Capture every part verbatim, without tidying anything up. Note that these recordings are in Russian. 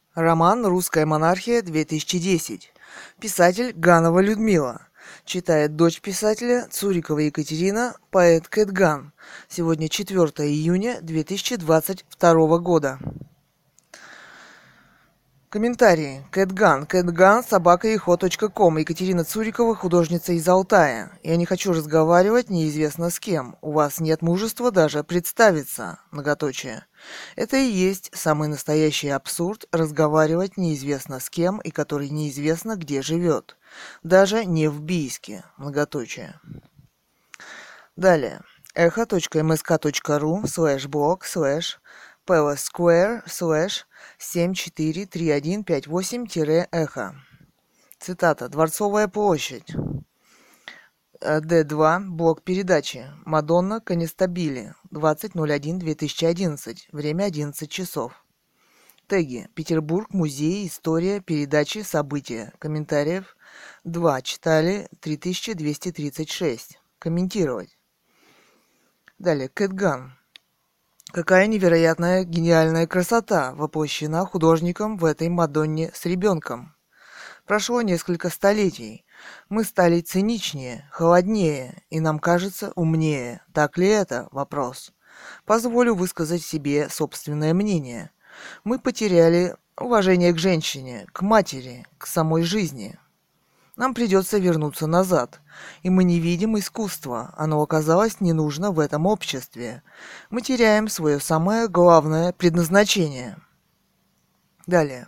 Роман «Русская монархия-две тысячи десять». Писатель Ганова Людмила. Читает дочь писателя Цурикова Екатерина, поэт Кэт Ган. Сегодня четвёртое июня две тысячи двадцать второго года. Комментарии. Кэт Ган. Кэт Ган, собака ихо точка ком. Екатерина Цурикова, художница из Алтая. Я не хочу разговаривать неизвестно с кем. У вас нет мужества даже представиться. Многоточие. Это и есть самый настоящий абсурд — разговаривать неизвестно с кем и который неизвестно где живет. Даже не в Бийске. Многоточие. Далее. эхо точка эм эс ка точка ру слэш блог слэш Palace Square слэш семь четыре три один пять восемь эхо. Цитата. Дворцовая площадь. дэ два. Блок передачи. Мадонна Конестабили. двадцать ноль один две тысячи одиннадцать. Время одиннадцать часов. Теги. Петербург. Музей. История. Передачи. События. Комментариев. два. Читали три тысячи двести тридцать шесть. Комментировать. Далее. Кэт Ган. Какая невероятная гениальная красота воплощена художником в этой Мадонне с ребенком. Прошло несколько столетий. Мы стали циничнее, холоднее, и нам кажется умнее. Так ли это? Вопрос. Позволю высказать себе собственное мнение. Мы потеряли уважение к женщине, к матери, к самой жизни. Нам придется вернуться назад, и мы не видим искусства, оно оказалось не нужно в этом обществе. Мы теряем свое самое главное предназначение. Далее.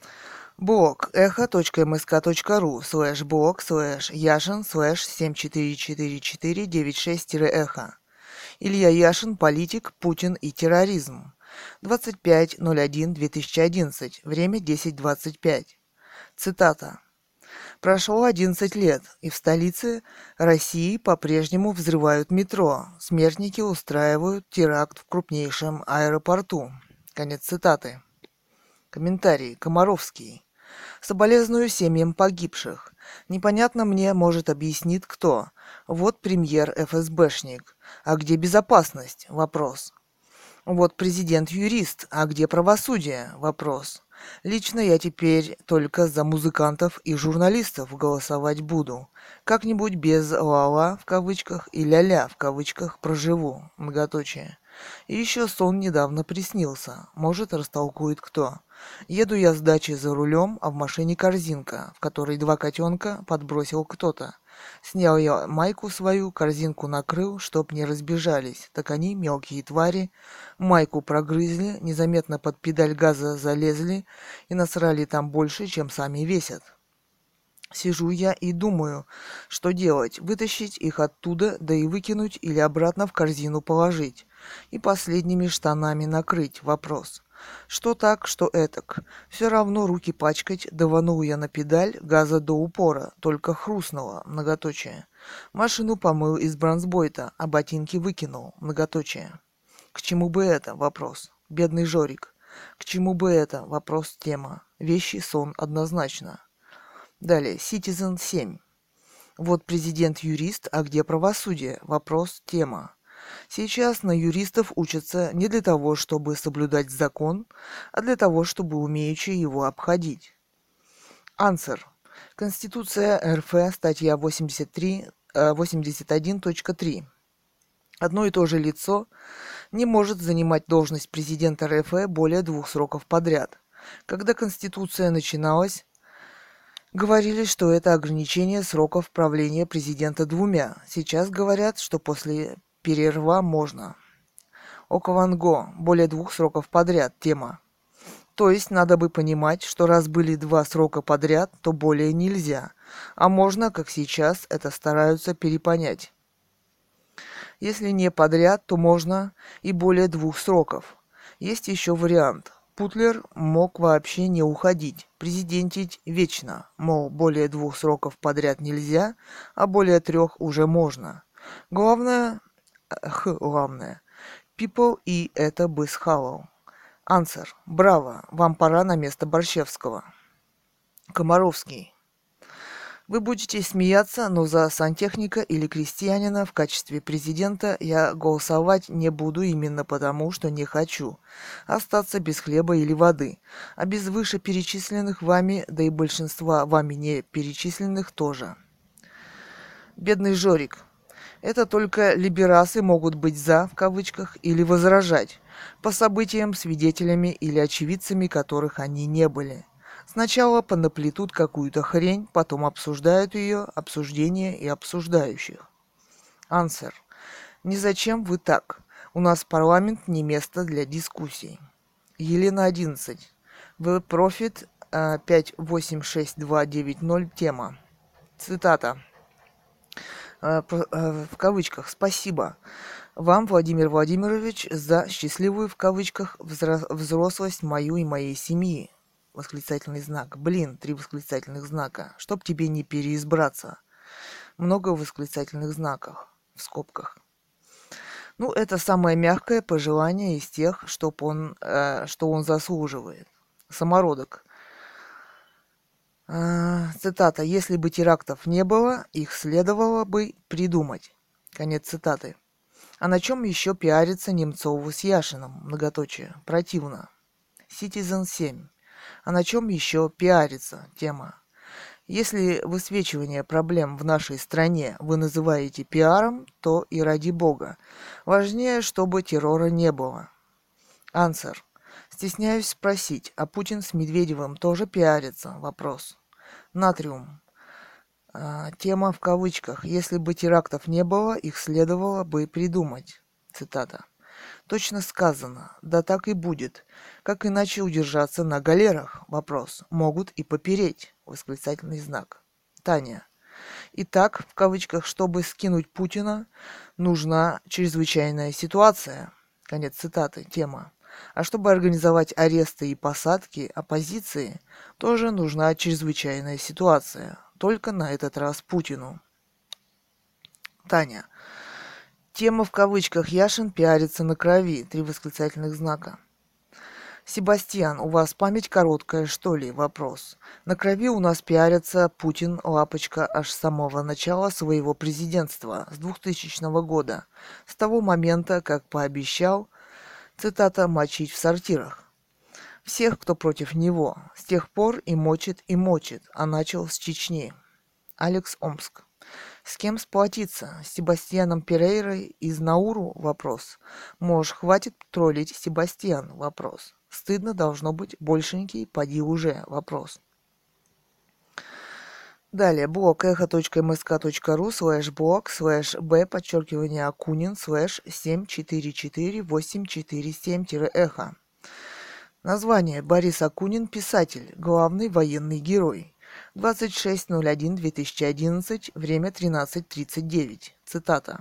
Блог эхо точка эм эс ка точка ру слэш блог слэш яшин слэш семь четыре четыре четыре девять шесть эхо. Илья Яшин, политик, Путин и терроризм. двадцать пятое ноль первое две тысячи одиннадцать. Время десять двадцать пять. Цитата. Прошло одиннадцать лет, и в столице России по-прежнему взрывают метро. Смертники устраивают теракт в крупнейшем аэропорту. Конец цитаты. Комментарий. Комаровский. Соболезную семьям погибших. Непонятно мне, может, объяснит кто. Вот премьер эф эс бэшник. А где безопасность? Вопрос. Вот президент-юрист. А где правосудие? Вопрос. Лично я теперь только за музыкантов и журналистов голосовать буду. Как-нибудь без ла-ла в кавычках и ля-ля в кавычках проживу. Многоточие. И еще сон недавно приснился. Может, растолкует кто. Еду я с дачи за рулем, а в машине корзинка, в которой два котенка подбросил кто-то. Снял я майку свою, корзинку накрыл, чтоб не разбежались. Так они, мелкие твари, майку прогрызли, незаметно под педаль газа залезли и насрали там больше, чем сами весят. Сижу я и думаю, что делать, вытащить их оттуда, да и выкинуть или обратно в корзину положить. И последними штанами накрыть. Вопрос. Что так, что этак. Все равно руки пачкать, даванул я на педаль газа до упора, только хрустнуло, многоточие. Машину помыл из бронзбойта, а ботинки выкинул, многоточие. К чему бы это? Вопрос. Бедный Жорик. К чему бы это? Вопрос, тема. Вещий сон однозначно. Далее. Citizen семь. Вот президент-юрист, а где правосудие? Вопрос, тема. Сейчас на юристов учатся не для того, чтобы соблюдать закон, а для того, чтобы умеючи его обходить. Ансер. Конституция эр эф, статья восемьдесят три, восемьдесят один точка три. Одно и то же лицо не может занимать должность президента эр эф более двух сроков подряд. Когда Конституция начиналась, говорили, что это ограничение сроков правления президента двумя. Сейчас говорят, что после перерва можно. Окаванго. Более двух сроков подряд. Тема. То есть надо бы понимать, что раз были два срока подряд, то более нельзя. А можно, как сейчас, это стараются перепонять. Если не подряд, то можно и более двух сроков. Есть еще вариант. Путлер мог вообще не уходить, президентить вечно, мол, более двух сроков подряд нельзя, а более трех уже можно. Главное, х, главное, people и это бы схавал. Ансер, браво, вам пора на место Борщевского. Комаровский. Вы будете смеяться, но за сантехника или крестьянина в качестве президента я голосовать не буду именно потому, что не хочу остаться без хлеба или воды, а без вышеперечисленных вами, да и большинства вами не перечисленных тоже. Бедный Жорик. Это только либерасы могут быть «за» в кавычках или возражать по событиям, свидетелями или очевидцами которых они не были. Сначала понаплетут какую-то хрень, потом обсуждают ее, обсуждение и обсуждающих. Ансер. Не зачем вы так. У нас парламент не место для дискуссий. Елена одиннадцать. В профит пять восемь шесть два девять ноль тема. Цитата. В кавычках. Спасибо вам, Владимир Владимирович, за счастливую в кавычках взрослость мою и моей семьи. Восклицательный знак. Блин, три восклицательных знака. Чтоб тебе не переизбраться. Много восклицательных знаков. В скобках. Ну, это самое мягкое пожелание из тех, чтоб он, э, что он заслуживает. Самородок. Э, цитата. Если бы терактов не было, их следовало бы придумать. Конец цитаты. А на чем еще пиарится Немцову с Яшиным? Многоточие. Противно. Citizen семь. А на чем еще пиарится? Тема. Если высвечивание проблем в нашей стране вы называете пиаром, то и ради бога. Важнее, чтобы террора не было. Ансер. Стесняюсь спросить, а Путин с Медведевым тоже пиарится? Вопрос. Натриум. А, тема в кавычках. Если бы терактов не было, их следовало бы придумать. Цитата. Точно сказано. Да так и будет. Как иначе удержаться на галерах? Вопрос. Могут и попереть. Восклицательный знак. Таня. Итак, в кавычках, чтобы скинуть Путина, нужна чрезвычайная ситуация. Конец цитаты. Тема. А чтобы организовать аресты и посадки оппозиции, тоже нужна чрезвычайная ситуация. Только на этот раз Путину. Таня. Тема в кавычках. Яшин пиарится на крови. Три восклицательных знака. Себастьян, у вас память короткая, что ли? Вопрос. На крови у нас пиарится Путин, лапочка, аж с самого начала своего президентства, с двухтысячного года. С того момента, как пообещал, цитата, мочить в сортирах. Всех, кто против него. С тех пор и мочит, и мочит, а начал с Чечни. Алекс Омск. С кем сплотиться? С Себастьяном Перейрой из Науру? Вопрос. Может, хватит троллить Себастьян? Вопрос. Стыдно должно быть, большенький, поди уже? Вопрос. Далее, блог эхо.мск.ру слэш блог слэш б подчеркивание Акунин слэш семь четыре четыре восемь четыре семь эхо. Название. Борис Акунин, писатель, главный военный герой. двадцать шестое ноль первое две тысячи одиннадцатого, время тринадцать тридцать девять. Цитата.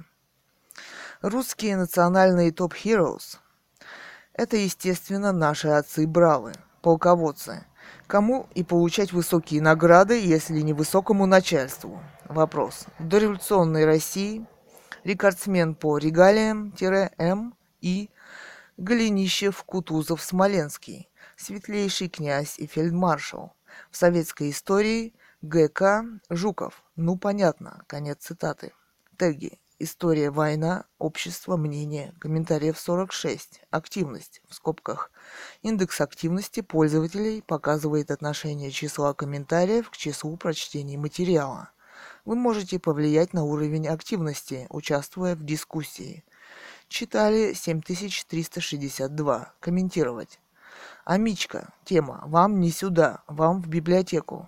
Русские национальные топ-heroes – это, естественно, наши отцы-бравы, полководцы. Кому и получать высокие награды, если не высокому начальству? Вопрос. В дореволюционной России рекордсмен по регалиям-М и Голенищев, Кутузов, Смоленский, светлейший князь и фельдмаршал. В советской истории ГК Жуков. Ну, понятно. Конец цитаты. Теги. История, война, общество, мнение. Комментариев сорок шесть. Активность. В скобках. Индекс активности пользователей показывает отношение числа комментариев к числу прочтений материала. Вы можете повлиять на уровень активности, участвуя в дискуссии. Читали семь тысяч триста шестьдесят два. Комментировать. Амичка. Тема. Вам не сюда, вам в библиотеку.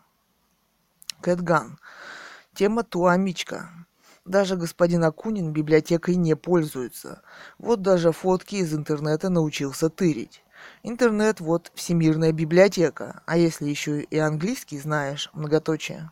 Кэтган. Тема Туамичка. Даже господин Акунин библиотекой не пользуется. Вот даже фотки из интернета научился тырить. Интернет вот всемирная библиотека. А если еще и английский знаешь, многоточие.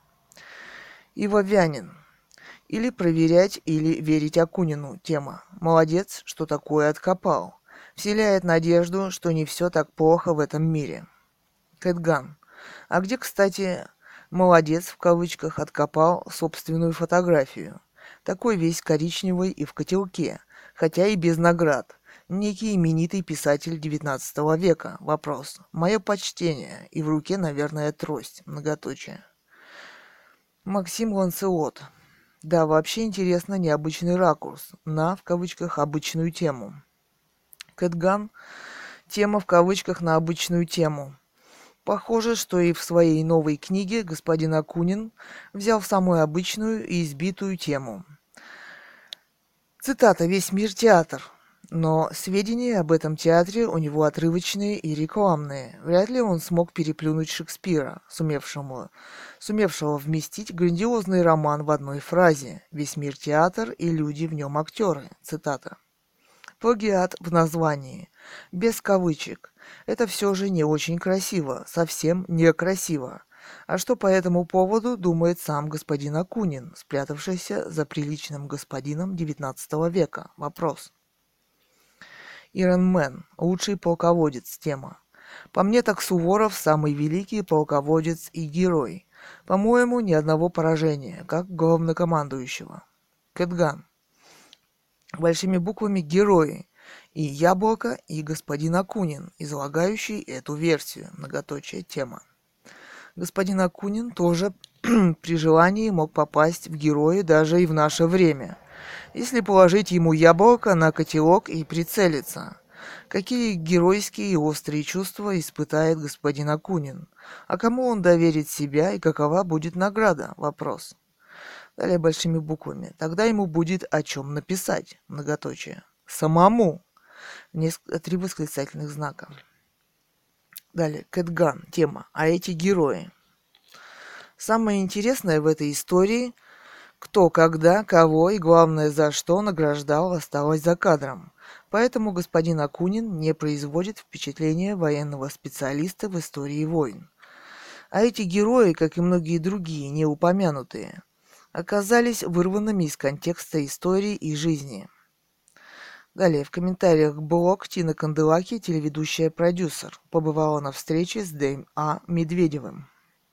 Ива Вянин. Или проверять, или верить Акунину. Тема. Молодец, что такое откопал. Вселяет надежду, что не все так плохо в этом мире. Кэтган. А где, кстати, молодец в кавычках откопал собственную фотографию? Такой весь коричневый и в котелке, хотя и без наград. Некий именитый писатель девятнадцатого века. Вопрос. Мое почтение. И в руке, наверное, трость. Многоточие. Максим Ланцелот. Да, вообще интересно необычный ракурс на, в кавычках, обычную тему. Кэтган. Тема в кавычках на обычную тему. Похоже, что и в своей новой книге господин Акунин взял самую обычную и избитую тему. Цитата: «Весь мир театр». Но сведения об этом театре у него отрывочные и рекламные. Вряд ли он смог переплюнуть Шекспира, сумевшему, сумевшего вместить грандиозный роман в одной фразе. «Весь мир театр, и люди в нем актеры». Цитата. Плагиат в названии. Без кавычек. Это все же не очень красиво, совсем некрасиво. А что по этому поводу думает сам господин Акунин, спрятавшийся за приличным господином девятнадцатого века? Вопрос. Ирон Мэн. Лучший полководец. Тема. По мне так Суворов самый великий полководец и герой. По-моему, ни одного поражения, как главнокомандующего. Кэтган. Большими буквами «Герои» и «Яблоко» и господин Акунин, излагающий эту версию. Многоточие. Тема. Господин Акунин тоже при желании мог попасть в герои даже и в наше время, если положить ему яблоко на котелок и прицелиться. Какие геройские и острые чувства испытает господин Акунин? А кому он доверит себя и какова будет награда? Вопрос. Далее большими буквами. Тогда ему будет о чем написать. Многоточие. Самому. Неск- Три восклицательных знака. Далее. Кэтган. Тема. А эти герои. Самое интересное в этой истории, кто, когда, кого и, главное, за что награждал, осталось за кадром. Поэтому господин Акунин не производит впечатления военного специалиста в истории войн. А эти герои, как и многие другие, не упомянутые, оказались вырванными из контекста истории и жизни. Далее, в комментариях блог Тина Канделаки, телеведущая продюсер, побывала на встрече с Дэйм А. Медведевым.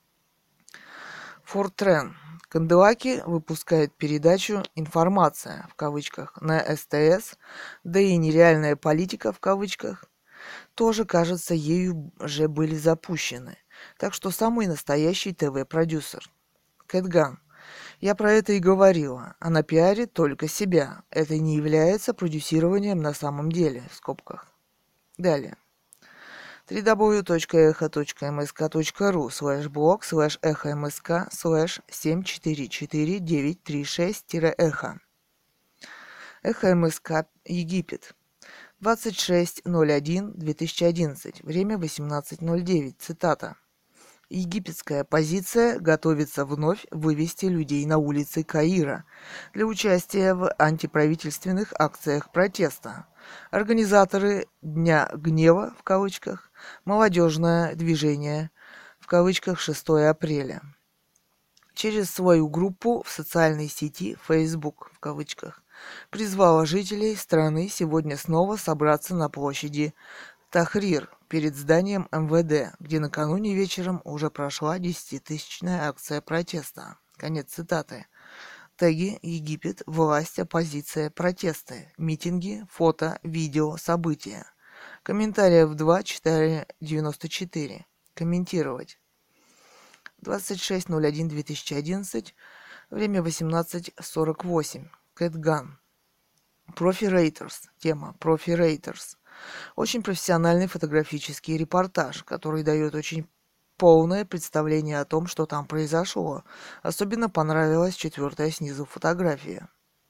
Фортрен. Канделаки выпускает передачу «Информация» в кавычках на СТС, да и «Нереальная политика» в кавычках тоже, кажется, ею же были запущены. Так что самый настоящий ТВ-продюсер. Кэтган. Я про это и говорила. Она пиарит только себя. Это не является продюсированием на самом деле, в скобках. Далее. дабл ю дабл ю дабл ю точка эхо точка эм эс ка точка ру слэш блог слэш эхо мск слэш семь четыре четыре девять три шесть эхо. Эхо МСК Египет. двадцать шестое ноль первое две тысячи одиннадцать. Время восемнадцать ноль девять. Цитата. Египетская оппозиция готовится вновь вывести людей на улицы Каира для участия в антиправительственных акциях протеста. Организаторы «Дня гнева» в кавычках, молодежное движение в кавычках шестое апреля через свою группу в социальной сети Facebook в кавычках призвала жителей страны сегодня снова собраться на площади Тахрир перед зданием эм вэ дэ, где накануне вечером уже прошла десятитысячная акция протеста. Конец цитаты. Теги: Египет, власть, оппозиция, протесты, митинги, фото, видео, события. Комментариев два четыре девяносто четыре. Комментировать. двадцать шестое ноль первое две тысячи одиннадцать. Время восемнадцать сорок восемь. Кэтган. Профи Рейтерс. Тема Профи Рейтерс. Очень профессиональный фотографический репортаж, который дает очень полное представление о том, что там произошло. Особенно понравилась четвертая снизу фотография.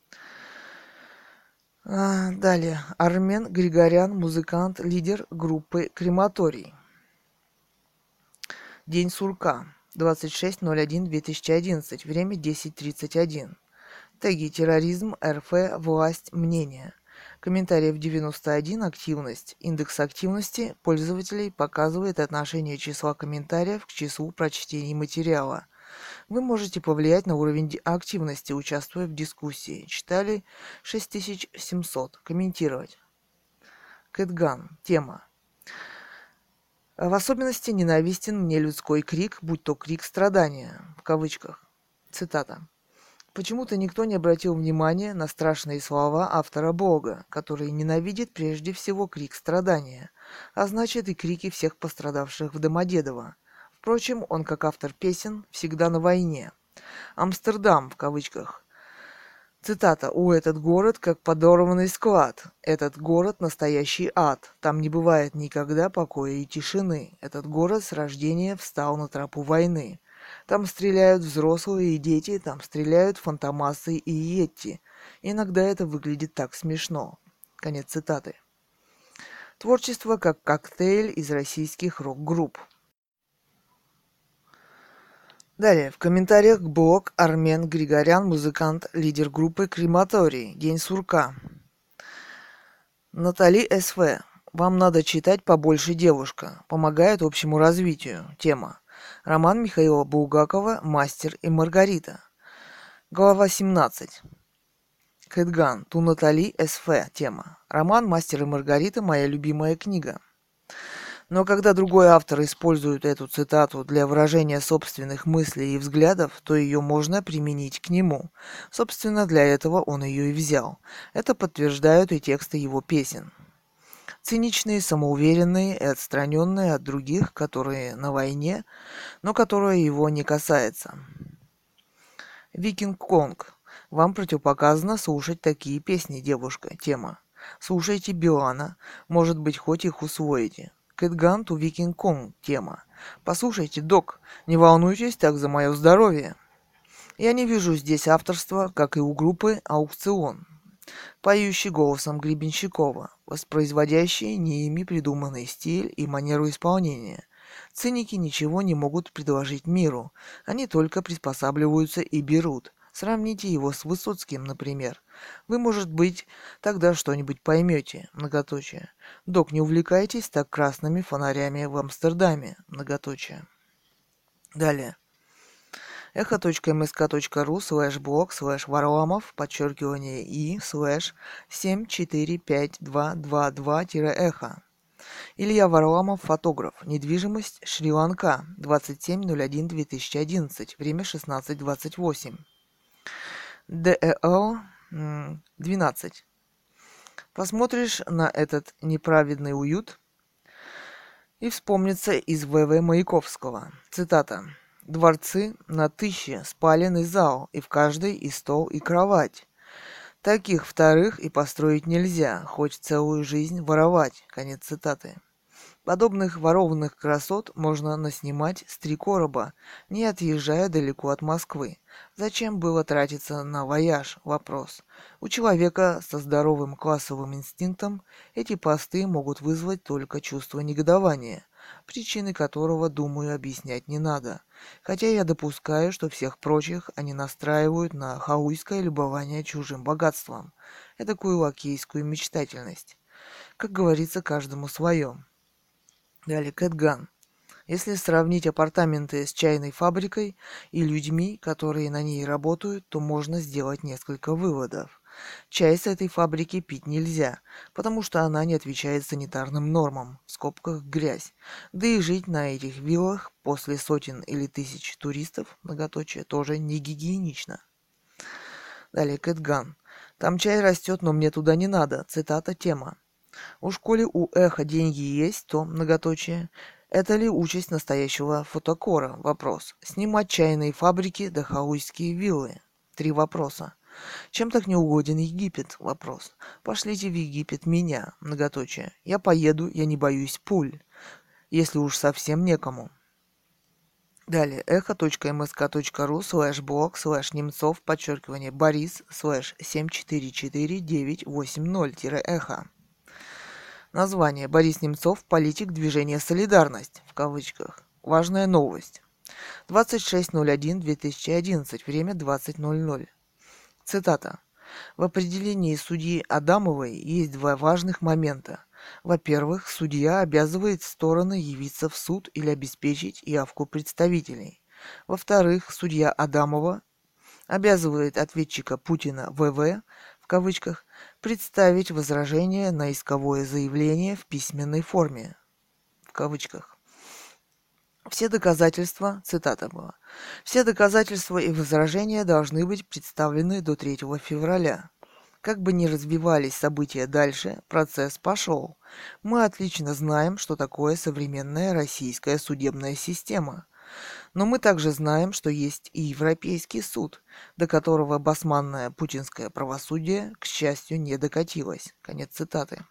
А, далее. Армен Григорян, музыкант, лидер группы «Крематорий». День сурка. двадцать шестое ноль первое две тысячи одиннадцать. Время десять тридцать один. Теги: терроризм, эр эф, власть, мнение. Комментариев девяносто один. Активность. Индекс активности пользователей показывает отношение числа комментариев к числу прочтений материала. Вы можете повлиять на уровень активности, участвуя в дискуссии. Читали шесть тысяч семьсот. Комментировать. Кэтган. Тема. В особенности ненавистен мне людской крик, будь то крик страдания. В кавычках. Цитата. Почему-то никто не обратил внимания на страшные слова автора блога, который ненавидит прежде всего крик страдания, а значит и крики всех пострадавших в Домодедово. Впрочем, он, как автор песен, всегда на войне. Амстердам, в кавычках. Цитата. «У этот город как подорванный склад. Этот город настоящий ад. Там не бывает никогда покоя и тишины. Этот город с рождения встал на тропу войны. Там стреляют взрослые и дети, там стреляют фантомасы и йети. Иногда это выглядит так смешно». Конец цитаты. Творчество как коктейль из российских рок-групп. Далее, в комментариях к блог Армен Григорян, музыкант, лидер группы «Крематорий», День сурка. Натали СВ. Вам надо читать побольше, девушка. Помогает общему развитию. Тема. Роман Михаила Булгакова «Мастер и Маргарита». Глава семнадцать. Кэтган. Ту Натали СВ. Тема. Роман «Мастер и Маргарита» – моя любимая книга. Но когда другой автор использует эту цитату для выражения собственных мыслей и взглядов, то ее можно применить к нему. Собственно, для этого он ее и взял. Это подтверждают и тексты его песен. Циничные, самоуверенные и отстраненные от других, которые на войне, но которые его не касается. Викинг Конг. Вам противопоказано слушать такие песни, девушка. Тема. Слушайте Билана, может быть, хоть их усвоите. Кэтган ту Викинг Конг. Тема. Послушайте, док, не волнуйтесь так за мое здоровье. Я не вижу здесь авторства, как и у группы «Аукцион», поющий голосом Гребенщикова, воспроизводящий не ими придуманный стиль и манеру исполнения. Циники ничего не могут предложить миру, они только приспосабливаются и берут. Сравните его с Высоцким, например. Вы, может быть, тогда что-нибудь поймете, многоточие. Док, не увлекайтесь так красными фонарями в Амстердаме, многоточие. Далее. эхо.мск.ру слэш блог слэш Варламов, подчеркивание и слэш семь четыре пять два два два эхо. Илья Варламов, фотограф. Недвижимость, Шри-Ланка. двадцать семь ноль один две тысячи одиннадцать. Время шестнадцать двадцать восемь. ДЭЛ двенадцать. Посмотришь на этот неправедный уют и вспомнится из В В Маяковского. Цитата. «Дворцы на тысячи, спаленный зал, и в каждой и стол, и кровать. Таких вторых и построить нельзя, хоть целую жизнь воровать». Конец цитаты. Подобных ворованных красот можно наснимать с три короба, не отъезжая далеко от Москвы. Зачем было тратиться на вояж? Вопрос. У человека со здоровым классовым инстинктом эти посты могут вызвать только чувство негодования, причины которого, думаю, объяснять не надо. Хотя я допускаю, что всех прочих они настраивают на хауйское любование чужим богатством, эдакую лакейскую мечтательность. Как говорится, каждому свое. Далее, Кэтган. Если сравнить апартаменты с чайной фабрикой и людьми, которые на ней работают, то можно сделать несколько выводов. Чай с этой фабрики пить нельзя, потому что она не отвечает санитарным нормам, в скобках грязь. Да и жить на этих виллах после сотен или тысяч туристов, многоточие, тоже не гигиенично. Далее, Кэтган. Там чай растет, но мне туда не надо. Цитата, тема. Уж коли у эхо деньги есть, то, многоточие, это ли участь настоящего фотокора? Вопрос. Снимать чайные фабрики да хауйские виллы? Три вопроса. Чем так неугоден Египет? Вопрос. Пошлите в Египет меня, многоточие. Я поеду, я не боюсь пуль, если уж совсем некому. Далее. эхо.мск.ру слэш блог слэш Немцов, подчеркивание, Борис слэш семь четыре четыре девять восемь ноль эхо. Название. Борис Немцов, политик движения «Солидарность», в кавычках. Важная новость. двадцать шестое ноль первое две тысячи одиннадцать. Время двадцать ноль ноль. Цитата. В определении судьи Адамовой есть два важных момента. Во-первых, судья обязывает стороны явиться в суд или обеспечить явку представителей. Во-вторых, судья Адамова обязывает ответчика Путина В В, в кавычках, представить возражение на исковое заявление в письменной форме, в кавычках. Все доказательства, цитата была, все доказательства и возражения должны быть представлены до третьего февраля. Как бы ни развивались события дальше, процесс пошел. Мы отлично знаем, что такое современная российская судебная система. Но мы также знаем, что есть и Европейский суд, до которого басманное путинское правосудие, к счастью, не докатилось. Конец цитаты.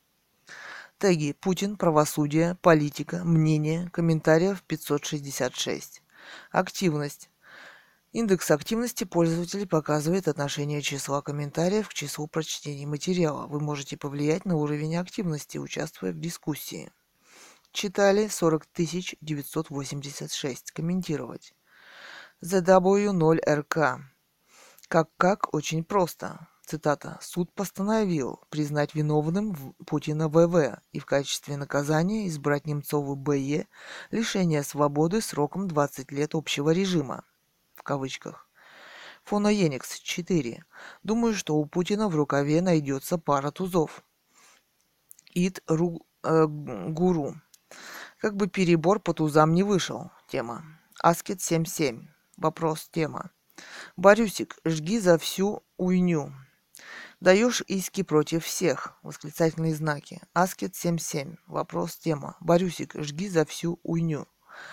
Теги «Путин», «Правосудие», «Политика», «Мнение», комментариев пятьсот шестьдесят шесть. Активность. Индекс активности пользователей показывает отношение числа комментариев к числу прочтений материала. Вы можете повлиять на уровень активности, участвуя в дискуссии. Читали сорок тысяч девятьсот восемьдесят шесть. Комментировать. зэ дабл ю ноль эр ка. Как-как? Очень просто. Цитата. «Суд постановил признать виновным Путина вэ вэ и в качестве наказания избрать Немцову бэ е лишение свободы сроком двадцать лет общего режима». В кавычках. Фоноеникс четыре. Думаю, что у Путина в рукаве найдется пара тузов. Ит ру, э, гуру. Как бы перебор по тузам не вышел. Тема. Аскет семь семь. Вопрос. Тема. Борюсик, жги за всю уйню. Даешь иски против всех. Восклицательные знаки. Аскет семь семь. Вопрос. Тема. Борюсик, жги за всю уйню.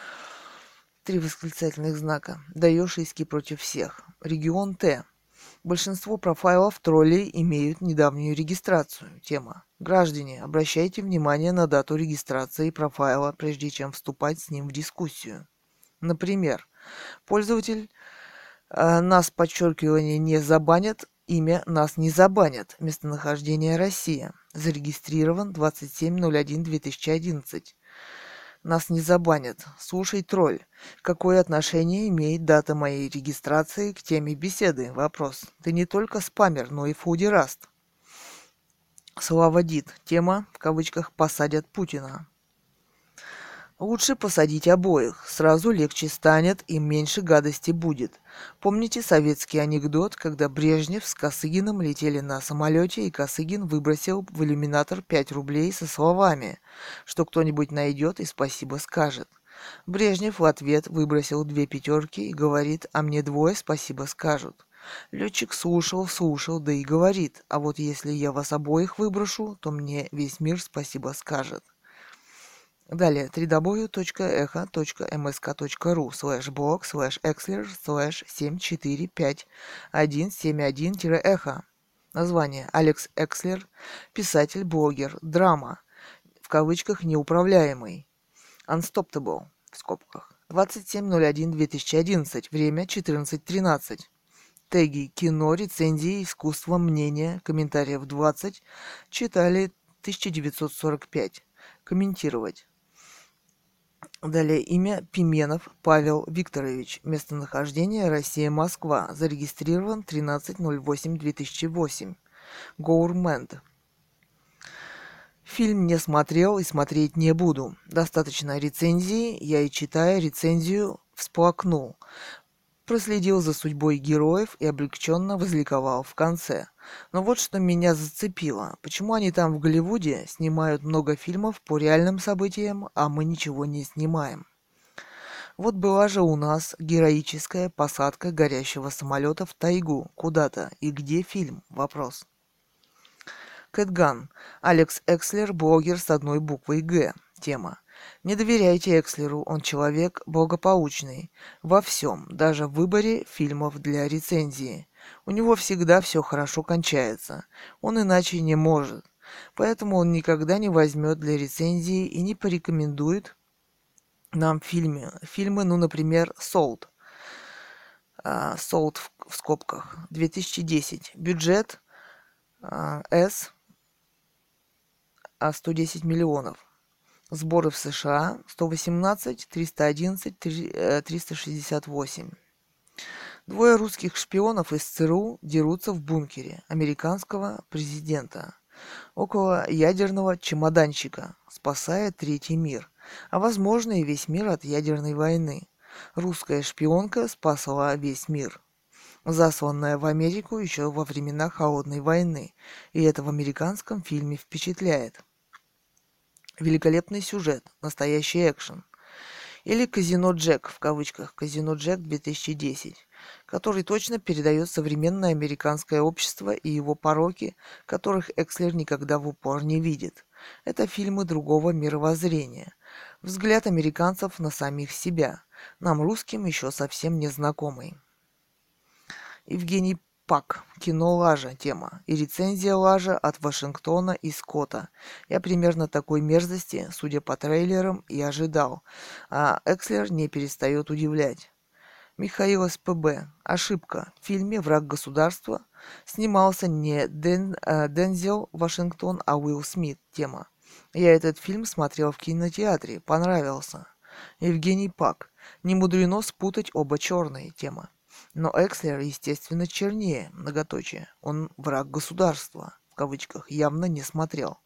Три восклицательных знака. Даешь иски против всех. Регион Т. Большинство профайлов троллей имеют недавнюю регистрацию. Тема. Граждане, обращайте внимание на дату регистрации профайла, прежде чем вступать с ним в дискуссию. Например, пользователь э, нас, подчеркивание, не забанят, имя нас не забанят, местонахождение Россия, зарегистрирован двадцать семь ноль один две тысячи одиннадцать. Нас не забанят. Слушай, тролль, какое отношение имеет дата моей регистрации к теме беседы? Вопрос. Ты не только спамер, но и фудераст. Слава Дид. Тема, в кавычках, «посадят Путина». Лучше посадить обоих. Сразу легче станет и меньше гадости будет. Помните советский анекдот, когда Брежнев с Косыгиным летели на самолете, и Косыгин выбросил в иллюминатор пять рублей со словами, что кто-нибудь найдет и спасибо скажет. Брежнев в ответ выбросил две пятерки и говорит, а мне двое спасибо скажут. Летчик слушал, слушал, да и говорит, а вот если я вас обоих выброшу, то мне весь мир спасибо скажет. Далее, дабл ю дабл ю дабл ю точка эхо точка эм эс ка точка ру слэш блог слэш экслер слэш семь четыре пять один семь один эхо. Название. Алекс Экслер. Писатель, блогер, драма. В кавычках неуправляемый. Unstoppable. В скобках. двадцать семь ноль один две тысячи одиннадцать. Время четырнадцать тринадцать. Теги кино, рецензии, искусство, мнение, комментариев двадцать. Читали тысяча девятьсот сорок пять. Комментировать. Далее имя Пименов Павел Викторович. Местонахождение Россия-Москва. Зарегистрирован тринадцатое ноль восемь две тысячи восемь. Гоурмент. Фильм не смотрел и смотреть не буду. Достаточно рецензии. Я и читая рецензию всплакнул. Проследил за судьбой героев и облегченно возликовал в конце. Но вот что меня зацепило. Почему они там в Голливуде снимают много фильмов по реальным событиям, а мы ничего не снимаем? Вот была же у нас героическая посадка горящего самолета в тайгу куда-то. И где фильм? Вопрос. Кэтган. Алекс Экслер, блогер с одной буквой «Г». Тема. Не доверяйте Экслеру, он человек благополучный. Во всем, даже в выборе фильмов для рецензии. У него всегда все хорошо кончается. Он иначе не может. Поэтому он никогда не возьмет для рецензии и не порекомендует нам фильмы. Фильмы, ну, например, «Солд». «Солд» в скобках. две тысячи десять. Бюджет С сто десять миллионов. Сборы в США сто восемнадцать, триста одиннадцать, триста шестьдесят восемь. Двое русских шпионов из ЦРУ дерутся в бункере американского президента около ядерного чемоданчика, спасая третий мир, а возможно и весь мир от ядерной войны. Русская шпионка спасла весь мир, засланная в Америку еще во времена Холодной войны, и это в американском фильме впечатляет. Великолепный сюжет, настоящий экшен. Или «Казино Джек», в кавычках, «Казино Джек две тысячи десять», который точно передает современное американское общество и его пороки, которых Экслер никогда в упор не видит. Это фильмы другого мировоззрения. Взгляд американцев на самих себя. нам, русским, еще совсем не знакомый. Евгений Пак. Кино «Лажа» тема. И рецензия «Лажа» от Вашингтона и Скотта. Я примерно такой мерзости, судя по трейлерам, и ожидал. А Экслер не перестает удивлять. Михаил СПБ. Ошибка. В фильме «Враг государства» снимался не Ден, э, Дензел Вашингтон, а Уилл Смит. Тема. Я этот фильм смотрел в кинотеатре. Понравился. Евгений Пак. Не мудрено спутать оба черные. Тема. Но Экслер, естественно, чернее, многоточие. Он враг государства, в кавычках, явно не смотрел.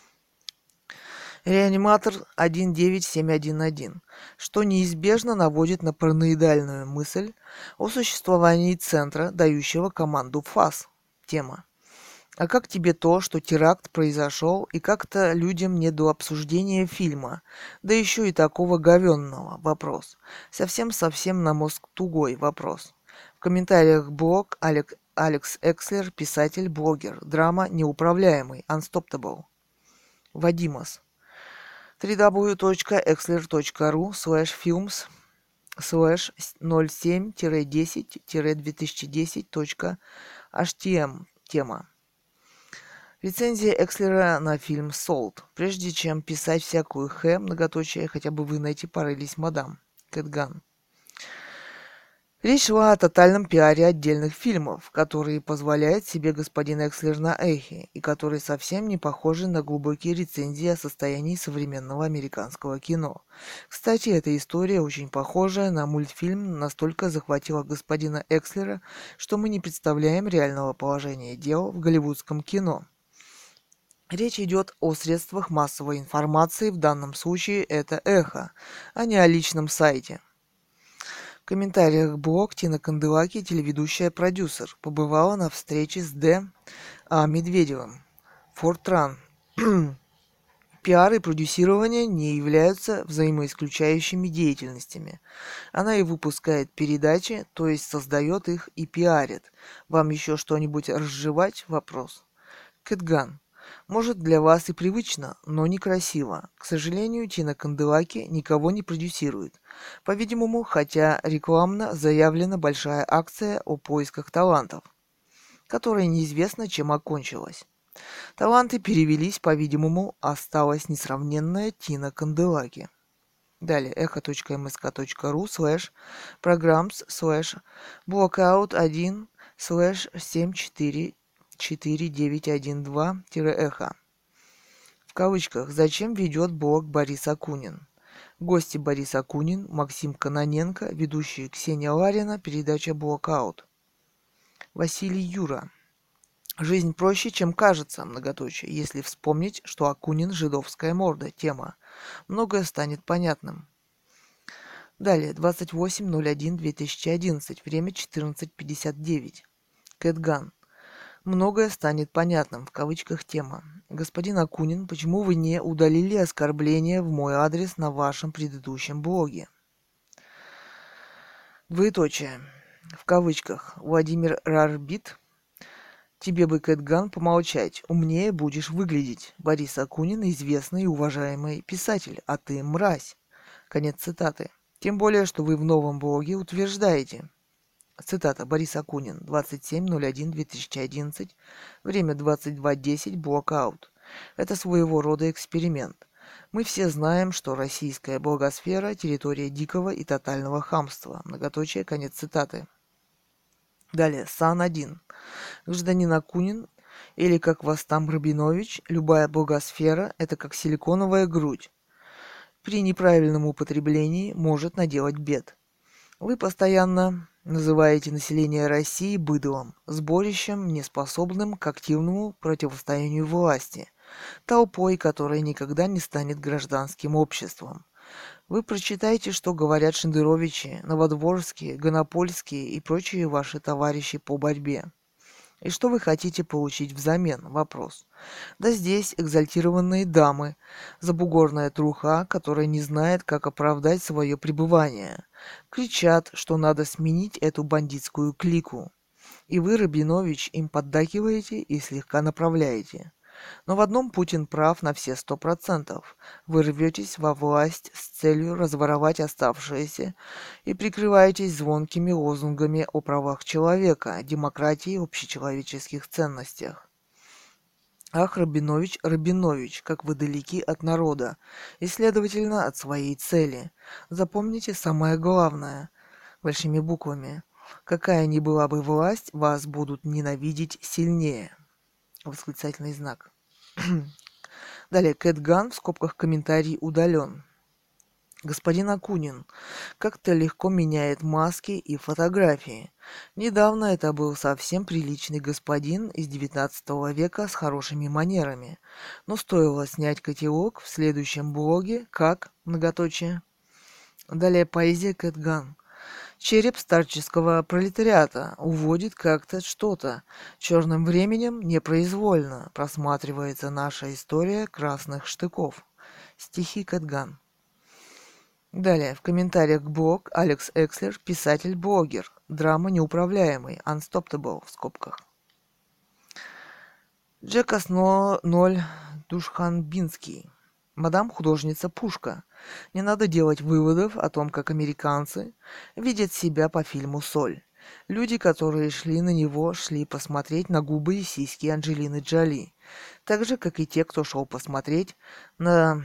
Реаниматор один девять семь один один, что неизбежно наводит на параноидальную мысль о существовании центра, дающего команду ФАС. Тема. А как тебе то, что теракт произошел, и как-то людям не до обсуждения фильма, да еще и такого говенного? Вопрос. Совсем-совсем на мозг тугой вопрос. В комментариях блог Алек, Алекс Экслер, писатель, блогер. Драма «Неуправляемый», Unstoppable. Вадимас. дабл ю дабл ю дабл ю точка экслер точка ру слэш фильмс слэш ноль семь десять две тысячи десять точка эйч ти эм. Тема. Рецензия Экслера на фильм «Солт». Прежде чем писать всякую хэ, многоточие, хотя бы вы найти порылись, мадам. Кэтган. Речь шла о тотальном пиаре отдельных фильмов, которые позволяет себе господин Экслер на эхе, и которые совсем не похожи на глубокие рецензии о состоянии современного американского кино. Кстати, эта история, очень похожая на мультфильм, настолько захватила господина Экслера, что мы не представляем реального положения дел в голливудском кино. Речь идет о средствах массовой информации, в данном случае это эхо, а не о личном сайте. В комментариях блог Тина Канделаки, телеведущая продюсер, побывала на встрече с Д. А. Медведевым. Фортран. Пиар и продюсирование не являются взаимоисключающими деятельностями. Она и выпускает передачи, то есть создает их и пиарит. Вам еще что-нибудь разжевать? Вопрос. Кэтган. Может, для вас и привычно, но некрасиво. К сожалению, Тина Канделаки никого не продюсирует. По-видимому, хотя рекламно заявлена большая акция о поисках талантов, которая неизвестно чем окончилась. Таланты перевелись, по-видимому, осталась несравненная Тина Канделаки. Далее, эхо точка эм эс ка точка ру слэш программс слэш блокаут один слэш семь четыре четыре девять один два эхо. В кавычках, зачем ведет блог Борис Акунин? Гости Борис Акунин, Максим Кононенко, ведущие Ксения Ларина, передача «Блокаут». Василий Юра. Жизнь проще, чем кажется, многоточие, если вспомнить, что Акунин жидовская морда, тема. Многое станет понятным. Далее, двадцать восемь ноль один две тысячи одиннадцать, время четырнадцать пятьдесят девять. Кэтган. Многое станет понятным, в кавычках, тема. Господин Акунин, почему вы не удалили оскорбление в мой адрес на вашем предыдущем блоге? Двоеточие. В кавычках. Владимир Рарбит. Тебе бы, Кэтган, помолчать. Умнее будешь выглядеть. Борис Акунин известный и уважаемый писатель, а ты мразь. Конец цитаты. Тем более, что вы в новом блоге утверждаете. Цитата. Борис Акунин. двадцать семь ноль один две тысячи одиннадцать. Время двадцать два десять. Блокаут. Это своего рода эксперимент. Мы все знаем, что российская блогосфера – территория дикого и тотального хамства. Многоточие. Конец цитаты. Далее. Сан один. Гражданин Акунин, или как вас там Рабинович, любая блогосфера – это как силиконовая грудь. При неправильном употреблении может наделать бед. Вы постоянно называете население России быдлом, сборищем, неспособным к активному противостоянию власти, толпой, которая никогда не станет гражданским обществом. Вы прочитайте, что говорят Шендеровичи, Новодворские, Гонопольские и прочие ваши товарищи по борьбе. И что вы хотите получить взамен? Вопрос. Да здесь экзальтированные дамы, забугорная труха, которая не знает, как оправдать свое пребывание. Кричат, что надо сменить эту бандитскую клику. И вы, Рабинович, им поддакиваете и слегка направляете. Но в одном Путин прав на все сто процентов. Вы рветесь во власть с целью разворовать оставшиеся и прикрываетесь звонкими лозунгами о правах человека, демократии и общечеловеческих ценностях. Ах, Рабинович, Рабинович, как вы далеки от народа и, следовательно, от своей цели. Запомните самое главное, большими буквами. Какая ни была бы власть, вас будут ненавидеть сильнее. Восклицательный знак. Далее, Кэтган, в скобках комментарий удален. Господин Акунин как-то легко меняет маски и фотографии. Недавно это был совсем приличный господин из девятнадцатого века с хорошими манерами. Но стоило снять котелок в следующем блоге, как, многоточие. Далее, поэзия Кэтган. Череп старческого пролетариата уводит как-то что-то. Черным временем непроизвольно просматривается наша история красных штыков. Стихи Кэтган. Далее, в комментариях к блог Алекс Экслер, писатель-блогер. Драма неуправляемый, Unstoppable, в скобках. Джекас ноль Душханбинский. Мадам художница Пушка. Не надо делать выводов о том, как американцы видят себя по фильму «Соль». Люди, которые шли на него, шли посмотреть на губы и сиськи Анджелины Джоли. Так же, как и те, кто шел посмотреть на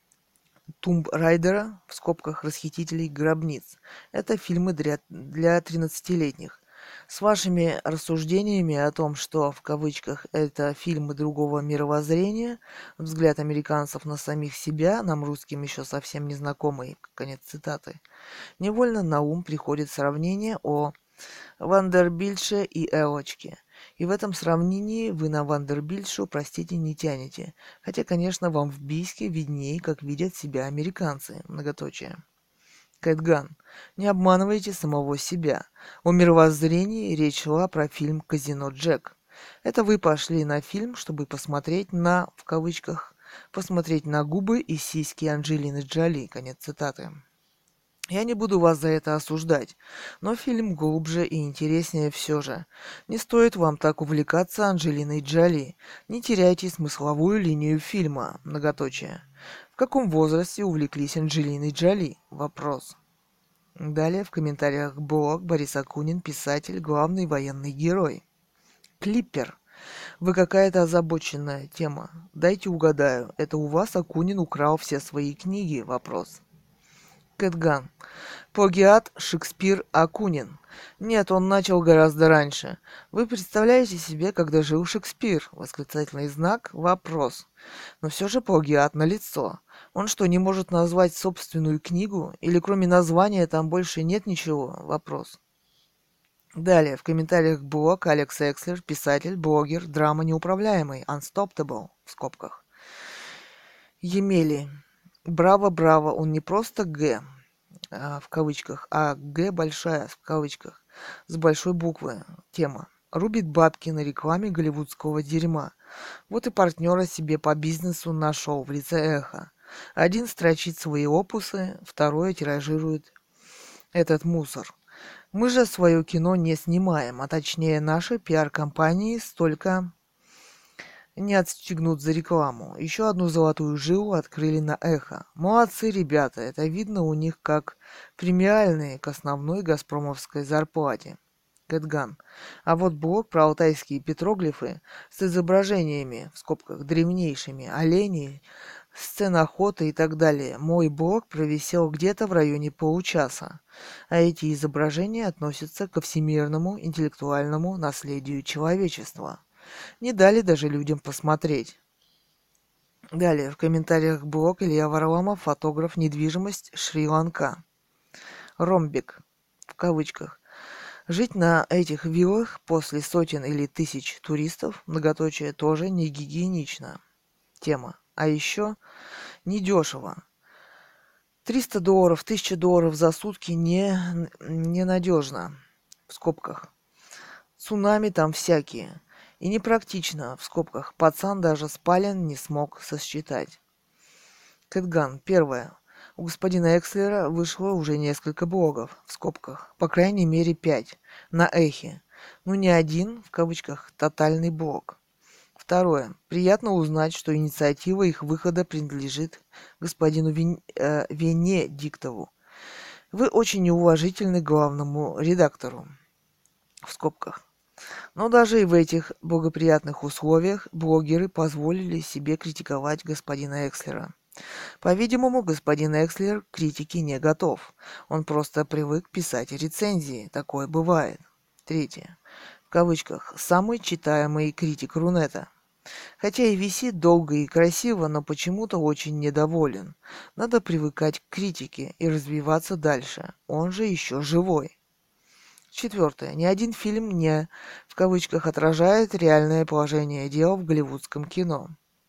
Тумб Райдера, в скобках расхитителей гробниц. Это фильмы для, для тринадцатилетних. С вашими рассуждениями о том, что, в кавычках, это фильмы другого мировоззрения, взгляд американцев на самих себя, нам русским еще совсем не знакомый, конец цитаты, невольно на ум приходит сравнение о Вандербильше и Элочке. И в этом сравнении вы на Вандербильшу, простите, не тянете. Хотя, конечно, вам в бийске виднее, как видят себя американцы. Многоточие. Кэтган. Не обманывайте самого себя. О мировоззрении речь шла про фильм «Казино Джек». Это вы пошли на фильм, чтобы посмотреть на, в кавычках, посмотреть на губы и сиськи Анджелины Джоли. Конец цитаты. Я не буду вас за это осуждать, но фильм глубже и интереснее все же. Не стоит вам так увлекаться Анджелиной Джоли. Не теряйте смысловую линию фильма. Многоточие. В каком возрасте увлеклись Анджелиной Джоли? Вопрос. Далее в комментариях блог Борис Акунин, писатель, главный военный герой. Клиппер. Вы какая-то озабоченная тема. Дайте угадаю. Это у вас Акунин украл все свои книги? Вопрос. Кэтган. Плагиат Шекспир Акунин. Нет, он начал гораздо раньше. Вы представляете себе, когда жил Шекспир? Восклицательный знак. Вопрос. Но все же плагиат налицо. Он что, не может назвать собственную книгу? Или кроме названия там больше нет ничего? Вопрос. Далее, в комментариях блог Алекс Экслер, писатель, блогер, драма неуправляемый, Unstoppable, в скобках. Емели. Браво, браво, он не просто Г, а, в кавычках, а Г большая, в кавычках, с большой буквы. Тема. Рубит бабки на рекламе голливудского дерьма. Вот и партнера себе по бизнесу нашел в лице Эхо. Один строчит свои опусы, второй тиражирует этот мусор. Мы же свое кино не снимаем, а точнее наши пиар-компании столько не отстегнут за рекламу. Еще одну золотую жилу открыли на Эхо. Молодцы ребята, это видно у них как премиальные к основной газпромовской зарплате. Кэтган. А вот блог про алтайские петроглифы с изображениями, в скобках, древнейшими, оленей, сцен охоты и так далее. Мой блог провисел где-то в районе получаса. А эти изображения относятся ко всемирному интеллектуальному наследию человечества. Не дали даже людям посмотреть. Далее, в комментариях блог Илья Варламов, фотограф, недвижимость, Шри-Ланка. Ромбик, в кавычках. Жить на этих виллах после сотен или тысяч туристов, многоточие, тоже не гигиенично. Тема. А еще недешево. триста долларов, тысяча долларов за сутки не, ненадежно. В скобках. Цунами там всякие. И непрактично, в скобках, пацан даже спален не смог сосчитать. Кэтган. Первое. У господина Экслера вышло уже несколько блогов, в скобках, по крайней мере пять, на Эхе. Ну не один, в кавычках, тотальный блог. Второе. Приятно узнать, что инициатива их выхода принадлежит господину Вен... э, Венедиктову. Вы очень неуважительны к главному редактору. В скобках. Но даже и в этих благоприятных условиях блогеры позволили себе критиковать господина Экслера. По-видимому, господин Экслер к критике не готов. Он просто привык писать рецензии. Такое бывает. Третье. В кавычках. Самый читаемый критик Рунета. Хотя и висит долго и красиво, но почему-то очень недоволен. Надо привыкать к критике и развиваться дальше. Он же еще живой. Четвертое. Ни один фильм не, в кавычках, отражает реальное положение дел в голливудском кино.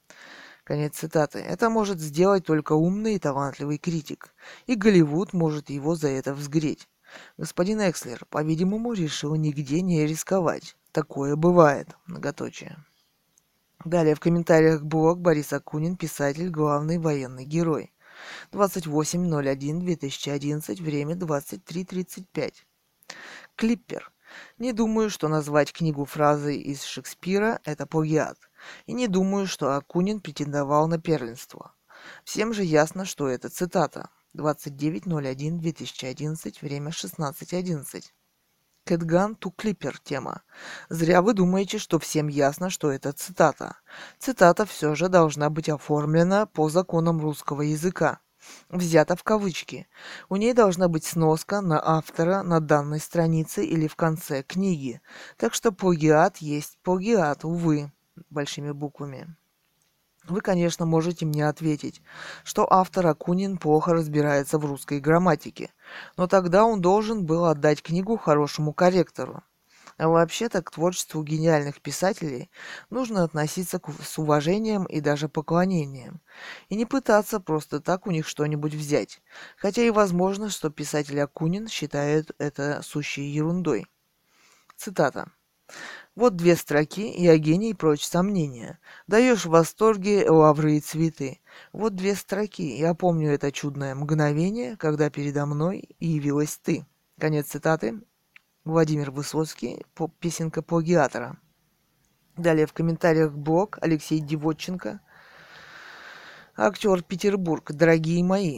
Конец цитаты. Это может сделать только умный и талантливый критик. И Голливуд может его за это взгреть. Господин Экслер, по-видимому, решил нигде не рисковать. Такое бывает. Многоточие. Далее в комментариях блог Борис Акунин, писатель, главный военный герой. двадцать восемь ноль один две тысячи одиннадцать, время двадцать три тридцать пять. Клиппер. Не думаю, что назвать книгу фразой из Шекспира – это плагиат. И не думаю, что Акунин претендовал на первенство. Всем же ясно, что это цитата. двадцать девять ноль один две тысячи одиннадцать, время шестнадцать одиннадцать. Кэтган ту Клиппер тема. Зря вы думаете, что всем ясно, что это цитата. Цитата все же должна быть оформлена по законам русского языка. Взята в кавычки. У ней должна быть сноска на автора на данной странице или в конце книги. Так что плагиат есть плагиат, увы, большими буквами. Вы, конечно, можете мне ответить, что автор Акунин плохо разбирается в русской грамматике, но тогда он должен был отдать книгу хорошему корректору. А вообще-то к творчеству гениальных писателей нужно относиться с уважением и даже поклонением, и не пытаться просто так у них что-нибудь взять, хотя и возможно, что писатель Акунин считает это сущей ерундой. Цитата. Вот две строки, и о гении прочь сомнения. Даешь в восторге лавры и цветы. Вот две строки, я помню это чудное мгновение, когда передо мной явилась ты. Конец цитаты. Владимир Высоцкий, песенка плагиатора. Далее в комментариях блог Алексей Девотченко. Актер Петербург, дорогие мои.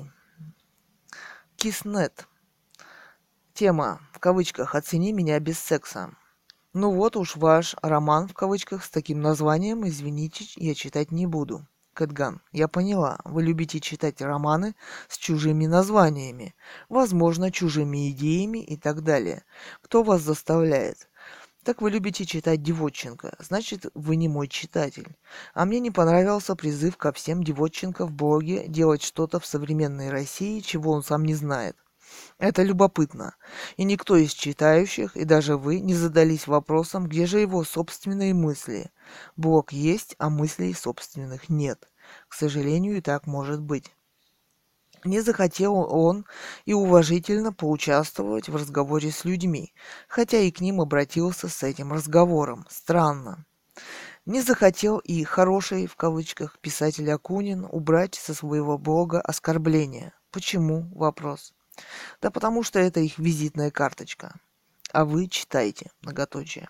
Киснет. Тема, в кавычках, «Оцени меня без секса». Ну вот уж ваш роман, в кавычках, с таким названием, извините, я читать не буду. Кэтган, я поняла, вы любите читать романы с чужими названиями, возможно, чужими идеями и так далее. Кто вас заставляет? Так вы любите читать Девотченко, значит, вы не мой читатель. А мне не понравился призыв ко всем Девотченко в блоге делать что-то в современной России, чего он сам не знает. Это любопытно, и никто из читающих, и даже вы, не задались вопросом, где же его собственные мысли. Блог есть, а мыслей собственных нет. К сожалению, и так может быть. Не захотел он и уважительно поучаствовать в разговоре с людьми, хотя и к ним обратился с этим разговором. Странно. Не захотел и «хороший» в кавычках писатель Акунин убрать со своего блога оскорбления. Почему? Вопрос. Да потому что это их визитная карточка. А вы читайте, многоточие.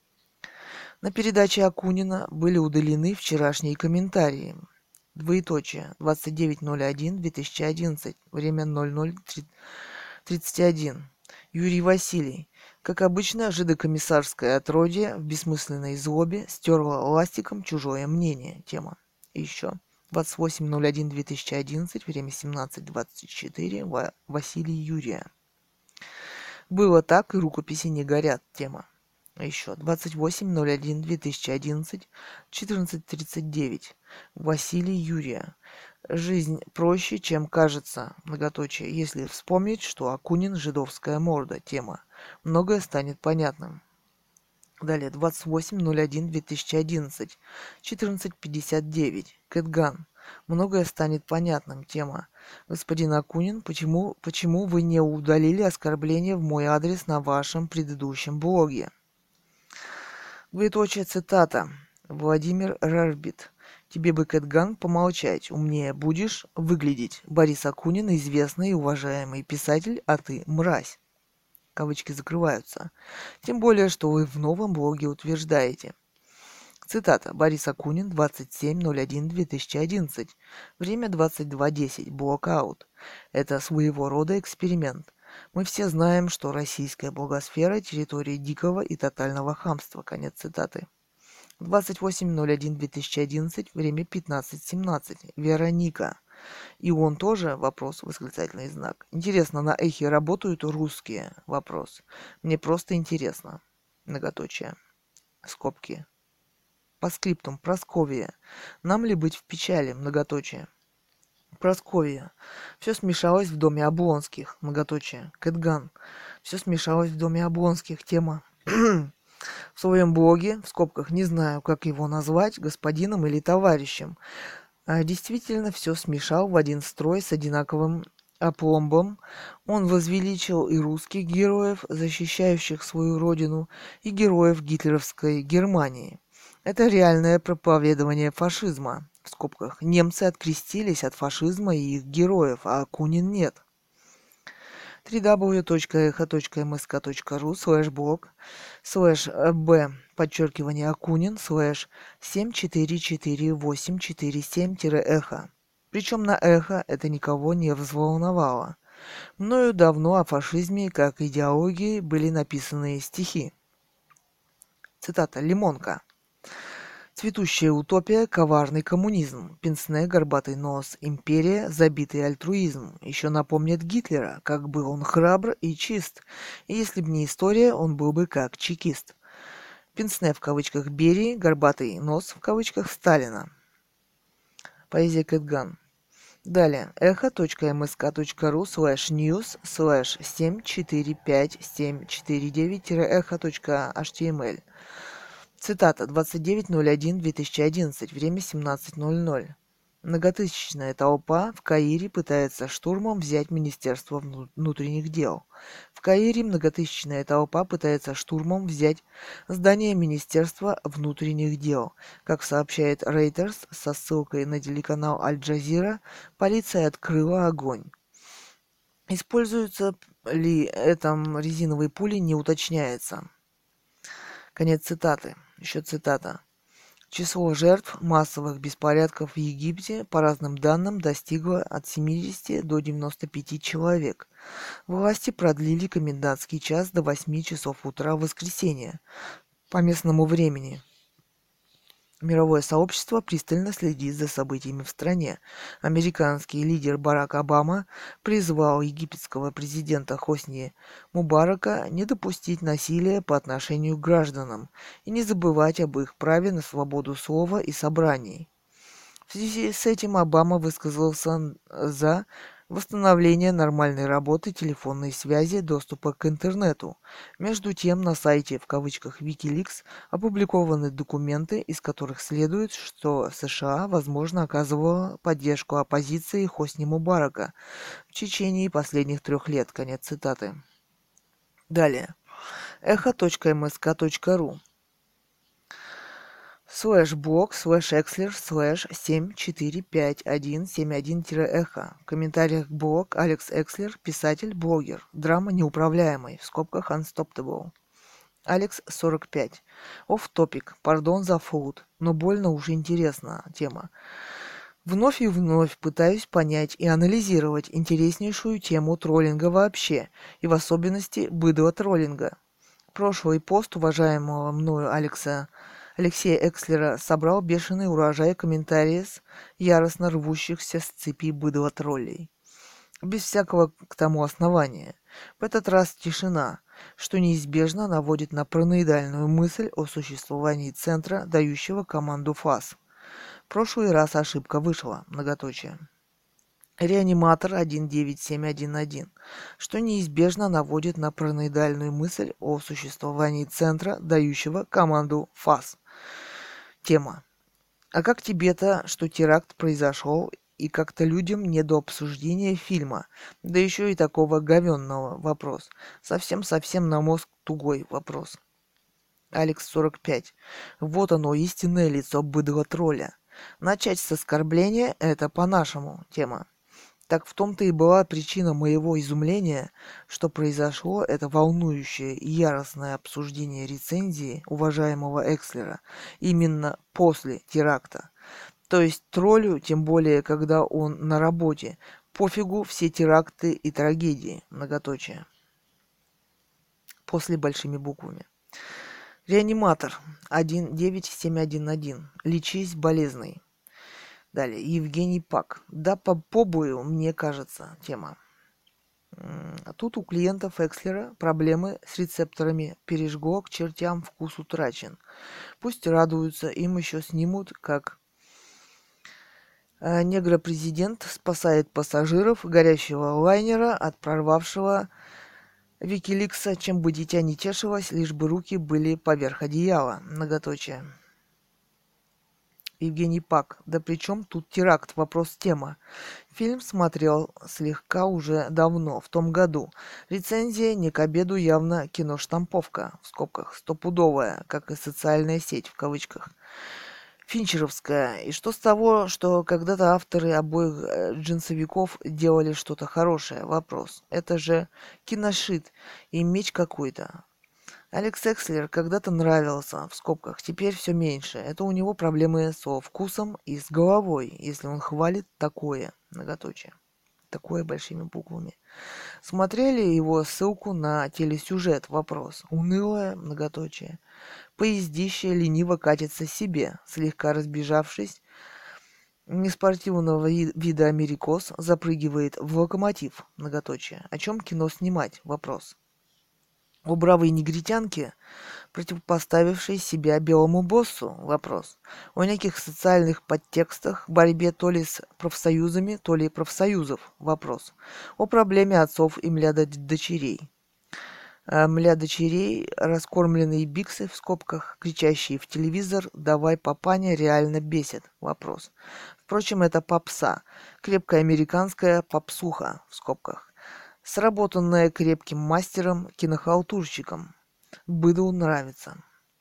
На передаче Акунина были удалены вчерашние комментарии. Двоеточие. двадцать девять ноль один две тысячи одиннадцать. Время ноль ноль тридцать один. Юрий Василий. Как обычно, жидокомиссарское отродье в бессмысленной злобе стерло ластиком чужое мнение. Тема. И еще. двадцать восемь ноль один две тысячи одиннадцать, время семнадцать двадцать четыре, Василий Юрия. Было так, и рукописи не горят. Тема. А еще двадцать восемь ноль один две тысячи одиннадцать, четырнадцать тридцать девять, Василий Юрия. Жизнь проще, чем кажется. Многоточие. Если вспомнить, что Акунин жидовская морда. Тема. Многое станет понятным. Далее, двадцать восемь ноль один две тысячи одиннадцать, четырнадцать пятьдесят девять, Кэтган. Многое станет понятным. Тема. Господин Акунин, почему, почему вы не удалили оскорбление в мой адрес на вашем предыдущем блоге? Двоеточие цитата. Владимир Рарбит. Тебе бы, Кэтган, помолчать. Умнее будешь выглядеть. Борис Акунин, известный и уважаемый писатель, а ты мразь. Кавычки закрываются. Тем более, что вы в новом блоге утверждаете. Цитата. Борис Акунин, двадцать семь ноль один две тысячи одиннадцать. Время двадцать два десять. Блокаут. Это своего рода эксперимент. Мы все знаем, что российская блогосфера – территория дикого и тотального хамства. Конец цитаты. двадцать восемь ноль один две тысячи одиннадцать. Время пятнадцать семнадцать. Вероника. И он тоже? Вопрос, восклицательный знак. Интересно, на эхе работают русские? Вопрос. Мне просто интересно. Многоточие. Скобки. По скриптум. Прасковья. Нам ли быть в печали? Многоточие. Прасковья. Все смешалось в доме Облонских. Многоточие. Кэтган. Все смешалось в доме Облонских. Тема. В своем блоге, в скобках не знаю, как его назвать, господином или товарищем, а действительно все смешал в один строй с одинаковым опломбом. Он возвеличил и русских героев, защищающих свою родину, и героев гитлеровской Германии. Это реальное проповедование фашизма. В скобках. Немцы открестились от фашизма и их героев, а Акунин нет. дабл ю дабл ю дабл ю точка эхо точка эм эс ка точка ру слэш блог слэш б подчеркивание Акунин слэш семь четыре четыре восемь четыре семь эхо. Причем на эхо это никого не взволновало. Мною давно о фашизме как идеологии были написаны стихи. Цитата. Лимонка. Цветущая утопия, коварный коммунизм, пенсне, горбатый нос, империя, забитый альтруизм. Еще напомнят Гитлера, как был он храбр и чист. И если бы не история, он был бы как чекист. Пенсне в кавычках Берии, горбатый нос в кавычках Сталина. Поэзия Кэтган. Далее. эхо точка эм эс ка точка ру слэш ньюс слэш семь четыре пять семь четыре девять эхо точка эйч ти эм эль. Цитата. двадцать девять ноль один две тысячи одиннадцать. Время семнадцать ноль ноль. Многотысячная толпа в Каире пытается штурмом взять Министерство внутренних дел. В Каире многотысячная толпа пытается штурмом взять здание Министерства внутренних дел. Как сообщает Reuters со ссылкой на телеканал Аль-Джазира, полиция открыла огонь. Используются ли этом резиновые пули, не уточняется. Конец цитаты. Еще цитата. Число жертв массовых беспорядков в Египте, по разным данным, достигло от семидесяти до девяноста пяти человек. Власти продлили комендантский час до восьми часов утра в воскресенье по местному времени. Мировое сообщество пристально следит за событиями в стране. Американский лидер Барак Обама призвал египетского президента Хосни Мубарака не допустить насилия по отношению к гражданам и не забывать об их праве на свободу слова и собраний. В связи с этим Обама высказался за восстановление нормальной работы телефонной связи, доступа к интернету. Между тем, на сайте в кавычках Wikileaks опубликованы документы, из которых следует, что США, возможно, оказывала поддержку оппозиции Хосни Мубарака в течение последних трех лет. Конец цитаты. Далее. эхо точка эм эс ка точка ру слэш блог слэш экслер слэш семь четыре пять один семь один эхо. В комментариях блог Алекс Экслер, писатель, блогер. Драма неуправляемый. В скобках Unstoppable. Алекс сорок пять. Off topic. Пардон за фуд. Но больно уж интересна тема. Вновь и вновь пытаюсь понять и анализировать интереснейшую тему троллинга вообще, и в особенности быдло-троллинга. Прошлый пост уважаемого мною Алекса Алексея Экслера собрал бешеный урожай комментариев, яростно рвущихся с цепи быдло-троллей. Без всякого к тому основания. В этот раз тишина, что неизбежно наводит на параноидальную мысль о существовании центра, дающего команду ФАС. В прошлый раз ошибка вышла. Многоточие. Реаниматор один девять семь один один, что неизбежно наводит на параноидальную мысль о существовании центра, дающего команду ФАС. Тема. А как тебе-то, что теракт произошел, и как-то людям не до обсуждения фильма, да еще и такого говенного? Вопрос. Совсем-совсем на мозг тугой вопрос. Алекс сорок пять. Вот оно, истинное лицо быдло-тролля. Начать с оскорбления – это по-нашему. Тема. Так в том-то и была причина моего изумления, что произошло это волнующее и яростное обсуждение рецензии уважаемого Экслера именно после теракта. То есть троллю, тем более, когда он на работе, пофигу все теракты и трагедии, многоточие. После большими буквами. Реаниматор один девять семь один один. Лечись болезный. Далее. Евгений Пак. Да попробую, мне кажется, тема. А тут у клиентов Экслера проблемы с рецепторами. Пережгло к чертям, вкус утрачен. Пусть радуются, им еще снимут, как негропрезидент спасает пассажиров горящего лайнера от прорвавшего Викиликса, чем бы дитя не тешилось, лишь бы руки были поверх одеяла. Многоточие. Евгений Пак. Да при чем тут теракт? Вопрос тема. Фильм смотрел слегка уже давно, в том году. Рецензия не к обеду явно киноштамповка, в скобках, стопудовая, как и социальная сеть, в кавычках. Финчеровская. И что с того, что когда-то авторы обоих джинсовиков делали что-то хорошее? Вопрос. Это же киношит и меч какой-то. Алекс Экслер когда-то нравился, в скобках, теперь все меньше. Это у него проблемы со вкусом и с головой, если он хвалит такое, многоточие. Такое большими буквами. Смотрели его ссылку на телесюжет? Вопрос. Унылое, многоточие. Поездище лениво катится себе, слегка разбежавшись. Неспортивного вида америкос запрыгивает в локомотив, многоточие. О чем кино снимать? Вопрос. О бравой негритянке, противопоставившей себя белому боссу? Вопрос. О неких социальных подтекстах, борьбе то ли с профсоюзами, то ли профсоюзов? Вопрос. О проблеме отцов и мля-дочерей. Мля-дочерей, раскормленные биксы, в скобках, кричащие в телевизор «давай, папаня», реально бесит? Вопрос. Впрочем, это попса. Крепкая американская попсуха, в скобках. Сработанная крепким мастером, кинохалтурщиком. Быдлу нравится.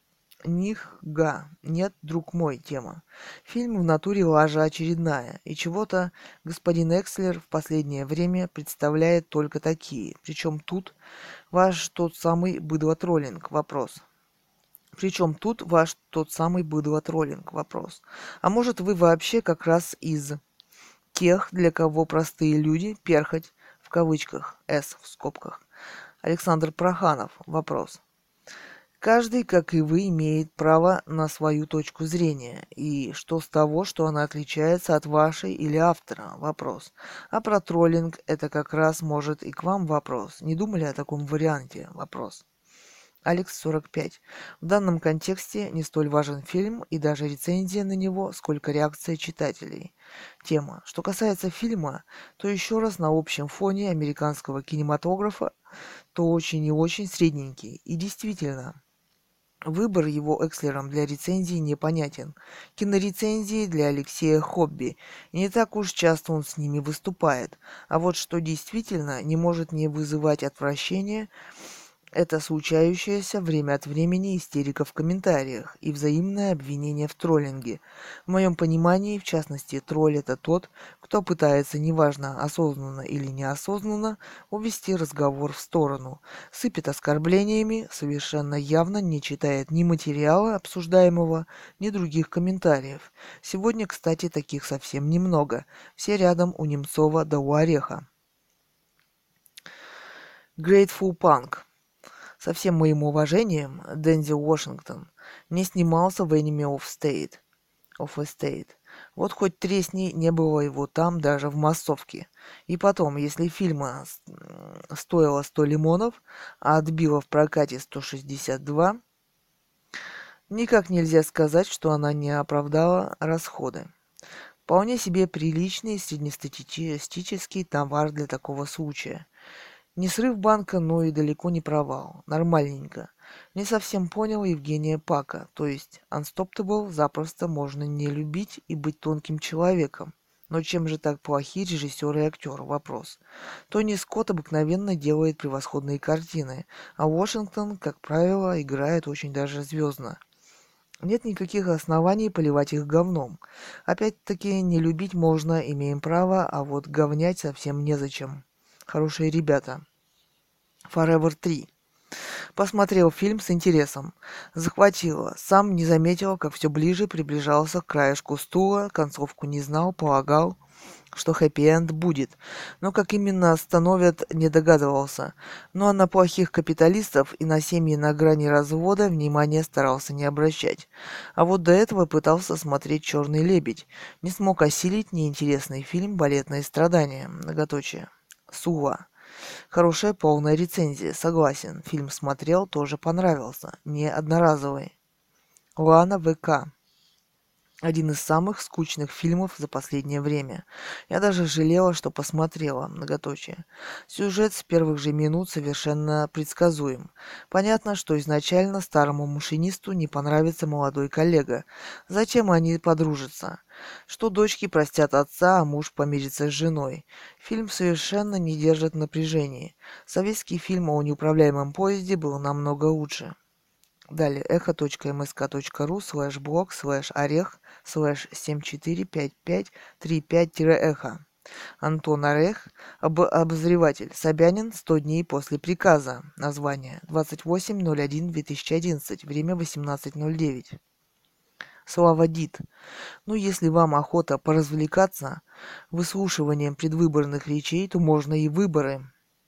Нихга. Нет, друг мой, тема. Фильм в натуре лажа очередная. И чего-то господин Экслер в последнее время представляет только такие. Причем тут ваш тот самый быдлотроллинг? Вопрос. Причем тут ваш тот самый быдлотроллинг? Вопрос. А может вы вообще как раз из тех, для кого простые люди перхоть, в кавычках, С в скобках. Александр Проханов. Вопрос. Каждый, как и вы, имеет право на свою точку зрения. И что с того, что она отличается от вашей или автора? Вопрос. А про троллинг это как раз может и к вам вопрос. Не думали о таком варианте? Вопрос. Алекс сорок пять. В данном контексте не столь важен фильм и даже рецензия на него, сколько реакция читателей. Тема. Что касается фильма, то еще раз на общем фоне американского кинематографа, то очень и очень средненький. И действительно, выбор его Экслером для рецензии непонятен. Кинорецензии для Алексея хобби. И не так уж часто он с ними выступает. А вот что действительно не может не вызывать отвращения, это случающаяся время от времени истерика в комментариях и взаимное обвинение в троллинге. В моем понимании, в частности, тролль это тот, кто пытается, неважно, осознанно или неосознанно, увести разговор в сторону, сыпет оскорблениями, совершенно явно не читает ни материала обсуждаемого, ни других комментариев. Сегодня, кстати, таких совсем немного. Все рядом у Немцова да у Ореха. Grateful Punk. Со всем моим уважением, Дензел Вашингтон не снимался в Enemy of State. Of a State. Вот хоть тресни, не было его там даже в массовке. И потом, если фильма стоило сто лимонов, а отбила в прокате сто шестьдесят два, никак нельзя сказать, что она не оправдала расходы. Вполне себе приличный среднестатистический товар для такого случая. Не срыв банка, но и далеко не провал. Нормальненько. Не совсем понял Евгения Пака. То есть Unstoppable запросто можно не любить и быть тонким человеком. Но чем же так плохи режиссер и актер? Вопрос. Тони Скотт обыкновенно делает превосходные картины, а Вашингтон, как правило, играет очень даже звездно. Нет никаких оснований поливать их говном. Опять-таки, не любить можно, имеем право, а вот говнять совсем незачем. Хорошие ребята. Forever три. Посмотрел фильм с интересом. Захватило. Сам не заметил, как все ближе приближался к краешку стула, концовку не знал, полагал, что хэппи-энд будет. Но как именно остановят, не догадывался. Ну а на плохих капиталистов и на семьи на грани развода внимания старался не обращать. А вот до этого пытался смотреть «Черный лебедь». Не смог осилить неинтересный фильм «Балетные страдания». Многоточие. Сува. Хорошая полная рецензия, согласен. Фильм смотрел, тоже понравился. Не одноразовый. Лана ВК. Один из самых скучных фильмов за последнее время. Я даже жалела, что посмотрела, многоточие. Сюжет с первых же минут совершенно предсказуем. Понятно, что изначально старому машинисту не понравится молодой коллега. Затем они подружатся. Что дочки простят отца, а муж помирится с женой. Фильм совершенно не держит напряжения. Советский фильм о неуправляемом поезде был намного лучше. Далее эхо.мск.ру слэш блог слэш орех слэш семь четыре пять пять три пять эхо. Антон Орех, об, обозреватель. Собянин, сто дней после приказа. Название двадцать восемь ноль один две тысячи одиннадцать. Время восемнадцать ноль девять. Слава Дид. Ну, если вам охота поразвлекаться выслушиванием предвыборных речей, то можно и выборы.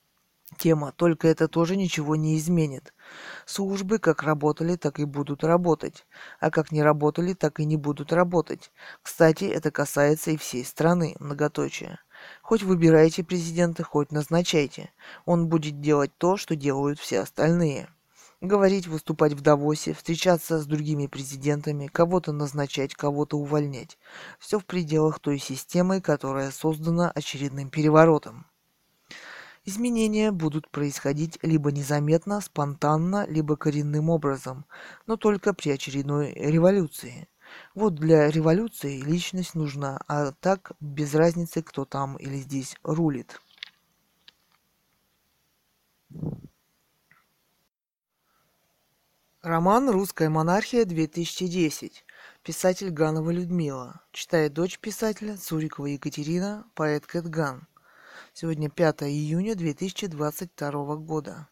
Тема, только это тоже ничего не изменит. Службы как работали, так и будут работать. А как не работали, так и не будут работать. Кстати, это касается и всей страны, многоточие. Хоть выбирайте президента, хоть назначайте. Он будет делать то, что делают все остальные. Говорить, выступать в Давосе, встречаться с другими президентами, кого-то назначать, кого-то увольнять. Все в пределах той системы, которая создана очередным переворотом. Изменения будут происходить либо незаметно, спонтанно, либо коренным образом, но только при очередной революции. Вот для революции личность нужна, а так без разницы, кто там или здесь рулит. Роман «Русская монархия» две тысячи десять. Писатель Ганова Людмила. Читает дочь писателя Цурикова Екатерина, поэт Кэтган. Сегодня пятое июня две тысячи двадцать второго года.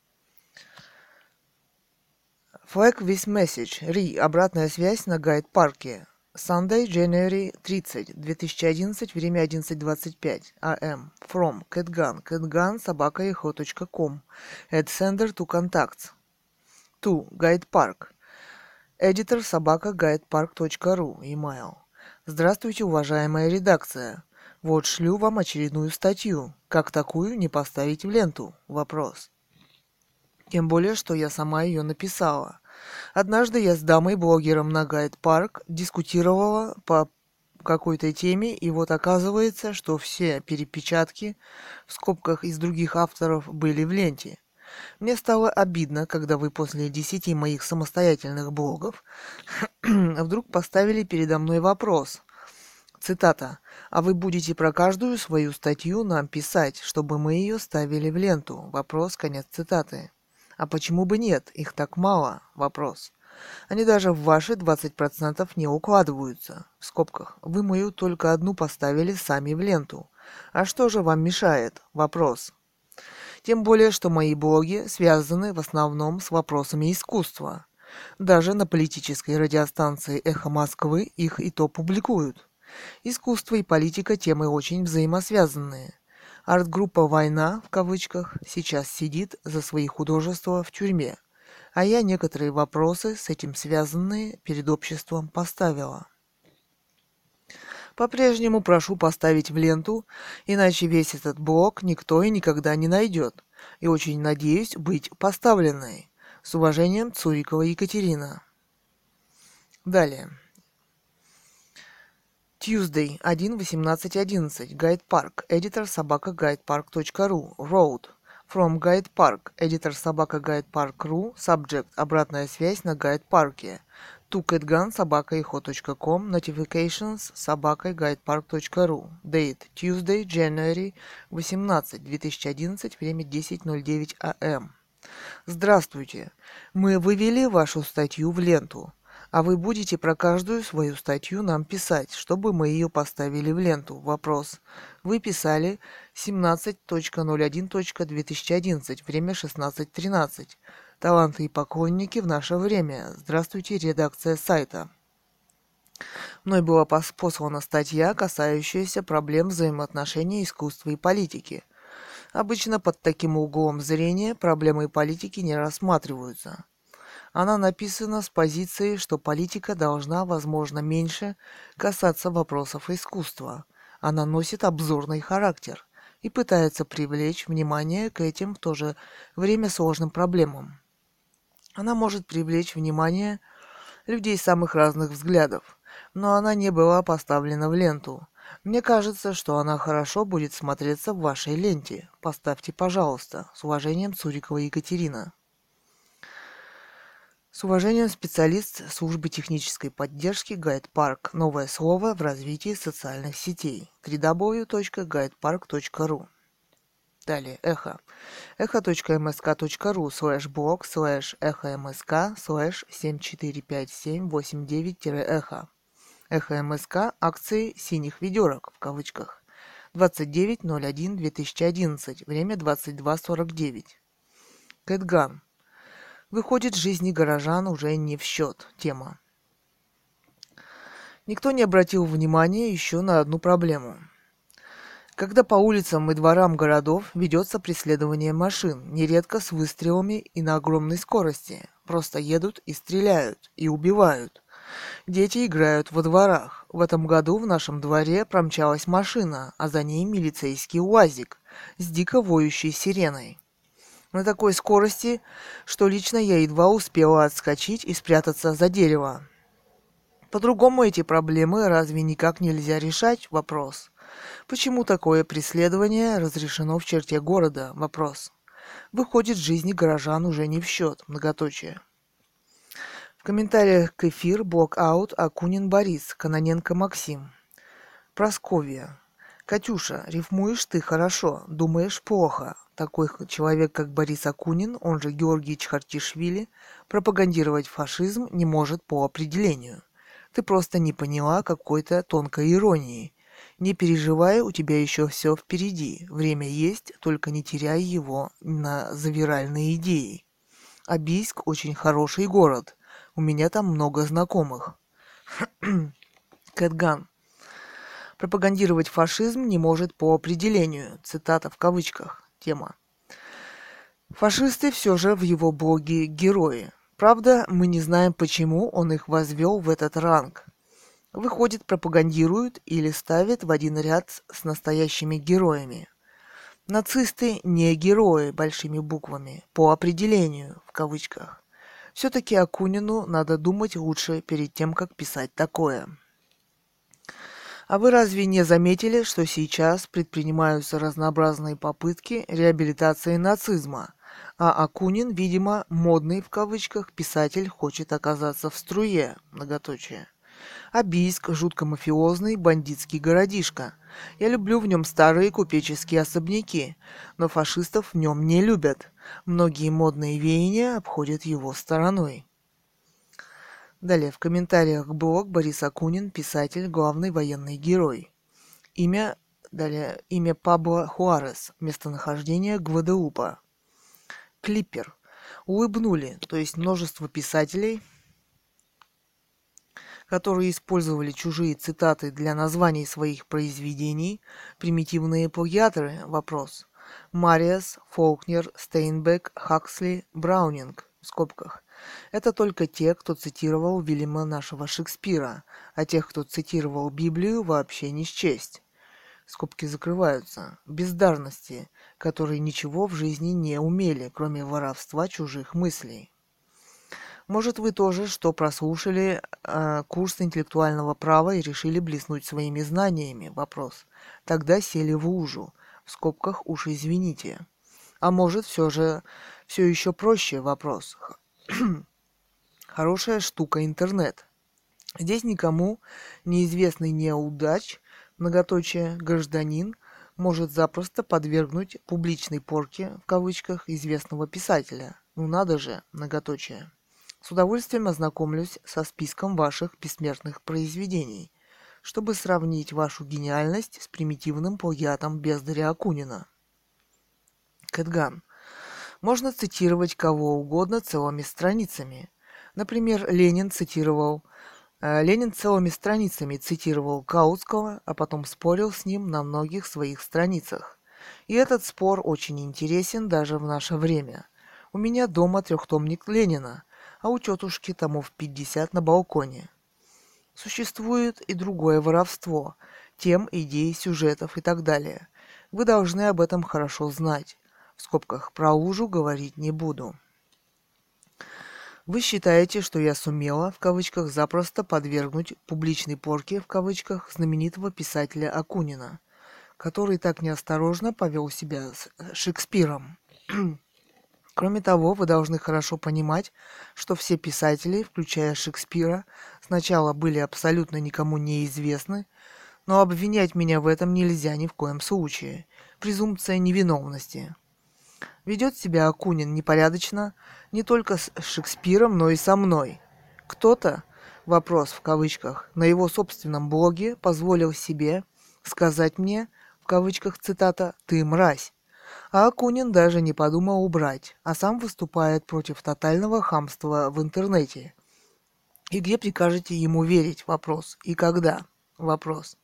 Flag with message. Ри. Обратная связь на гайд-парке. Sunday, January тридцатого, две тысячи одиннадцатого, время одиннадцать двадцать пять эй эм. From Кэтган. Кэтган собака эхо точка ком. Add sender to contacts. To Guide Park. Editor собака guidepark точка ру. Email. Здравствуйте, уважаемая редакция. Вот шлю вам очередную статью. Как такую не поставить в ленту? Вопрос. Тем более, что я сама ее написала. Однажды я с дамой-блогером на гайд-парк дискутировала по какой-то теме, и вот оказывается, что все перепечатки в скобках из других авторов были в ленте. Мне стало обидно, когда вы после десяти моих самостоятельных блогов вдруг поставили передо мной вопрос. Цитата. «А вы будете про каждую свою статью нам писать, чтобы мы ее ставили в ленту?» Вопрос, конец цитаты. «А почему бы нет? Их так мало?» Вопрос. «Они даже в ваши двадцать процентов не укладываются». В скобках. «Вы мою только одну поставили сами в ленту. А что же вам мешает?» Вопрос. Тем более, что мои блоги связаны в основном с вопросами искусства. Даже на политической радиостанции «Эхо Москвы» их и то публикуют. Искусство и политика – темы очень взаимосвязанные. Арт-группа «Война» в кавычках сейчас сидит за свои художества в тюрьме, а я некоторые вопросы с этим связанные перед обществом поставила. По-прежнему прошу поставить в ленту, иначе весь этот блог никто и никогда не найдет, и очень надеюсь быть поставленной. С уважением, Цурикова Екатерина. Далее. Tuesday, один восемнадцать одиннадцать. Guide Park. Editor собака guidepark точка ру. Road. From Guide Park. Editor собака guidepark точка ру. Subject. Обратная связь на гайд-парке. To Кэтган собака эхо точка ком. Notifications собака guidepark точка ру. Date. Tuesday, January восемнадцатого, две тысячи одиннадцатого. Время десять ноль девять эй эм. Здравствуйте. Мы вывели вашу статью в ленту. А вы будете про каждую свою статью нам писать, чтобы мы ее поставили в ленту. Вопрос. Вы писали семнадцать ноль один две тысячи одиннадцать, время шестнадцать тринадцать. Таланты и поклонники в наше время. Здравствуйте, редакция сайта. Мной была послана статья, касающаяся проблем взаимоотношений искусства и политики. Обычно под таким углом зрения проблемы политики не рассматриваются. Она написана с позиции, что политика должна, возможно, меньше касаться вопросов искусства. Она носит обзорный характер и пытается привлечь внимание к этим в то же время сложным проблемам. Она может привлечь внимание людей самых разных взглядов, но она не была поставлена в ленту. Мне кажется, что она хорошо будет смотреться в вашей ленте. Поставьте, пожалуйста. С уважением, Цурикова Екатерина. С уважением, специалист службы технической поддержки Гайд Парк. Новое слово в развитии социальных сетей. дабл ю дабл ю дабл ю точка гайд парк точка ру. Далее, эхо. эхо.мск.ру слэш блог слэш эхо.мск слэш семь четыре пять семь восемь девять эхо. Эхо МСК акции синих ведерок в кавычках. двадцать девятое ноль первое две тысячи одиннадцать. Время двадцать два сорок девять. Кэтган. Выходит, жизни горожан уже не в счет. Тема. Никто не обратил внимания еще на одну проблему. Когда по улицам и дворам городов ведется преследование машин, нередко с выстрелами и на огромной скорости, просто едут и стреляют, и убивают. Дети играют во дворах. В этом году в нашем дворе промчалась машина, а за ней милицейский УАЗик с дико воющей сиреной. На такой скорости, что лично я едва успела отскочить и спрятаться за дерево. По-другому эти проблемы разве никак нельзя решать? Вопрос. Почему такое преследование разрешено в черте города? Вопрос. Выходит, жизни горожан уже не в счет. Многоточие. В комментариях к эфир блок-аут Акунин Борис, Кононенко Максим. Просковья. Катюша, рифмуешь ты хорошо, думаешь плохо. Такой человек, как Борис Акунин, он же Георгий Чхартишвили, пропагандировать фашизм не может по определению. Ты просто не поняла какой-то тонкой иронии. Не переживай, у тебя еще все впереди. Время есть, только не теряй его на завиральные идеи. А Бийск очень хороший город. У меня там много знакомых. Кэтган. Пропагандировать фашизм не может по определению. Цитата в кавычках. Тема. Фашисты все же в его блоге герои. Правда, мы не знаем, почему он их возвел в этот ранг. Выходит, пропагандируют или ставят в один ряд с настоящими героями. Нацисты не герои большими буквами, по определению, в кавычках. Все-таки Акунину надо думать лучше перед тем, как писать такое. А вы разве не заметили, что сейчас предпринимаются разнообразные попытки реабилитации нацизма, а Акунин, видимо, модный в кавычках писатель хочет оказаться в струе, многоточие. А Бийск жутко мафиозный бандитский городишко. Я люблю в нем старые купеческие особняки, но фашистов в нем не любят. Многие модные веяния обходят его стороной. Далее в комментариях блог Борис Акунин, писатель, главный военный герой. Имя, далее, имя Пабло Хуарес, местонахождение Гваделупа. Клиппер. Улыбнули, то есть множество писателей, которые использовали чужие цитаты для названий своих произведений, примитивные плагиаторы, вопрос. Мариас, Фолкнер, Стейнбек, Хаксли, Браунинг, в скобках. Это только те, кто цитировал Вильяма нашего Шекспира, а тех, кто цитировал Библию, вообще не счесть. Скобки закрываются. Бездарности, которые ничего в жизни не умели, кроме воровства чужих мыслей. Может, вы тоже, что прослушали э, курс интеллектуального права и решили блеснуть своими знаниями? Вопрос. Тогда сели в лужу. В скобках уж извините. А может, все же все еще проще? Вопрос. Хорошая штука интернет. Здесь никому неизвестный неудач, многоточие, гражданин может запросто подвергнуть публичной порке, в кавычках, известного писателя. Ну надо же, многоточие. С удовольствием ознакомлюсь со списком ваших бессмертных произведений, чтобы сравнить вашу гениальность с примитивным плагиатом бездаря Акунина. Кэтган. Можно цитировать кого угодно целыми страницами. Например, Ленин цитировал Ленин целыми страницами цитировал Каутского, а потом спорил с ним на многих своих страницах. И этот спор очень интересен даже в наше время. У меня дома трехтомник Ленина, а у тетушки томов пятьдесят на балконе. Существует и другое воровство, тем, идей, сюжетов и так далее. Вы должны об этом хорошо знать. В скобках про лужу говорить не буду. Вы считаете, что я сумела, в кавычках, запросто подвергнуть публичной порке, в кавычках, знаменитого писателя Акунина, который так неосторожно повел себя с Шекспиром. Кроме того, вы должны хорошо понимать, что все писатели, включая Шекспира, сначала были абсолютно никому неизвестны, но обвинять меня в этом нельзя ни в коем случае. Презумпция невиновности. Ведет себя Акунин непорядочно не только с Шекспиром, но и со мной. Кто-то, вопрос в кавычках, на его собственном блоге позволил себе сказать мне, в кавычках цитата, «ты мразь». А Акунин даже не подумал убрать, а сам выступает против тотального хамства в интернете. И где прикажете ему верить? Вопрос. И когда? Вопрос.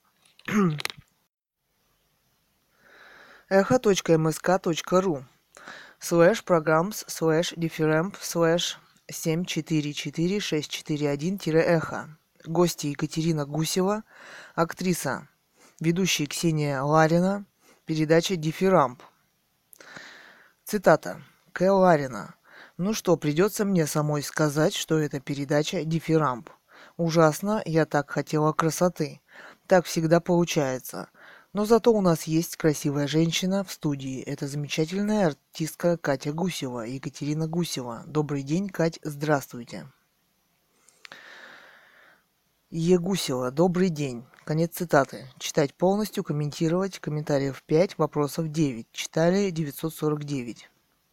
эхо.мск.ру слэш программс слэш дифферэмп слэш семь четыре четыре шесть четыре один эхо. Гости Екатерина Гусева, актриса, ведущая Ксения Ларина, передача «Дифферамп». Цитата. К. Ларина. Ну что, придется мне самой сказать, что это передача «Дифферамп». Ужасно, я так хотела красоты. Так всегда получается. Но зато у нас есть красивая женщина в студии. Это замечательная артистка Катя Гусева, Екатерина Гусева. Добрый день, Кать, здравствуйте. Е. Гусева, добрый день. Конец цитаты. Читать полностью, комментировать, комментариев пять, вопросов девять. Читали девятьсот сорок девять.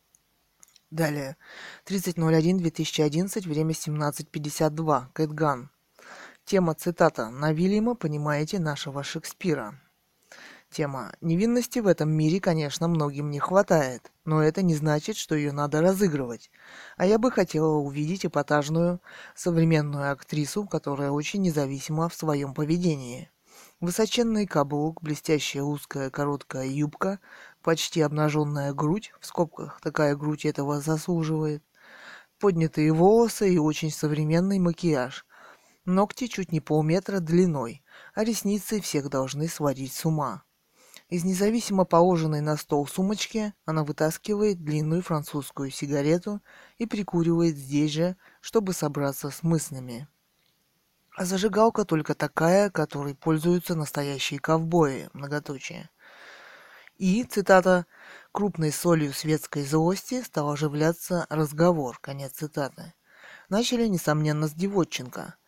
Далее. тридцатое ноль первое две тысячи одиннадцать, время семнадцать пятьдесят два. Кэтган. Тема цитата. На Вильяма понимаете нашего Шекспира. Тема. Невинности в этом мире, конечно, многим не хватает, но это не значит, что ее надо разыгрывать. А я бы хотела увидеть эпатажную современную актрису, которая очень независима в своем поведении. Высоченный каблук, блестящая узкая короткая юбка, почти обнаженная грудь, в скобках такая грудь этого заслуживает, поднятые волосы и очень современный макияж. Ногти чуть не полметра длиной, а ресницы всех должны сводить с ума. Из независимо положенной на стол сумочки она вытаскивает длинную французскую сигарету и прикуривает здесь же, чтобы собраться с мыслями. А зажигалка только такая, которой пользуются настоящие ковбои, многоточие. И, цитата, крупной солью светской злости стал оживляться разговор, конец цитаты. Начали, несомненно, с Девотченко.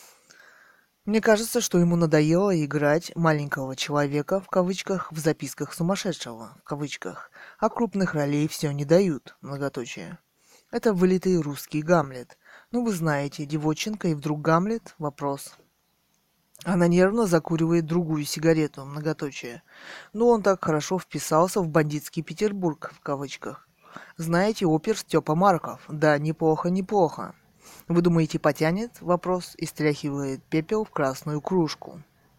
Мне кажется, что ему надоело играть маленького человека, в кавычках, в записках сумасшедшего, в кавычках, а крупных ролей все не дают, многоточие. Это вылитый русский Гамлет. Ну, вы знаете, Девотченко и вдруг Гамлет? Вопрос. Она нервно закуривает другую сигарету, многоточие. Ну, он так хорошо вписался в бандитский Петербург, в кавычках. Знаете, опер Степа Марков. Да, неплохо, неплохо. Вы думаете, потянет? Вопрос и стряхивает пепел в красную кружку.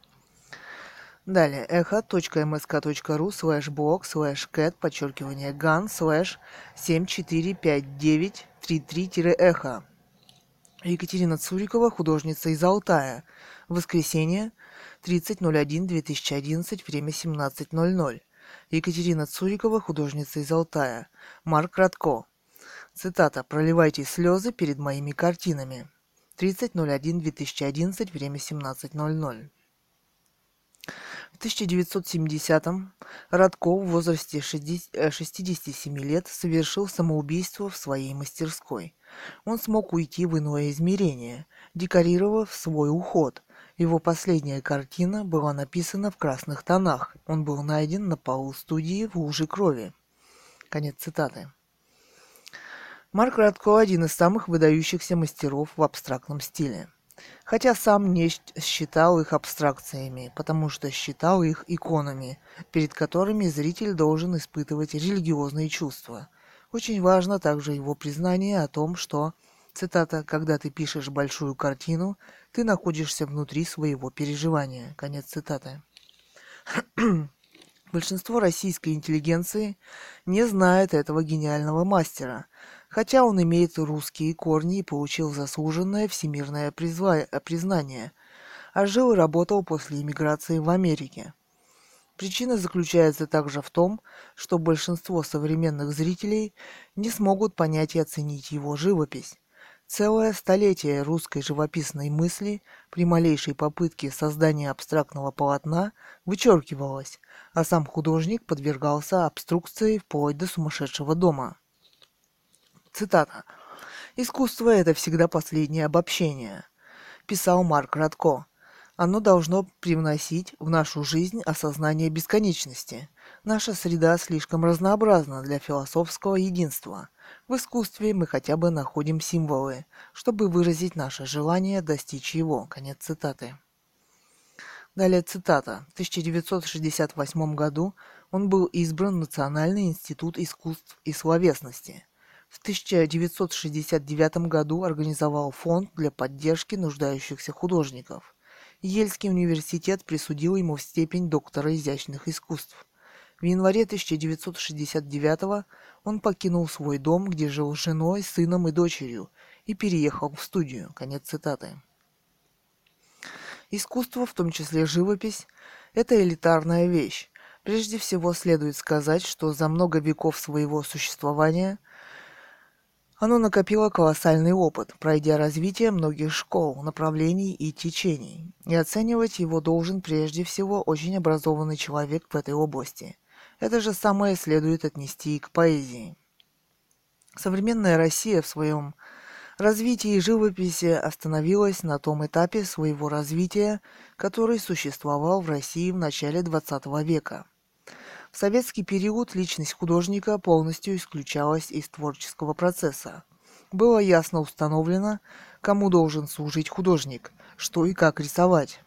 Далее. эхо.мск.ру слэш блог слэш кэт подчеркивание ган слэш семь четыре пять девять три три эхо. Екатерина Цурикова, художница из Алтая. Воскресенье, тридцатое ноль первое две тысячи одиннадцать, время семнадцать ноль ноль. Екатерина Цурикова, художница из Алтая. Марк Радко. Цитата. «Проливайте слезы перед моими картинами». тридцатое ноль первое две тысячи одиннадцать, время семнадцать ноль ноль. В тысяча девятьсот семидесятом Радко в возрасте шестидесяти семи лет совершил самоубийство в своей мастерской. Он смог уйти в иное измерение, декорировав свой уход. Его последняя картина была написана в красных тонах. Он был найден на полу студии в луже крови. Конец цитаты. Марк Радко – один из самых выдающихся мастеров в абстрактном стиле. Хотя сам не считал их абстракциями, потому что считал их иконами, перед которыми зритель должен испытывать религиозные чувства. Очень важно также его признание о том, что, цитата, «когда ты пишешь большую картину, ты находишься внутри своего переживания». Конец цитаты. Большинство российской интеллигенции не знает этого гениального мастера, хотя он имеет русские корни и получил заслуженное всемирное призва... признание, а жил и работал после эмиграции в Америке. Причина заключается также в том, что большинство современных зрителей не смогут понять и оценить его живопись. Целое столетие русской живописной мысли при малейшей попытке создания абстрактного полотна вычеркивалось, а сам художник подвергался обструкции вплоть до сумасшедшего дома. Цитата. «Искусство – это всегда последнее обобщение», – писал Марк Радко. «Оно должно привносить в нашу жизнь осознание бесконечности. Наша среда слишком разнообразна для философского единства. В искусстве мы хотя бы находим символы, чтобы выразить наше желание достичь его». Конец цитаты. Далее цитата. В тысяча девятьсот шестьдесят восьмом году он был избран в Национальный институт искусств и словесности. В тысяча девятьсот шестьдесят девятом году организовал фонд для поддержки нуждающихся художников. Ельский университет присудил ему степень доктора изящных искусств. В январе тысяча девятьсот шестьдесят девятого он покинул свой дом, где жил с женой, сыном и дочерью, и переехал в студию. Конец цитаты. Искусство, в том числе живопись, это элитарная вещь. Прежде всего следует сказать, что за много веков своего существования оно накопило колоссальный опыт, пройдя развитие многих школ, направлений и течений, и оценивать его должен прежде всего очень образованный человек в этой области. Это же самое следует отнести и к поэзии. Современная Россия в своем развитии живописи остановилась на том этапе своего развития, который существовал в России в начале двадцатого века. В советский период личность художника полностью исключалась из творческого процесса. Было ясно установлено, кому должен служить художник, что и как рисовать.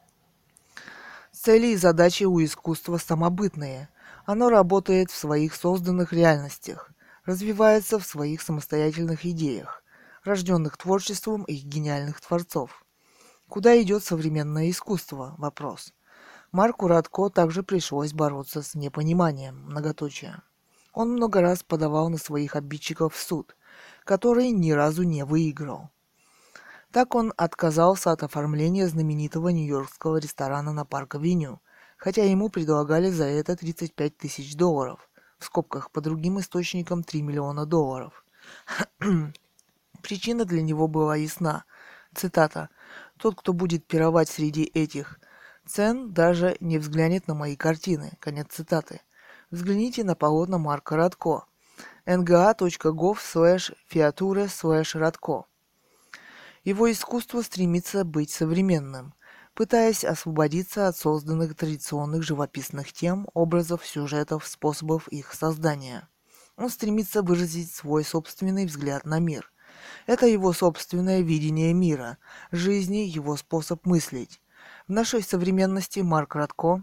Цели и задачи у искусства самобытные. Оно работает в своих созданных реальностях, развивается в своих самостоятельных идеях, рожденных творчеством их гениальных творцов. Куда идет современное искусство? Вопрос. Марку Радко также пришлось бороться с непониманием, многоточие. Он много раз подавал на своих обидчиков в суд, который ни разу не выиграл. Так он отказался от оформления знаменитого нью-йоркского ресторана на Парк-авеню, хотя ему предлагали за это тридцать пять тысяч долларов, в скобках по другим источникам три миллиона долларов. Причина для него была ясна. Цитата. «Тот, кто будет пировать среди этих цен, даже не взглянет на мои картины». Конец цитаты. Взгляните на полотна Марка Радко. эн гэ а точка гов слэш фиатуре слэш радко. Его искусство стремится быть современным, пытаясь освободиться от созданных традиционных живописных тем, образов, сюжетов, способов их создания. Он стремится выразить свой собственный взгляд на мир. Это его собственное видение мира, жизни, его способ мыслить. В нашей современности Марк Радко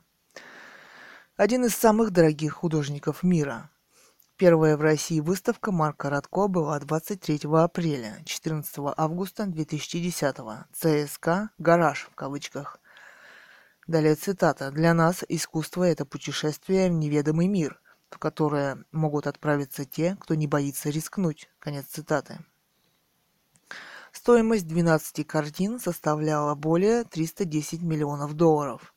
– один из самых дорогих художников мира. Первая в России выставка Марка Радко была двадцать третьего апреля, четырнадцатого августа две тысячи десятого. цэ эс ка «Гараж» в кавычках. Далее цитата. «Для нас искусство – это путешествие в неведомый мир, в которое могут отправиться те, кто не боится рискнуть». Конец цитаты. Стоимость двенадцати картин составляла более триста десять миллионов долларов.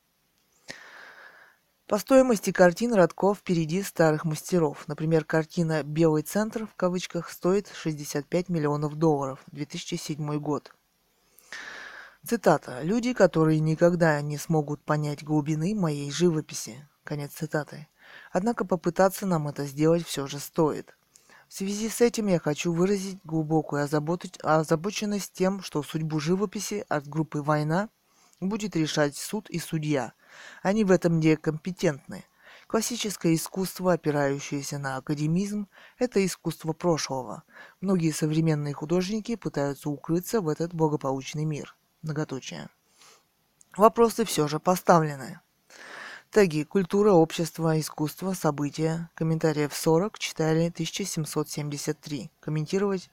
По стоимости картин Радко впереди старых мастеров. Например, картина «Белый центр» в кавычках стоит шестьдесят пять миллионов долларов, две тысячи седьмой год. Цитата. «Люди, которые никогда не смогут понять глубины моей живописи». Конец цитаты. Однако попытаться нам это сделать все же стоит. В связи с этим я хочу выразить глубокую озабоченность тем, что судьбу живописи арт-группы «Война» будет решать суд и судья. Они в этом не компетентны. Классическое искусство, опирающееся на академизм, это искусство прошлого. Многие современные художники пытаются укрыться в этот благополучный мир. Многоточие. Вопросы все же поставлены. Теги «Культура», «Общество», «Искусство», «События». Комментариев сорок, читали тысяча семьсот семьдесят три. Комментировать.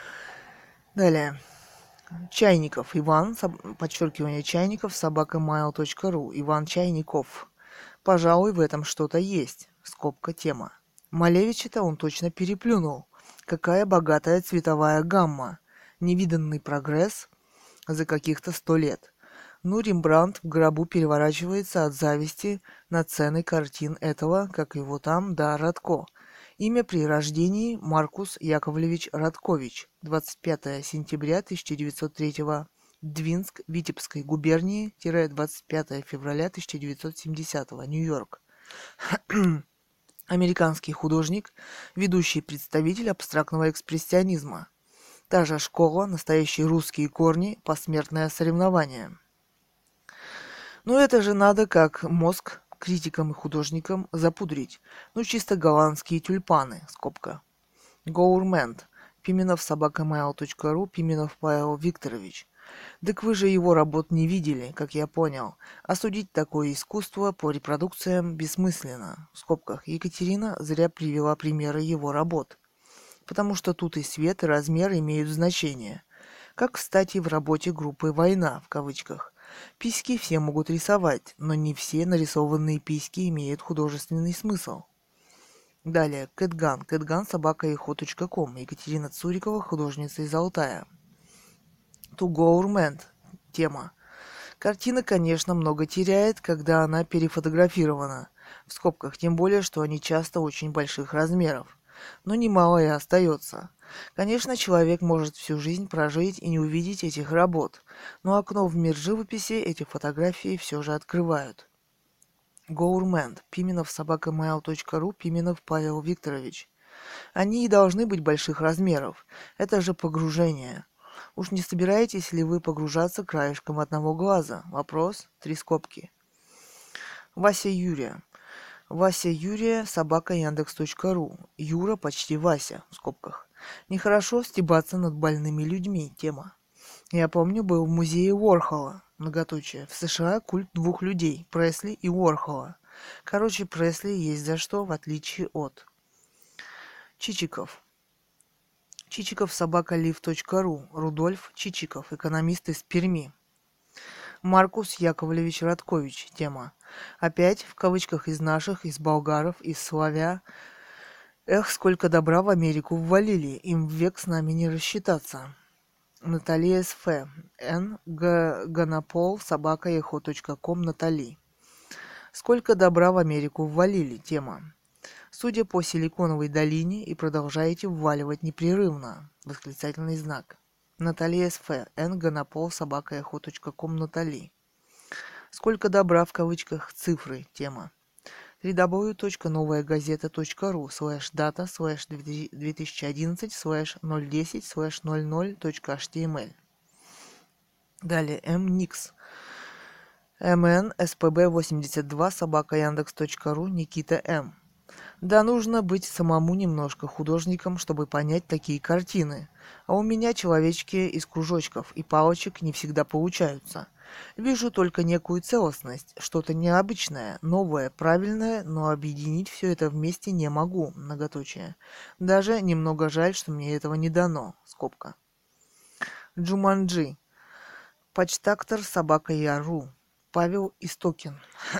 Далее. Чайников Иван, соб... подчеркивание Чайников, собака mail точка ру. Иван Чайников. Пожалуй, в этом что-то есть. Скобка тема. Малевича-то он точно переплюнул. Какая богатая цветовая гамма. Невиданный прогресс за каких-то сто лет. Ну, Рембрандт в гробу переворачивается от зависти на цены картин этого, как его там, да, Радко. Имя при рождении Маркус Яковлевич Радкович. двадцать пятое сентября тысяча девятьсот третьего. Двинск, Витебской губернии, двадцать пятое февраля тысяча девятьсот семидесятого. Нью-Йорк. Американский художник, ведущий представитель абстрактного экспрессионизма. Та же школа, настоящие русские корни, посмертное соревнование. Но это же надо как мозг критикам и художникам запудрить. Ну, чисто голландские тюльпаны, скобка. Гоурмент. Пименов, собака mail точка ру, Пименов Павел Викторович. Так вы же его работ не видели, как я понял. Осудить такое искусство по репродукциям бессмысленно. В скобках. Екатерина зря привела примеры его работ. Потому что тут и свет, и размер имеют значение. Как, кстати, в работе группы «Война», в кавычках. Письки все могут рисовать, но не все нарисованные письки имеют художественный смысл. Далее. Кэтган. Кэтган, собака эхо точка ком. Екатерина Цурикова, художница из Алтая. Тугоурмент. Тема. Картина, конечно, много теряет, когда она перефотографирована. В скобках, тем более, что они часто очень больших размеров. Но немало и остается. Конечно, человек может всю жизнь прожить и не увидеть этих работ, но окно в мир живописи эти фотографии все же открывают. Гоурмент. Пименов, собака mail точка ру, Пименов Павел Викторович. Они и должны быть больших размеров. Это же погружение. Уж не собираетесь ли вы погружаться краешком одного глаза? Вопрос. Три скобки. Вася Юрия. Вася Юрия, собака яндекс точка ру. Юра почти Вася, в скобках. Нехорошо стебаться над больными людьми. Тема. Я помню, был в музее Уорхола. Многоточие. В США культ двух людей. Пресли и Уорхола. Короче, Пресли есть за что, в отличие от. Чичиков. Чичиков, собака лив точка ру. Рудольф Чичиков, экономист из Перми. Маркус Яковлевич Радкович. Тема. Опять, в кавычках, из наших, из болгаров, из славя. Эх, сколько добра в Америку ввалили, им век с нами не рассчитаться. Наталья СФ. Н. Ганапол, собака эхо точка ком, Натали. Сколько добра в Америку ввалили. Тема. Судя по Силиконовой долине, и продолжаете вваливать непрерывно. Восклицательный знак. Наталья СФ. Н. Ганапол, собака эхо точка ком, Натали. Сколько добра в кавычках цифры. Тема. дабл ю дабл ю дабл ю точка новая газета точка ру слэш дата слэш две тысячи одиннадцать слэш ноль десять слэш ноль ноль точка эйч ти эм эль. Далее. Мникс. мн спб восемьдесят два собака яндекс точка ру Никита М. Да, нужно быть самому немножко художником, чтобы понять такие картины. А у меня человечки из кружочков и палочек не всегда получаются. Вижу только некую целостность, что-то необычное, новое, правильное, но объединить все это вместе не могу. Многоточие. Даже немного жаль, что мне этого не дано. Скобка. Джуманджи. Почтактор собака Яру. Павел Истокин.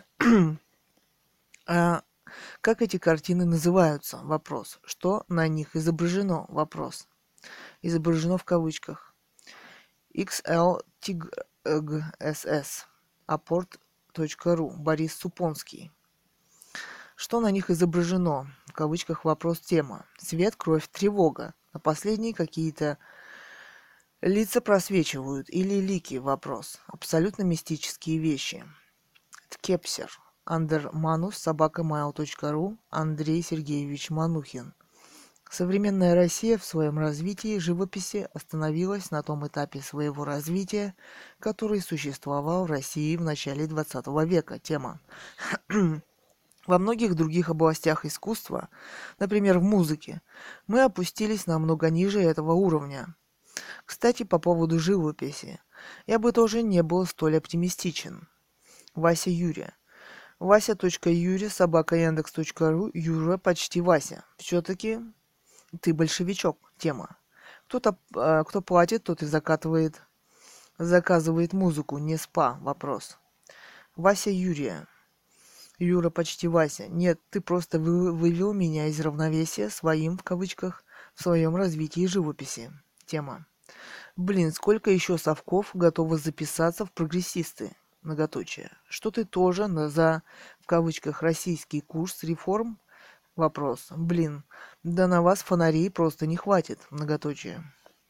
а Как эти картины называются? Вопрос. Что на них изображено? Вопрос. Изображено в кавычках. икс эл ти джи эс эс. апорт точка ру. Борис Супонский. Что на них изображено? В кавычках вопрос тема. Свет, кровь, тревога. На последней какие-то лица просвечивают или лики? Вопрос. Абсолютно мистические вещи. Ткепсер. Андер Манус, собака mail точка ру, Андрей Сергеевич Манухин. Современная Россия в своем развитии живописи остановилась на том этапе своего развития, который существовал в России в начале двадцатого века. Тема. Во многих других областях искусства, например, в музыке, мы опустились намного ниже этого уровня. Кстати, по поводу живописи. Я бы тоже не был столь оптимистичен. Вася Юрия. Вася.Юрия, собака Яндекс.ру, Юра почти Вася. Все-таки ты большевичок. Тема. Кто-то, э, кто платит, тот и закатывает, заказывает музыку, не спа. Вопрос. Вася Юрия. Юра почти Вася. Нет, ты просто вы, вывел меня из равновесия своим, в кавычках, в своем развитии живописи. Тема. Блин, сколько еще совков готовы записаться в прогрессисты? Многоточие. Что ты тоже на, за, в кавычках, российский курс реформ? Вопрос. Блин, да на вас фонарей просто не хватит. Многоточие.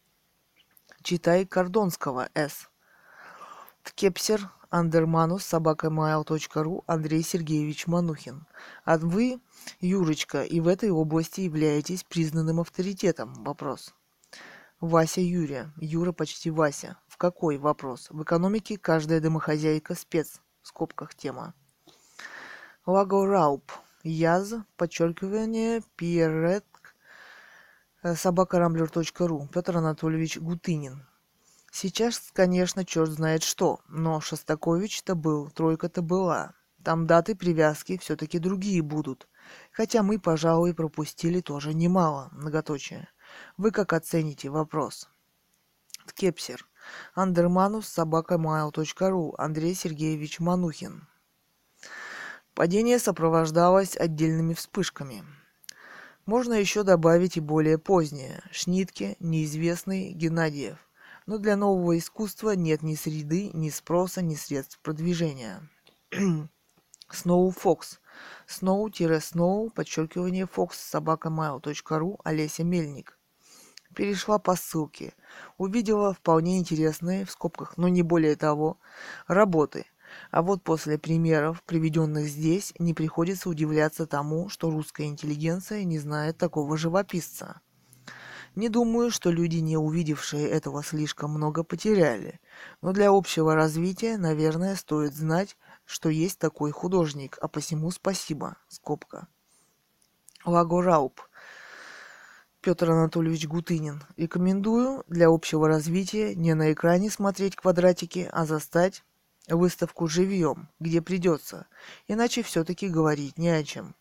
Читай Кордонского, С. Ткепсер, Андерманус, собака mail.ru, Андрей Сергеевич Манухин. А вы, Юрочка, и в этой области являетесь признанным авторитетом? Вопрос. Вася Юрия. Юра почти Вася. В какой? Вопрос. В экономике каждая домохозяйка спец. В скобках тема. Лаго Рауп. Яз, подчеркивание, Пиерет, собака рамблер.ру. Петр Анатольевич Гутынин. Сейчас, конечно, черт знает что, но Шостакович-то был, тройка-то была. Там даты привязки все-таки другие будут. Хотя мы, пожалуй, пропустили тоже немало. Многоточие. Вы как оцените? Вопрос. Ткепсер. Андерманус, собака mail.ru, Андрей Сергеевич Манухин. Падение сопровождалось отдельными вспышками. Можно еще добавить и более позднее. Шнитке, неизвестный, Геннадьев. Но для нового искусства нет ни среды, ни спроса, ни средств продвижения. Сноу Фокс. Сноу-сноу, подчеркивание Фокс, собака mail.ru, Олеся Мельник. Перешла по ссылке. Увидела вполне интересные, в скобках, но не более того, работы. А вот после примеров, приведенных здесь, не приходится удивляться тому, что русская интеллигенция не знает такого живописца. Не думаю, что люди, не увидевшие этого, слишком много потеряли. Но для общего развития, наверное, стоит знать, что есть такой художник, а посему спасибо. Скобка. Лаго Рауп. Петр Анатольевич Гутынин. Рекомендую для общего развития не на экране смотреть квадратики, а застать выставку живьем, где придется. Иначе все-таки говорить не о чем.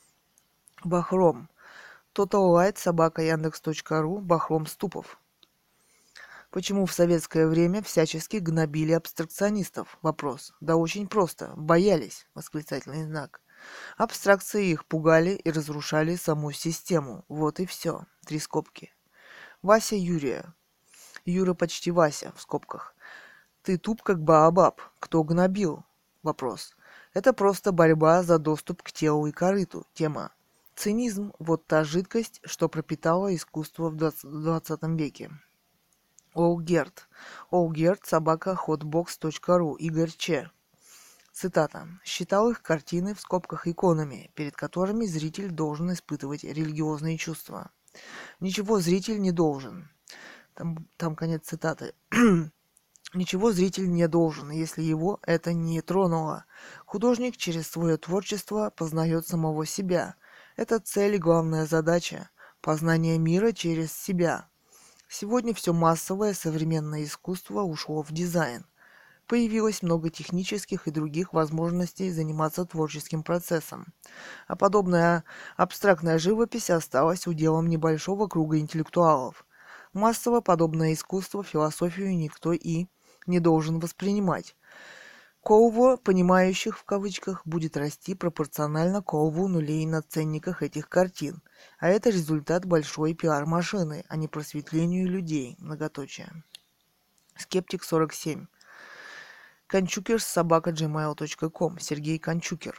Бахром. Total Light, собака Яндекс.ру, Бахром Ступов. Почему в советское время всячески гнобили абстракционистов? Вопрос. Да очень просто. Боялись. Восклицательный знак. Абстракции их пугали и разрушали саму систему. Вот и все. Три скобки. Вася Юрия. Юра почти Вася, в скобках. Ты туп как Баобаб. Кто гнобил? Вопрос. Это просто борьба за доступ к телу и корыту. Тема. Цинизм – вот та жидкость, что пропитала искусство в двадцатом веке. Олгерт. Олгерт, собака хотбокс.ру, Игорь Ч. Цитата. «Считал их картины в скобках иконами, перед которыми зритель должен испытывать религиозные чувства. Ничего зритель не должен». Там, там конец цитаты. Ничего зритель не должен, если его это не тронуло. Художник через свое творчество познает самого себя. Это цель и главная задача – познание мира через себя. Сегодня все массовое современное искусство ушло в дизайн. Появилось много технических и других возможностей заниматься творческим процессом. А подобная абстрактная живопись осталась уделом небольшого круга интеллектуалов. Массово подобное искусство, философию никто и не должен воспринимать. Колво, понимающих в кавычках, будет расти пропорционально колву нулей на ценниках этих картин, а это результат большой пиар-машины, а не просветлению людей. Многоточие. Скептик сорок семь. Кончукер собака джи мейл точка ком. Сергей Кончукер.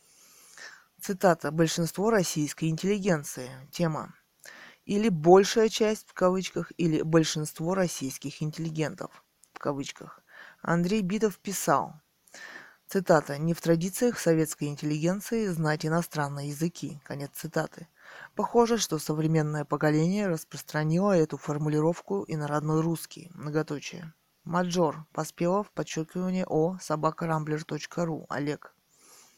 Цитата. Большинство российской интеллигенции. Тема. Или большая часть в кавычках, или большинство российских интеллигентов в кавычках. Андрей Битов писал. Цитата. «Не в традициях советской интеллигенции знать иностранные языки». Конец цитаты. Похоже, что современное поколение распространило эту формулировку и на родной русский. Многоточие. Маджор. Поспелов. Подчеркивание О. собака рамблер точка ру. Олег.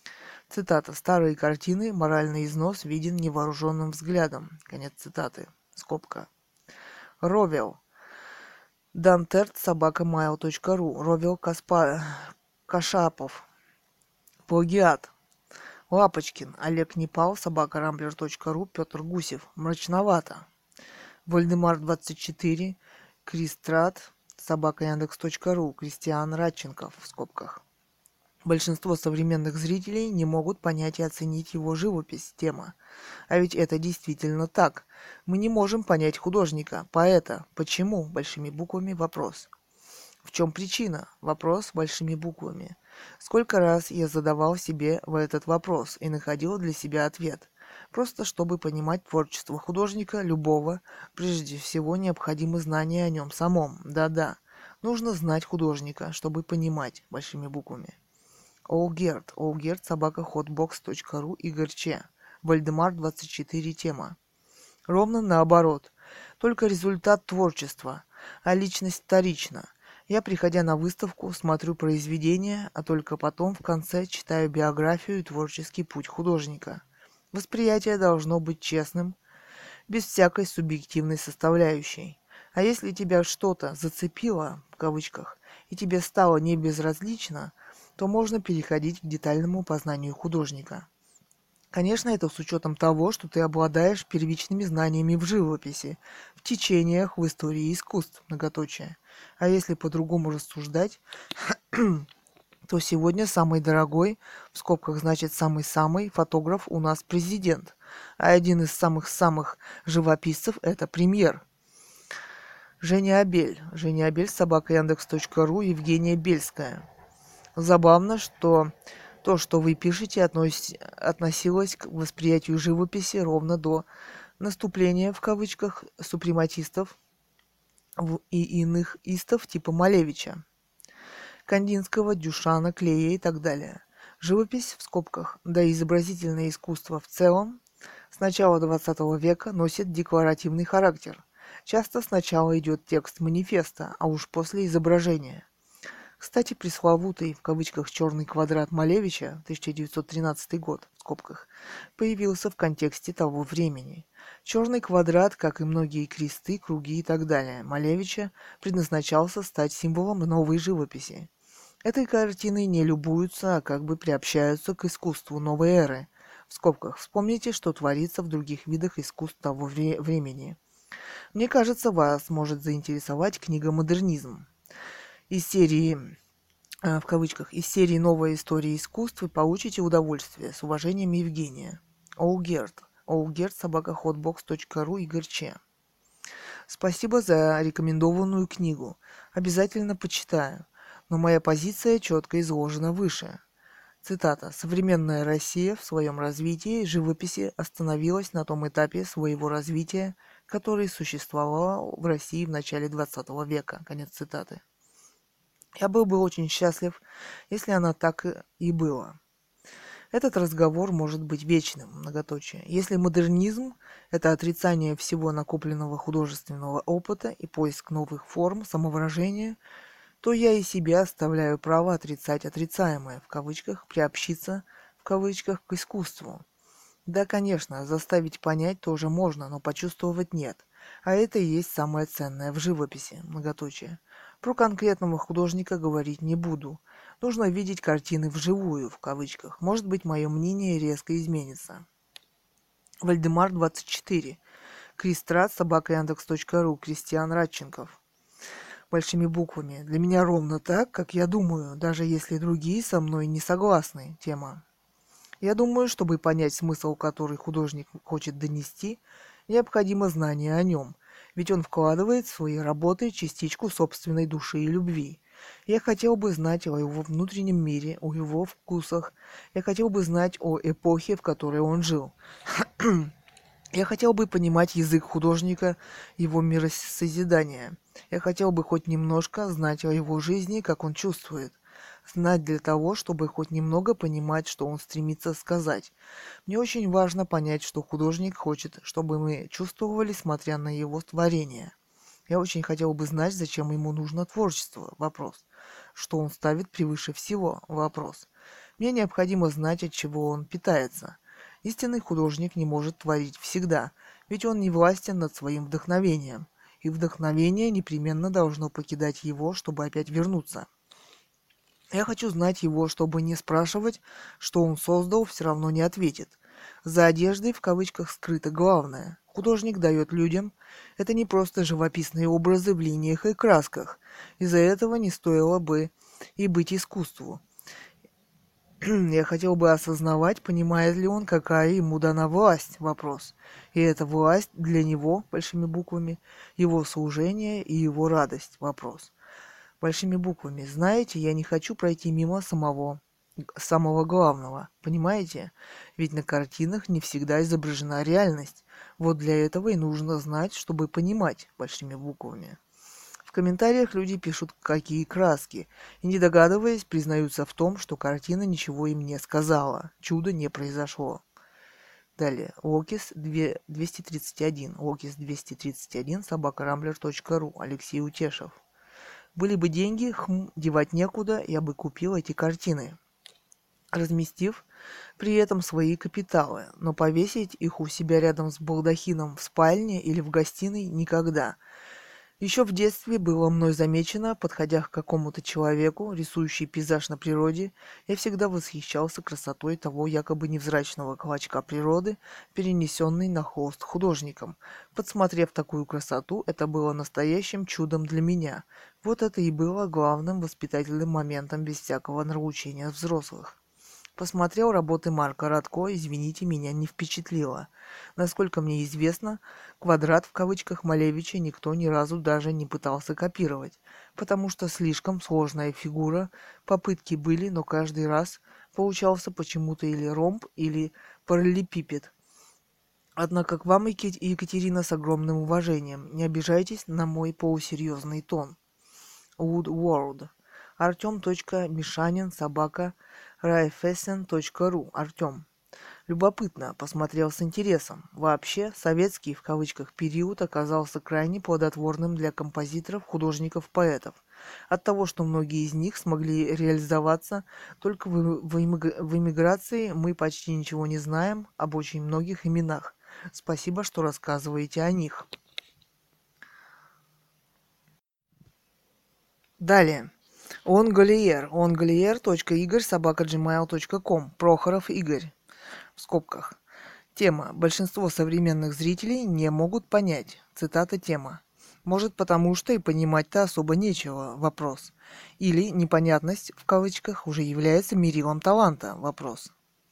Цитата. «Старые картины, моральный износ виден невооруженным взглядом». Конец цитаты. Скобка. Ровел. Дантерт собака mail точка ру. Ровел Каспа... Кашапов. Плагиат. Лапочкин. Олег Непал. Собака рамблер точка ру. Петр Гусев. Мрачновато. Вольдемар двадцать четыре. Кристрат. Собака Яндекс точка ру. Кристиан Радченков. В скобках. Большинство современных зрителей не могут понять и оценить его живопись, тема. А ведь это действительно так. Мы не можем понять художника, поэта. Почему? Большими буквами вопрос. В чем причина? Вопрос большими буквами. Сколько раз я задавал себе в этот вопрос и находил для себя ответ. Просто чтобы понимать творчество художника, любого, прежде всего необходимы знания о нем самом. Да-да, нужно знать художника, чтобы понимать большими буквами. Олгерт. Олгерт, собака хотбокс точка ру, Игорь Че. Вальдемар двадцать четыре, тема. Ровно наоборот. Только результат творчества, а личность вторична. Я, приходя на выставку, смотрю произведения, а только потом в конце читаю биографию и творческий путь художника. Восприятие должно быть честным, без всякой субъективной составляющей. А если тебя что-то «зацепило», в кавычках, и тебе стало не безразлично, то можно переходить к детальному познанию художника. Конечно, это с учетом того, что ты обладаешь первичными знаниями в живописи, в течениях, в истории искусств, многоточие. А если по-другому рассуждать, то сегодня самый дорогой, в скобках значит самый-самый, фотограф у нас президент, а один из самых-самых живописцев это премьер. Женя Абель. Женя Абель, собака Яндекс точка ру, Евгения Бельская. Забавно, что то, что вы пишете, относ... относилось к восприятию живописи ровно до наступления, в кавычках, супрематистов и иных истов типа Малевича, Кандинского, Дюшана, Клея и так далее. Живопись, в скобках, да и изобразительное искусство в целом, с начала двадцатого века носит декларативный характер. Часто сначала идет текст манифеста, а уж после изображения. Кстати, пресловутый, в кавычках, «черный квадрат» Малевича, тысяча девятьсот тринадцатый год, в скобках, появился в контексте того времени. Черный квадрат, как и многие кресты, круги и так далее, Малевича предназначался стать символом новой живописи. Этой картиной не любуются, а как бы приобщаются к искусству новой эры. В скобках, вспомните, что творится в других видах искусств того вре- времени. Мне кажется, вас может заинтересовать книга «Модернизм». Из серии, в кавычках, из серии «Новая история искусств» вы получите удовольствие. С уважением, Евгения. Олгерт. Олгерт, собака хотбокс точка ру, Игорь Че. Спасибо за рекомендованную книгу. Обязательно почитаю. Но моя позиция четко изложена выше. Цитата. «Современная Россия в своем развитии живописи остановилась на том этапе своего развития, который существовал в России в начале двадцатого века». Конец цитаты. Я был бы очень счастлив, если она так и была. Этот разговор может быть вечным, многоточие. Если модернизм – это отрицание всего накопленного художественного опыта и поиск новых форм самовыражения, то я и себе оставляю право отрицать отрицаемое, в кавычках, приобщиться, в кавычках, к искусству. Да, конечно, заставить понять тоже можно, но почувствовать нет. А это и есть самое ценное в живописи, многоточие. Про конкретного художника говорить не буду. Нужно видеть картины вживую, в кавычках. Может быть, мое мнение резко изменится. Вальдемар двадцать четыре. Кристрат, собака Яндекс точка ру, Кристиан Радченков. Большими буквами. Для меня ровно так, как я думаю, даже если другие со мной не согласны. Тема. Я думаю, чтобы понять смысл, который художник хочет донести, необходимо знание о нем, ведь он вкладывает в свои работы частичку собственной души и любви. Я хотел бы знать о его внутреннем мире, о его вкусах. Я хотел бы знать о эпохе, в которой он жил. Я хотел бы понимать язык художника, его миросозидания. Я хотел бы хоть немножко знать о его жизни, как он чувствует. Знать для того, чтобы хоть немного понимать, что он стремится сказать. Мне очень важно понять, что художник хочет, чтобы мы чувствовали, смотря на его творение. Я очень хотел бы знать, зачем ему нужно творчество. Вопрос. Что он ставит превыше всего? Вопрос. Мне необходимо знать, от чего он питается. Истинный художник не может творить всегда, ведь он не властен над своим вдохновением, и вдохновение непременно должно покидать его, чтобы опять вернуться. Я хочу знать его, чтобы не спрашивать, что он создал, все равно не ответит. За одеждой в кавычках скрыто главное. Художник дает людям это не просто живописные образы в линиях и красках. Из-за этого не стоило бы и быть искусству. Я хотел бы осознавать, понимает ли он, какая ему дана власть, вопрос. И эта власть для него, большими буквами, его служение и его радость, вопрос. Большими буквами. Знаете, я не хочу пройти мимо самого, самого главного. Понимаете? Ведь на картинах не всегда изображена реальность. Вот для этого и нужно знать, чтобы понимать большими буквами. В комментариях люди пишут, какие краски, и не догадываясь, признаются в том, что картина ничего им не сказала. Чудо не произошло. Далее. Локис двести тридцать один. Локис двести тридцать один. собака рамблер точка ру. Алексей Утешев. Были бы деньги, хм, девать некуда, я бы купил эти картины, разместив при этом свои капиталы, но повесить их у себя рядом с балдахином в спальне или в гостиной никогда. Еще в детстве было мной замечено, подходя к какому-то человеку, рисующий пейзаж на природе, я всегда восхищался красотой того якобы невзрачного клочка природы, перенесенной на холст художником. Подсмотрев такую красоту, это было настоящим чудом для меня. Вот это и было главным воспитательным моментом без всякого нравоучения взрослых. Посмотрел работы Марка Радко, извините, меня не впечатлило. Насколько мне известно, квадрат в кавычках Малевича никто ни разу даже не пытался копировать, потому что слишком сложная фигура, попытки были, но каждый раз получался почему-то или ромб, или параллелепипед. Однако к вам, Екатерина, с огромным уважением, не обижайтесь на мой полусерьезный тон. Woodworld. Артем.Мишанин, собака, райфесен точка ру. Артем. Любопытно, посмотрел с интересом. Вообще, советский, в кавычках, период оказался крайне плодотворным для композиторов, художников, поэтов. От того, что многие из них смогли реализоваться только в, в, эмиг... в эмиграции, мы почти ничего не знаем об очень многих именах. Спасибо, что рассказываете о них. Далее. Онголиер. Онголиер.игорь собака джимейл точка ком. Прохоров Игорь. В скобках. Тема. Большинство современных зрителей не могут понять. Цитата тема. Может, потому что и понимать-то особо нечего. Вопрос. Или непонятность, в кавычках, уже является мерилом таланта. Вопрос.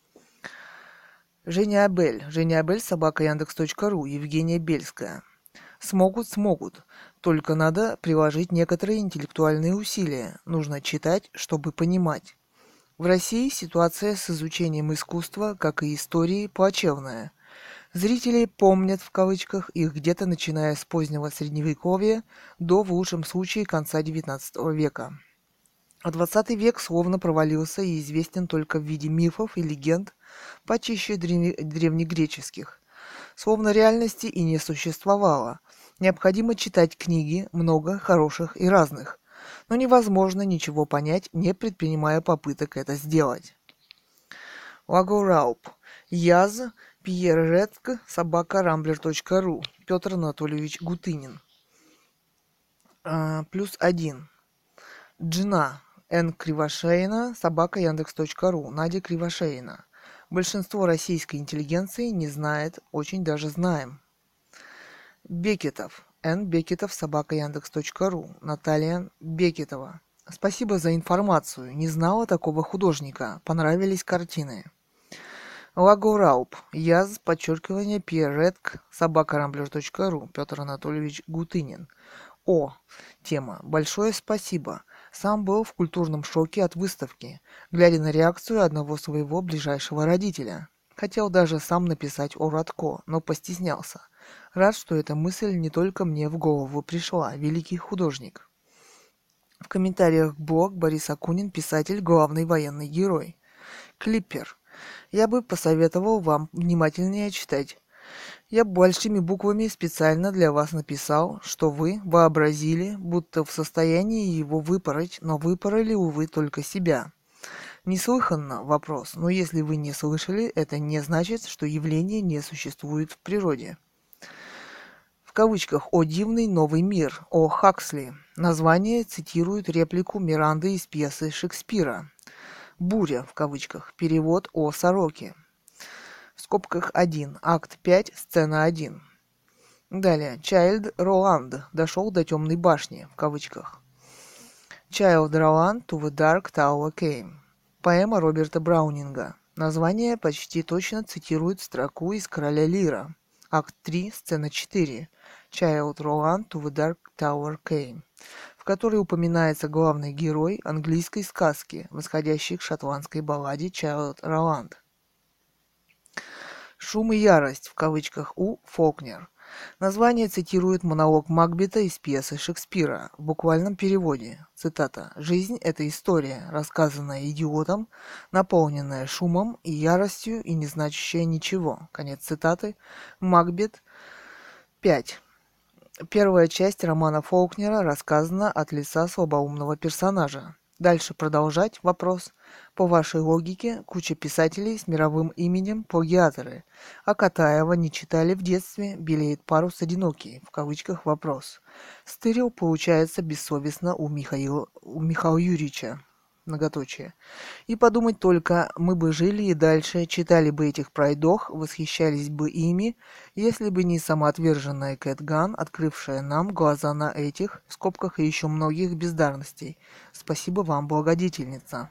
Женя Абель. Женя Абель, собака яндекс точка ру. Евгения Бельская. Смогут, смогут. Только надо приложить некоторые интеллектуальные усилия. Нужно читать, чтобы понимать. В России ситуация с изучением искусства, как и истории, плачевная. Зрители помнят, в кавычках, их где-то начиная с позднего Средневековья до, в лучшем случае, конца девятнадцатого века. А двадцатый век словно провалился и известен только в виде мифов и легенд, почище древнегреческих. Словно реальности и не существовало. Необходимо читать книги, много, хороших и разных. Но невозможно ничего понять, не предпринимая попыток это сделать. Лагорауп. Яз. Пьер Редк. Собака рамблер точка ру. Петр Анатольевич Гутынин. А, плюс один. Джина. Н. Кривошеина. Собака яндекс точка ру. Надя Кривошеина. Большинство российской интеллигенции не знает, очень даже знаем. Бекетов. Н. Бекетов, собака яндекс точка ру. Наталья Бекетова. Спасибо за информацию. Не знала такого художника. Понравились картины. Лагорауп. Яз, подчеркивание, Пьер Редк, собака рамблер точка ру. Петр Анатольевич Гутынин. О. Тема. Большое спасибо. Сам был в культурном шоке от выставки, глядя на реакцию одного своего ближайшего родителя. Хотел даже сам написать о Радко, но постеснялся. Рад, что эта мысль не только мне в голову пришла. Великий художник. В комментариях блог Борис Акунин, писатель, главный военный герой. Клиппер. Я бы посоветовал вам внимательнее читать. Я большими буквами специально для вас написал, что вы вообразили, будто в состоянии его выпороть, но выпороли, увы, только себя. Неслыханно вопрос, но если вы не слышали, это не значит, что явление не существует в природе. В кавычках «О дивный новый мир», о Хаксли. Название цитирует реплику Миранды из пьесы Шекспира. «Буря», в кавычках, перевод о сороке. В скобках один, акт пять, сцена один. Далее. Чайлд Роланд дошел до темной башни, в кавычках. Child Roland to the Dark Tower Came. Поэма Роберта Браунинга. Название почти точно цитирует строку из «Короля Лира». Акт три, сцена четыре. Child Roland to the Dark Tower Came, в которой упоминается главный герой английской сказки, восходящей к шотландской балладе Child Roland. «Шум и ярость» в кавычках у Фолкнер. Название цитирует монолог Макбета из пьесы Шекспира в буквальном переводе. Цитата. «Жизнь – это история, рассказанная идиотом, наполненная шумом и яростью и не значащая ничего». Конец цитаты. Макбет пять. Первая часть романа Фолкнера рассказана от лица слабоумного персонажа. Дальше продолжать вопрос. По вашей логике, куча писателей с мировым именем плагиаторы, а Катаева не читали в детстве, белеет парус одинокий, в кавычках вопрос. Стырил, получается, бессовестно у Михаила, у Михаила Юрьевича, многоточие. И подумать только, мы бы жили и дальше, читали бы этих пройдох, восхищались бы ими, если бы не самоотверженная Кэт Ган, открывшая нам глаза на этих, в скобках и еще многих бездарностей. Спасибо вам, благодетельница.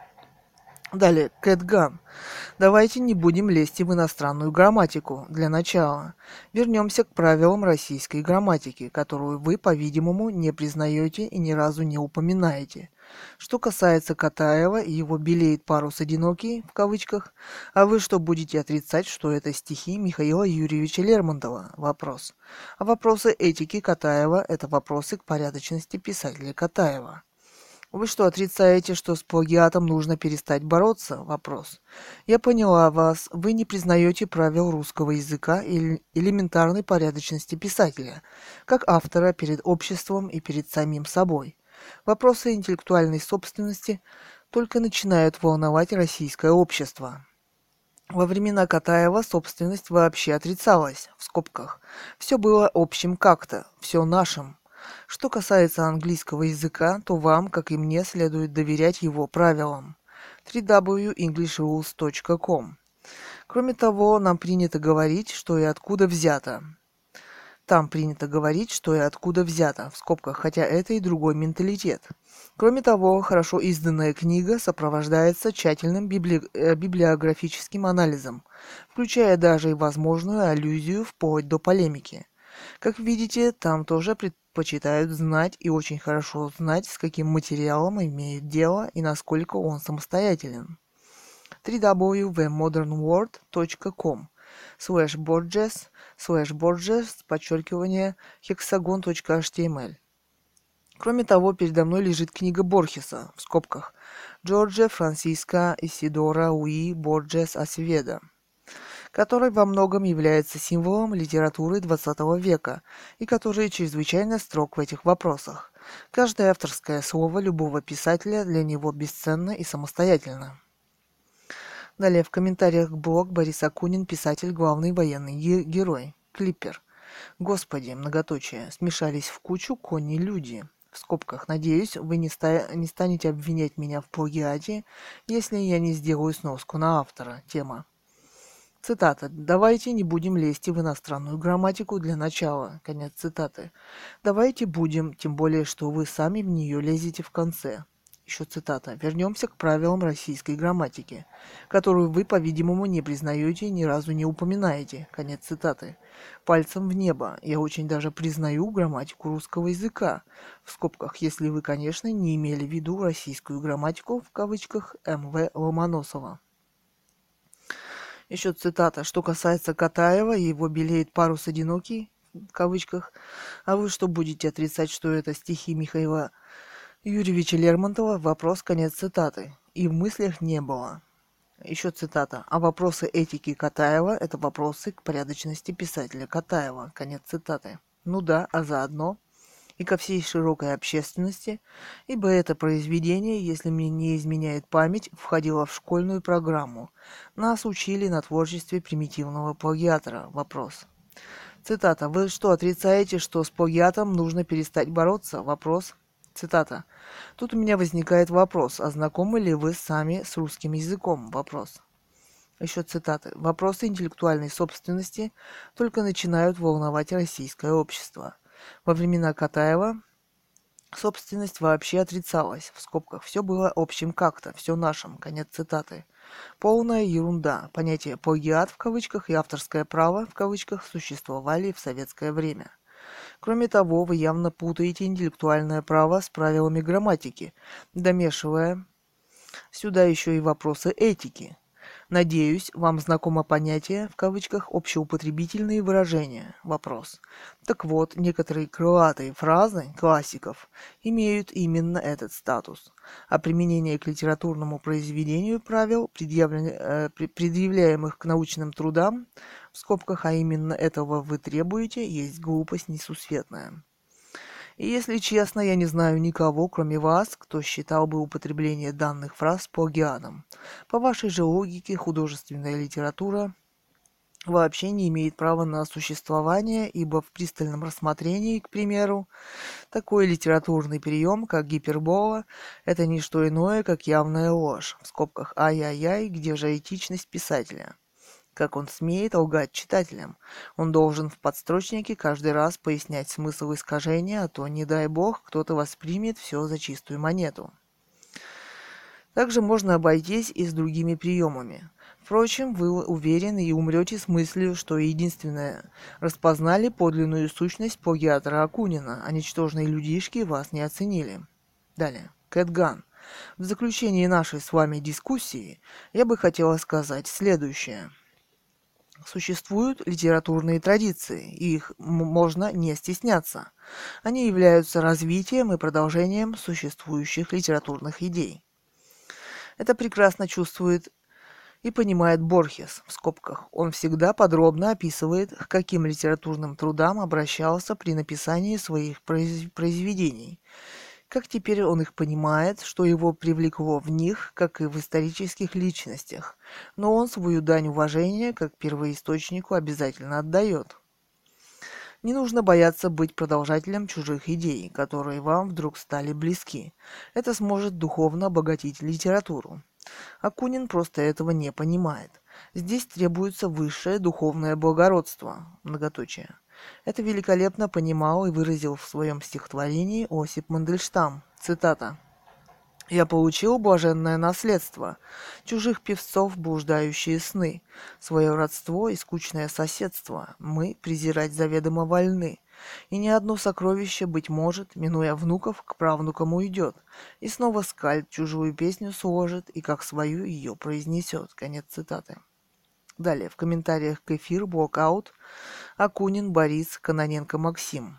Далее, Кэт Ган. Давайте не будем лезть в иностранную грамматику. Для начала. Вернемся к правилам российской грамматики, которую вы, по-видимому, не признаете и ни разу не упоминаете. Что касается Катаева и его «белеет парус одинокий», в кавычках, а вы что, будете отрицать, что это стихи Михаила Юрьевича Лермонтова? Вопрос. А вопросы этики Катаева – это вопросы к порядочности писателя Катаева. Вы что, отрицаете, что с плагиатом нужно перестать бороться? Вопрос. Я поняла вас. Вы не признаете правил русского языка или элементарной порядочности писателя, как автора перед обществом и перед самим собой. Вопросы интеллектуальной собственности только начинают волновать российское общество. Во времена Катаева собственность вообще отрицалась, в скобках. Все было общим как-то, все нашим. Что касается английского языка, то вам, как и мне, следует доверять его правилам. дабл ю дабл ю дабл ю точка инглиш рулс точка ком. Кроме того, нам принято говорить, что и откуда взято. Там принято говорить, что и откуда взято, в скобках, хотя это и другой менталитет. Кроме того, хорошо изданная книга сопровождается тщательным библи... библиографическим анализом, включая даже и возможную аллюзию вплоть до полемики. Как видите, там тоже предпочитают знать и очень хорошо знать, с каким материалом имеют дело и насколько он самостоятелен. дабл ю дабл ю дабл ю точка модерн ворд точка ком слэш борджес слэш борджес подчеркивание hexagon.html. Кроме того, передо мной лежит книга Борхеса, в скобках, Джорджа Франсиско Исидора Луи Борджес Асеведо, который во многом является символом литературы двадцатого века и который чрезвычайно строг в этих вопросах. Каждое авторское слово любого писателя для него бесценно и самостоятельно. Далее в комментариях к блог Борис Акунин, писатель, главный военный ге- герой. Клиппер. Господи, многоточие, смешались в кучу кони-люди. В скобках, надеюсь, вы не, ста- не станете обвинять меня в плагиате, если я не сделаю сноску на автора. Тема. Цитата. «Давайте не будем лезть в иностранную грамматику для начала». Конец цитаты. «Давайте будем, тем более, что вы сами в нее лезете в конце». Еще цитата. «Вернемся к правилам российской грамматики, которую вы, по-видимому, не признаете и ни разу не упоминаете». Конец цитаты. «Пальцем в небо. Я очень даже признаю грамматику русского языка». В скобках, если вы, конечно, не имели в виду российскую грамматику, в кавычках, эм вэ Ломоносова. Еще цитата. «Что касается Катаева и его «белеет парус одинокий», в кавычках, а вы что, будете отрицать, что это стихи Михаила Юрьевича Лермонтова? Вопрос, конец цитаты. И в мыслях не было». Еще цитата. «А вопросы этики Катаева – это вопросы к порядочности писателя Катаева». Конец цитаты. Ну да, а заодно... и ко всей широкой общественности, ибо это произведение, если мне не изменяет память, входило в школьную программу. Нас учили на творчестве примитивного плагиатора. Вопрос. Цитата. Вы что, отрицаете, что с плагиатом нужно перестать бороться? Вопрос. Цитата. Тут у меня возникает вопрос, а знакомы ли вы сами с русским языком? Вопрос. Еще цитаты. Вопросы интеллектуальной собственности только начинают волновать российское общество. Во времена Катаева собственность вообще отрицалась. В скобках. Все было общим как-то, все нашим. Конец цитаты. Полная ерунда. Понятия «плагиат» в кавычках и «авторское право» в кавычках существовали в советское время. Кроме того, вы явно путаете интеллектуальное право с правилами грамматики, домешивая сюда еще и вопросы этики. Надеюсь, вам знакомо понятие, в кавычках, общеупотребительные выражения. Вопрос. Так вот, некоторые крылатые фразы классиков имеют именно этот статус, а применение к литературному произведению правил, предъявляемых к научным трудам, в скобках, а именно этого вы требуете, есть глупость несусветная. И если честно, я не знаю никого, кроме вас, кто считал бы употребление данных фраз плагиатом. По вашей же логике, художественная литература вообще не имеет права на существование, ибо в пристальном рассмотрении, к примеру, такой литературный прием, как гипербола, это не что иное, как явная ложь. В скобках «ай-яй-яй», где же этичность писателя? Как он смеет лгать читателям? Он должен в подстрочнике каждый раз пояснять смысл искажения, а то, не дай бог, кто-то воспримет все за чистую монету. Также можно обойтись и с другими приемами. Впрочем, вы уверены и умрете с мыслью, что единственное распознали подлинную сущность плагиатора Акунина, а ничтожные людишки вас не оценили. Далее. Кэтган. В заключении нашей с вами дискуссии я бы хотела сказать следующее. Существуют литературные традиции, и их можно не стесняться. Они являются развитием и продолжением существующих литературных идей. Это прекрасно чувствует и понимает Борхес, в скобках. Он всегда подробно описывает, к каким литературным трудам обращался при написании своих произведений. Как теперь он их понимает, что его привлекло в них, как и в исторических личностях, но он свою дань уважения как первоисточнику обязательно отдает. Не нужно бояться быть продолжателем чужих идей, которые вам вдруг стали близки. Это сможет духовно обогатить литературу. Акунин просто этого не понимает. Здесь требуется высшее духовное благородство, многоточие. Это великолепно понимал и выразил в своем стихотворении Осип Мандельштам. Цитата. «Я получил блаженное наследство, чужих певцов блуждающие сны, свое родство и скучное соседство мы презирать заведомо вольны, и ни одно сокровище, быть может, минуя внуков, к правнукам уйдет, и снова скальд чужую песню сложит и как свою ее произнесет». Конец цитаты. Далее, в комментариях к эфиру Блокаут, Акунин, Борис, Кононенко, Максим.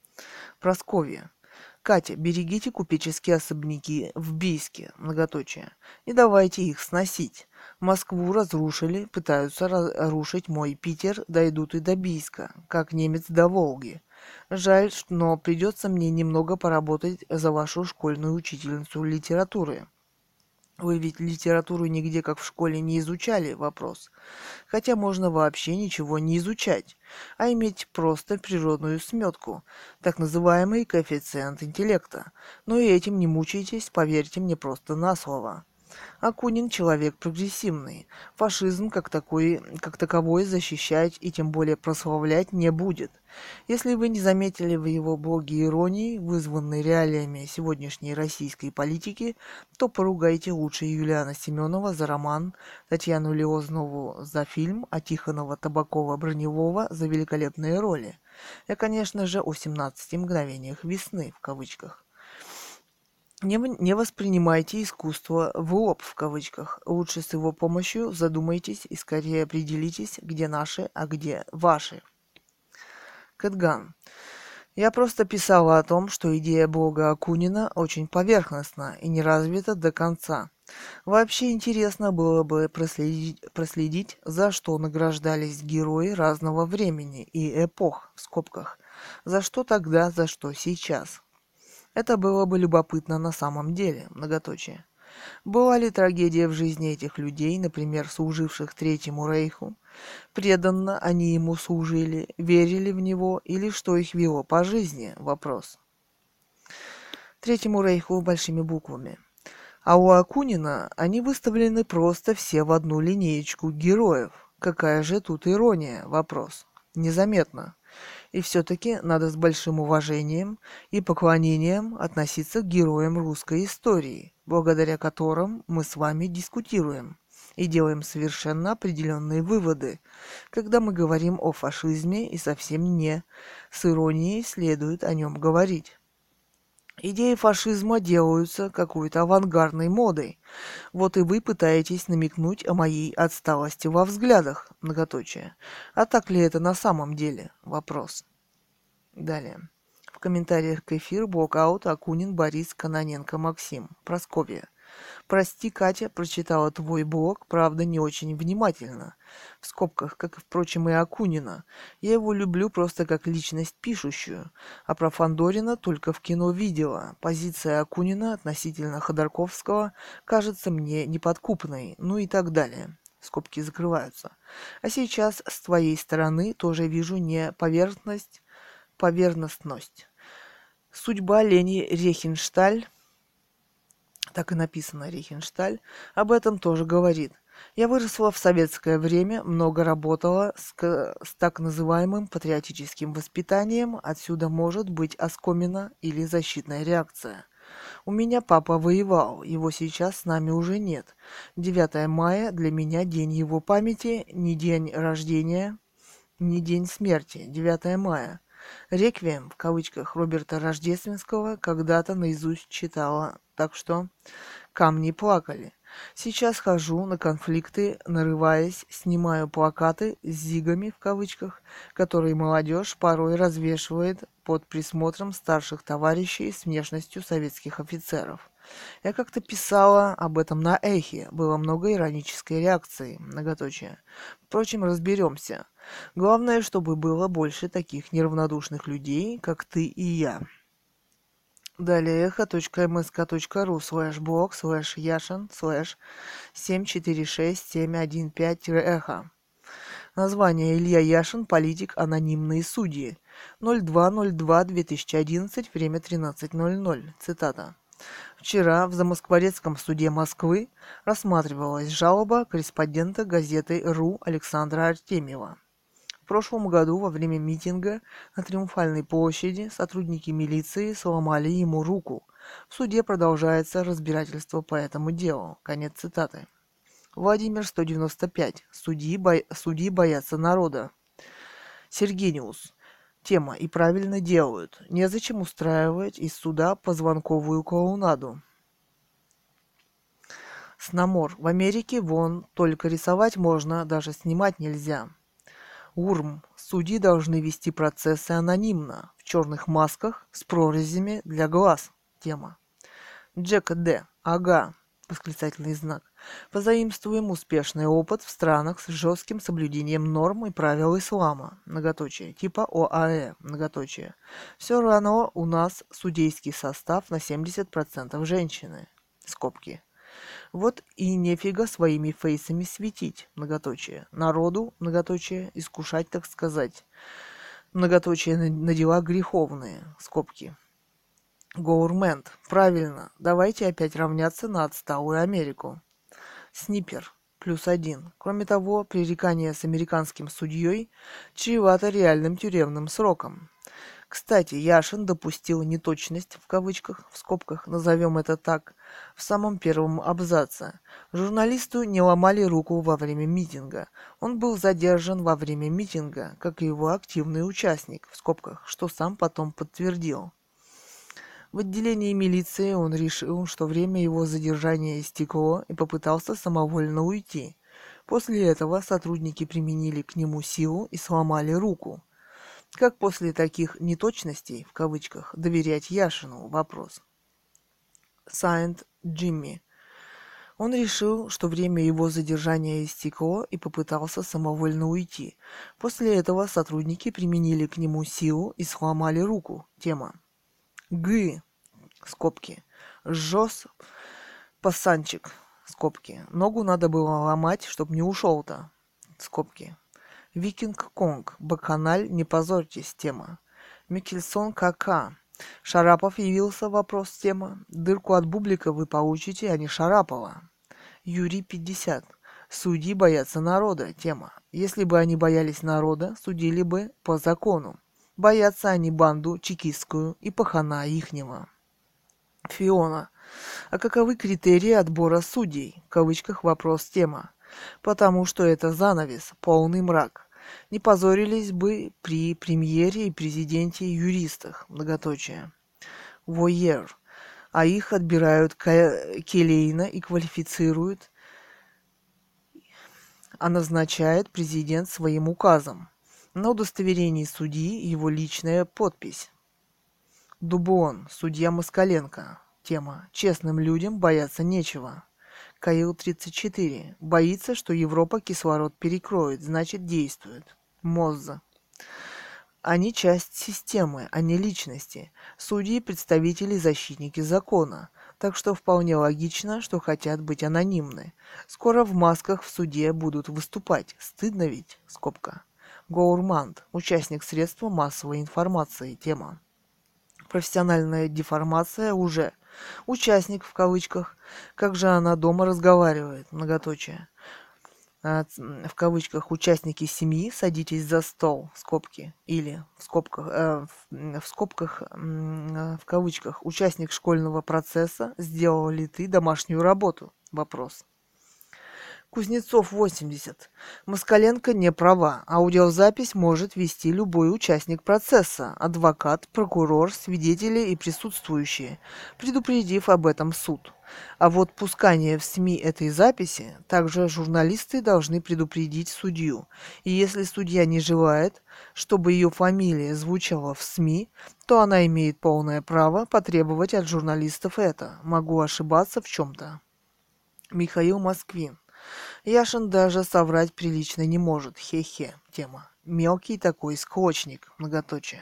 Прасковья. Катя, берегите купеческие особняки в Бийске, многоточие. Не давайте их сносить. Москву разрушили, пытаются разрушить мой Питер, дойдут и до Бийска, как немец до Волги. Жаль, но придется мне немного поработать за вашу школьную учительницу литературы. Вы ведь литературу нигде, как в школе, не изучали? Вопрос. Хотя можно вообще ничего не изучать, а иметь просто природную сметку, так называемый коэффициент интеллекта. Но и этим не мучайтесь, поверьте мне просто на слово. Акунин человек прогрессивный. Фашизм как такой, как таковой защищать и тем более прославлять не будет. Если вы не заметили в его блоге иронии, вызванной реалиями сегодняшней российской политики, то поругайте лучше Юлиана Семенова за роман, Татьяну Леознову за фильм, а Тихонова Табакова-Броневого за великолепные роли. И, конечно же, о семнадцати мгновениях весны, в кавычках. Не, не воспринимайте искусство в лоб, в кавычках. Лучше с его помощью задумайтесь и скорее определитесь, где наши, а где ваши. Кэтган. Я просто писала о том, что идея блога Акунина очень поверхностна и не развита до конца. Вообще интересно было бы проследить, проследить, за что награждались герои разного времени и эпох, в скобках. За что тогда, за что сейчас? Это было бы любопытно на самом деле, многоточие. Была ли трагедия в жизни этих людей, например, служивших Третьему Рейху? Преданно они ему служили, верили в него, или что их вело по жизни? Вопрос. Третьему Рейху большими буквами. А у Акунина они выставлены просто все в одну линеечку героев. Какая же тут ирония? Вопрос. Незаметно. И все-таки надо с большим уважением и поклонением относиться к героям русской истории, благодаря которым мы с вами дискутируем и делаем совершенно определенные выводы, когда мы говорим о фашизме, и совсем не с иронией следует о нем говорить. Идеи фашизма делаются какой-то авангардной модой. Вот и вы пытаетесь намекнуть о моей отсталости во взглядах, многоточие. А так ли это на самом деле? Вопрос. Далее. В комментариях к эфиру блокаут Акунин Борис Кононенко Максим. Прасковья. Прости, Катя, прочитала твой блог, правда, не очень внимательно. В скобках, как, впрочем, и Акунина. Я его люблю просто как личность пишущую, а про Фандорина только в кино видела. Позиция Акунина относительно Ходорковского кажется мне неподкупной, ну и так далее. Скобки закрываются. А сейчас с твоей стороны тоже вижу не поверхность, поверхностность. Судьба Лени Рейхеншталь, так и написано Рейхеншталь, об этом тоже говорит. Я выросла в советское время, много работала с, с так называемым патриотическим воспитанием, отсюда может быть оскомина или защитная реакция. У меня папа воевал, его сейчас с нами уже нет. девятое мая для меня день его памяти, не день рождения, не день смерти, девятое мая. Реквием, в кавычках, Роберта Рождественского когда-то наизусть читала, так что камни плакали. Сейчас хожу на конфликты, нарываясь, снимаю плакаты с зигами, в кавычках, которые молодежь порой развешивает под присмотром старших товарищей с внешностью советских офицеров. Я как-то писала об этом на Эхе, было много иронической реакции, многоточие. Впрочем, разберемся. Главное, чтобы было больше таких неравнодушных людей, как ты и я. Далее эхо.мск.ру слэш блог слэш яшин слэш семь четыре шесть семь один пять эхо. Название Илья Яшин, политик, анонимные судьи. ноль два ноль два две тысячи одиннадцать, время тринадцать ноль ноль. Цитата. Вчера в Замоскворецком суде Москвы рассматривалась жалоба корреспондента газеты РУ Александра Артемьева. В прошлом году во время митинга на Триумфальной площади сотрудники милиции сломали ему руку. В суде продолжается разбирательство по этому делу. Конец цитаты. Владимир сто девяносто пять. Судьи, бо... Судьи боятся народа. Сергениус. Тема «И правильно делают». Незачем устраивать из суда позвонковую клоунаду. Снамор. В Америке вон только рисовать можно, даже снимать нельзя. Урм. Судьи должны вести процессы анонимно, в черных масках с прорезями для глаз. Тема. Джек Д. Ага. Восклицательный знак. Позаимствуем успешный опыт в странах с жестким соблюдением норм и правил ислама. Многоточие. Типа ОАЭ. Многоточие. Все равно у нас судейский состав на семьдесят процентов женщины. Скобки. Вот и нефига своими фейсами светить, многоточие. Народу, многоточие, искушать, так сказать. Многоточие на, на дела греховные, скобки. Гоурмент. Правильно, давайте опять равняться на отсталую Америку. Снипер. Плюс один. Кроме того, пререкание с американским судьей чревато реальным тюремным сроком. Кстати, Яшин допустил неточность, в кавычках, в скобках, назовем это так, в самом первом абзаце. Журналисту не ломали руку во время митинга. Он был задержан во время митинга, как и его активный участник, в скобках, что сам потом подтвердил. В отделении милиции он решил, что время его задержания истекло, и попытался самовольно уйти. После этого сотрудники применили к нему силу и сломали руку. Как после таких «неточностей», в кавычках, доверять Яшину? Вопрос. Сайнт Джимми. Он решил, что время его задержания истекло, и попытался самовольно уйти. После этого сотрудники применили к нему силу и сломали руку. Тема. Г. Скобки. Жжёс пасанчик. Скобки. Ногу надо было ломать, чтоб не ушел-то. Скобки. Викинг Конг. Бакханаль, не позорьтесь. Тема. Микельсон ка-ка. Шарапов явился, вопрос, тема. Дырку от бублика вы получите, а не Шарапова. Юрий пятьдесят. Судьи боятся народа. Тема. Если бы они боялись народа, судили бы по закону. Боятся они банду чекистскую и пахана ихнего. Фиона. А каковы критерии отбора судей? В кавычках вопрос, тема. Потому что это занавес, полный мрак. Не позорились бы при премьере и президенте юристах, многоточие. Войер. А их отбирают келейно и квалифицируют, а назначает президент своим указом. На удостоверении судьи его личная подпись. Дубон. Судья Москаленко. Тема. Честным людям бояться нечего. Каил тридцать четыре. Боится, что Европа кислород перекроет, значит действует. Мозза. Они часть системы, а не личности. Судьи – представители и защитники закона. Так что вполне логично, что хотят быть анонимны. Скоро в масках в суде будут выступать. Стыдно ведь? Скобка. Гоурманд. Участник средства массовой информации. Тема. Профессиональная деформация уже. Участник в кавычках. Как же она дома разговаривает? Многоточие. В кавычках участники семьи, садитесь за стол, скобки, или в скобках, э, в, в скобках, э, в кавычках, участник школьного процесса, сделал ли ты домашнюю работу? Вопрос. Кузнецов восемьдесят. Москаленко не права. Аудиозапись может вести любой участник процесса, адвокат, прокурор, свидетели и присутствующие, предупредив об этом суд. А вот пускание в СМИ этой записи, также журналисты должны предупредить судью. И если судья не желает, чтобы ее фамилия звучала в СМИ, то она имеет полное право потребовать от журналистов это. Могу ошибаться в чем-то. Михаил Москвин. Яшин даже соврать прилично не может. Хе-хе. Тема. Мелкий такой склочник. Многоточие.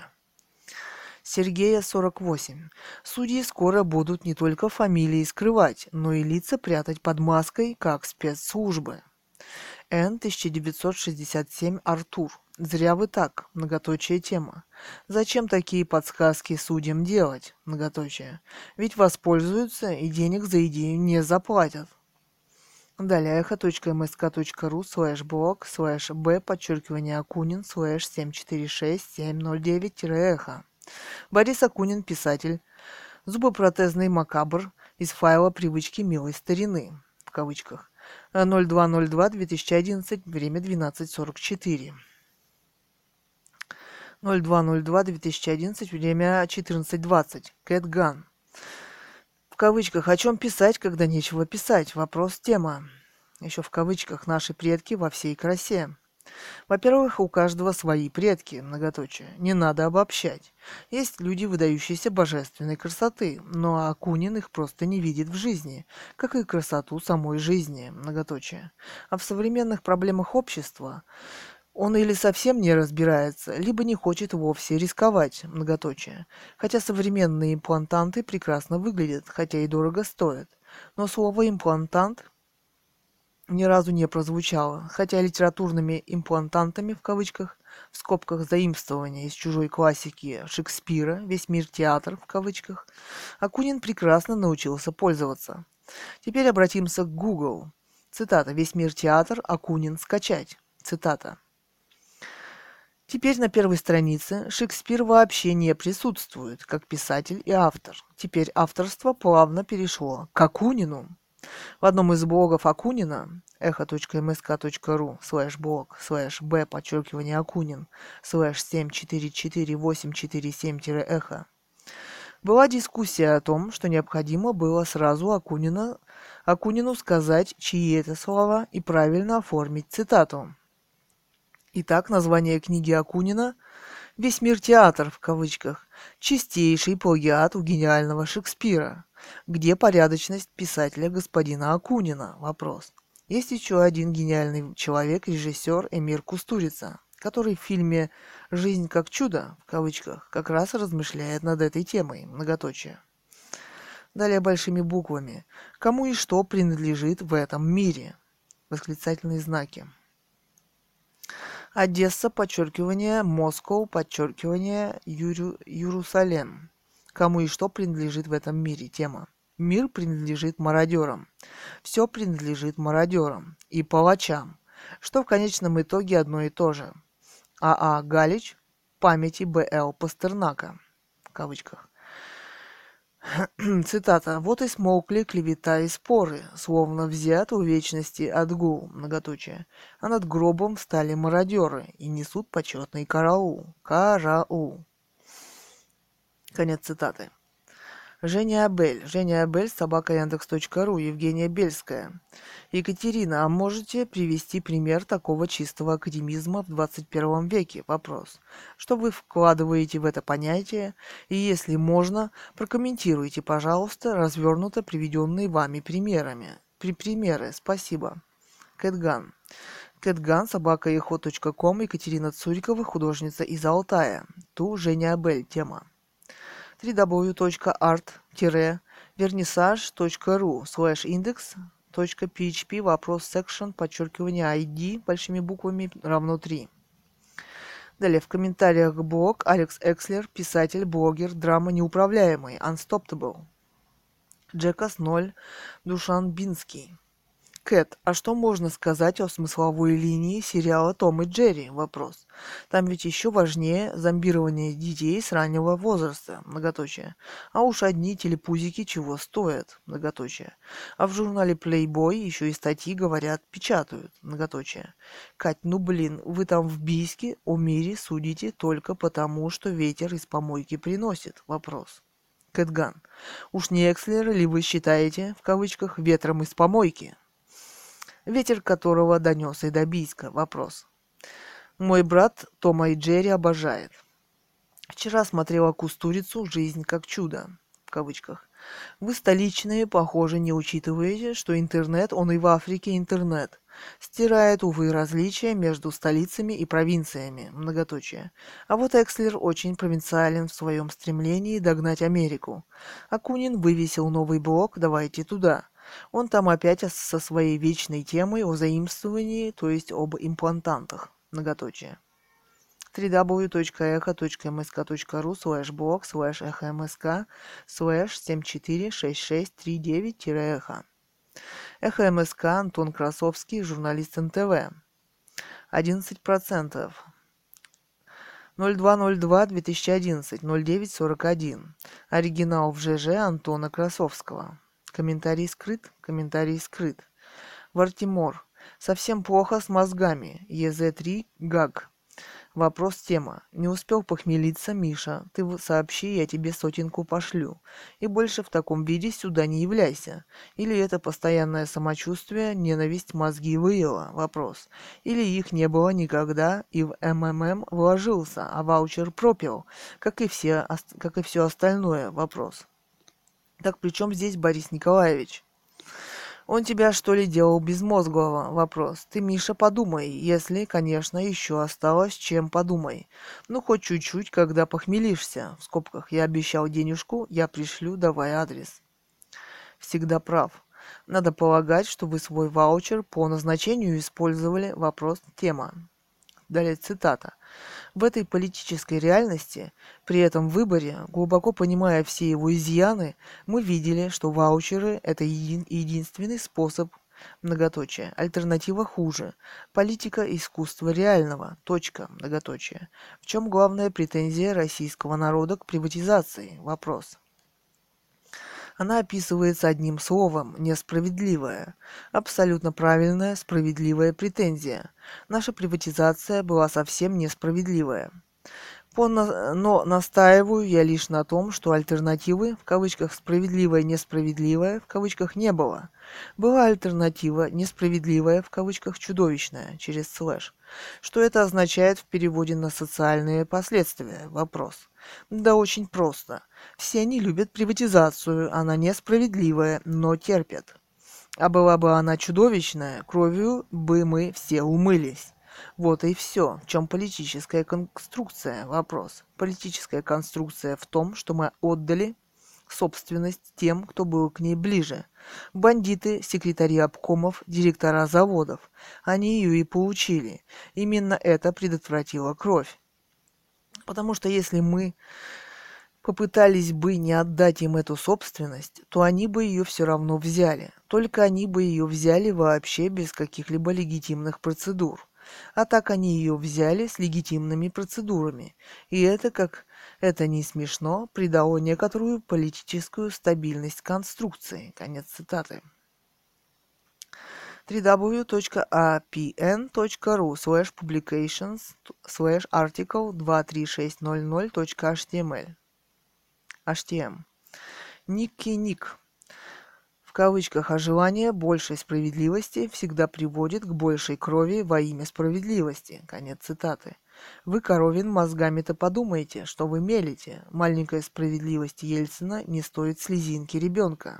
Сергея сорок восемь. Судьи скоро будут не только фамилии скрывать, но и лица прятать под маской, как спецслужбы. Н. тысяча девятьсот шестьдесят семь. Артур. Зря вы так. Многоточие тема. Зачем такие подсказки судьям делать? Многоточие. Ведь воспользуются и денег за идею не заплатят. Далее эхо.мск.ру слэш блог слэш б подчеркивание Акунин слэш семь четыре шесть семь ноль девять эхо. Борис Акунин, писатель. Зубопротезный макабр из файла «Привычки милой старины» в кавычках. ноль два ноль два две тысячи одиннадцать, время двенадцать сорок четыре. ноль два ноль два две тысячи одиннадцать, время четырнадцать двадцать. Кэтган. В кавычках, о чем писать, когда нечего писать? Вопрос, тема. Еще в кавычках, наши предки во всей красе. Во-первых, у каждого свои предки, многоточие. Не надо обобщать. Есть люди, выдающиеся божественной красоты, но Акунин их просто не видит в жизни, как и красоту самой жизни, многоточие. А в современных проблемах общества он или совсем не разбирается, либо не хочет вовсе рисковать, многоточие. Хотя современные имплантанты прекрасно выглядят, хотя и дорого стоят. Но слово «имплантант» ни разу не прозвучало, хотя литературными имплантантами, в кавычках, в скобках заимствования из чужой классики Шекспира, весь мир театр, в кавычках, Акунин прекрасно научился пользоваться. Теперь обратимся к Google. Цитата. «Весь мир театр, Акунин скачать». Цитата. Теперь на первой странице Шекспир вообще не присутствует, как писатель и автор. Теперь авторство плавно перешло к Акунину. В одном из блогов Акунина, эхо.мск.ру слэш блог слэш б подчеркивание Акунин слэш семь четыре четыре восемь четыре семь эхо, была дискуссия о том, что необходимо было сразу Акунина, Акунину сказать, чьи это слова, и правильно оформить цитату. Итак, название книги Акунина «Весь мир театр» в кавычках, чистейший плагиат у гениального Шекспира. Где порядочность писателя господина Акунина? Вопрос. Есть еще один гениальный человек, режиссер Эмир Кустурица, который в фильме «Жизнь как чудо» в кавычках как раз размышляет над этой темой. Многоточие. Далее большими буквами. Кому и что принадлежит в этом мире? Восклицательные знаки. Одесса, подчеркивание, Москва, подчеркивание, Юрю, Иерусалим. Кому и что принадлежит в этом мире? Тема. Мир принадлежит мародерам. Все принадлежит мародерам и палачам, что в конечном итоге одно и то же. А А. Галич, памяти Б Л Пастернака. В кавычках. Цитата. «Вот и смолкли клевета и споры, словно взят у вечности отгул, многоточие, а над гробом встали мародеры и несут почетный караул. Караул». Конец цитаты. Женя Абель. Женя Абель, собака яндекс точка ру, Евгения Бельская. Екатерина, а можете привести пример такого чистого академизма в двадцать первом веке? Вопрос. Что вы вкладываете в это понятие? И если можно, прокомментируйте, пожалуйста, развернуто приведенные вами примерами. При примеры. Спасибо. Кэтган. Кэтган, собака эхо точка ком, Екатерина Цурикова, художница из Алтая. Ту Женя Абель. Тема. дабл ю дабл ю дабл ю точка арт вернисаж точка ру слэш индекс точка пи эйч пи вопрос секшн подчеркивание ай ди большими буквами равно три. Далее в комментариях блог Алекс Экслер, писатель, блогер, драма неуправляемый, Unstoppable. Джекас ноль, Душан Бинский. Кэт, а что можно сказать о смысловой линии сериала «Том и Джерри»? Вопрос. Там ведь еще важнее зомбирование детей с раннего возраста, многоточие. А уж одни телепузики чего стоят, многоточие. А в журнале Playboy еще и статьи, говорят, печатают, многоточие. Кать, ну блин, вы там в Бийске о мире судите только потому, что ветер из помойки приносит? Вопрос. Кэтган, уж не Экслер ли вы считаете, в кавычках, ветром из помойки? Ветер которого донес и до Бийска. Вопрос. Мой брат Тома и Джерри обожает. Вчера смотрела Кустурицу «Жизнь как чудо». В кавычках. Вы столичные, похоже, не учитываете, что интернет, он и в Африке интернет. Стирает, увы, различия между столицами и провинциями. Многоточие. А вот Экслер очень провинциален в своем стремлении догнать Америку. Акунин вывесил новый блог «Давайте туда». Он там опять со своей вечной темой о заимствовании, то есть об имплантантах. Многоточие. дабл ю дабл ю дабл ю точка эхо точка эм эс ка точка ру слэш блог слэш эхо мск слэш семь четыре шесть шесть три девять эхо. Эхо МСК, Антон Красовский, журналист эн тэ вэ. одиннадцать процентов. ноль два ноль два две тысячи одиннадцать ноль девять сорок один. Оригинал в ЖЖ Антона Красовского. Комментарий скрыт, комментарий скрыт. Вартимор. Совсем плохо с мозгами. е зэ три гаг. Вопрос тема. Не успел похмелиться, Миша. Ты сообщи, я тебе сотенку пошлю. И больше в таком виде сюда не являйся. Или это постоянное самочувствие, ненависть мозги выела? Вопрос. Или их не было никогда и в эм эм эм вложился, а ваучер пропил, как и, все, как и все остальное? Вопрос. Так при чем здесь Борис Николаевич? Он тебя, что ли, делал безмозглого? Вопрос. Ты, Миша, подумай, если, конечно, еще осталось, чем подумай. Ну, хоть чуть-чуть, когда похмелишься. В скобках. Я обещал денежку, я пришлю, давай адрес. Всегда прав. Надо полагать, что вы свой ваучер по назначению использовали. Вопрос. Тема. Далее цитата. В этой политической реальности, при этом выборе, глубоко понимая все его изъяны, мы видели, что ваучеры – это един, единственный способ, многоточие, альтернатива хуже, политика искусства реального, точка, многоточие. В чем главная претензия российского народа к приватизации? Вопрос. Она описывается одним словом – несправедливая. Абсолютно правильная, справедливая претензия. Наша приватизация была совсем несправедливая. По на- Но настаиваю я лишь на том, что альтернативы, в кавычках «справедливая», «несправедливая», в кавычках не было. Была альтернатива «несправедливая», в кавычках «чудовищная», через слэш. Что это означает в переводе на социальные последствия? Вопрос. Да очень просто. Все они любят приватизацию, она несправедливая, но терпят. А была бы она чудовищная, кровью бы мы все умылись. Вот и все. В чем политическая конструкция? Вопрос. Политическая конструкция в том, что мы отдали собственность тем, кто был к ней ближе. Бандиты, секретари обкомов, директора заводов. Они ее и получили. Именно это предотвратило кровь. Потому что если мы попытались бы не отдать им эту собственность, то они бы ее все равно взяли. Только они бы ее взяли вообще без каких-либо легитимных процедур. А так они ее взяли с легитимными процедурами. И это, как это не смешно, придало некоторую политическую стабильность конструкции. Конец цитаты. дабл ю дабл ю дабл ю точка а пи эн точка ру слэш publications слэш article два три шесть ноль ноль точка эйч ти эм эль. эйч ти эм. Никки Ник. В кавычках, а желание большей справедливости всегда приводит к большей крови во имя справедливости. Конец цитаты. Вы, Коровин, мозгами-то подумайте, что вы мелите. Маленькая справедливость Ельцина не стоит слезинки ребенка.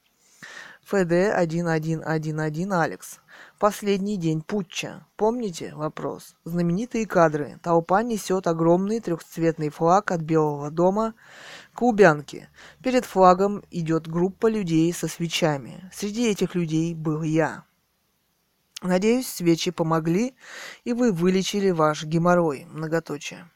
эф дэ один один один один Алекс. Последний день путча. Помните? Вопрос. Знаменитые кадры. Толпа несет огромный трехцветный флаг от Белого дома к Лубянке. Перед флагом идет группа людей со свечами. Среди этих людей был я. Надеюсь, свечи помогли, и вы вылечили ваш геморрой. Многоточие.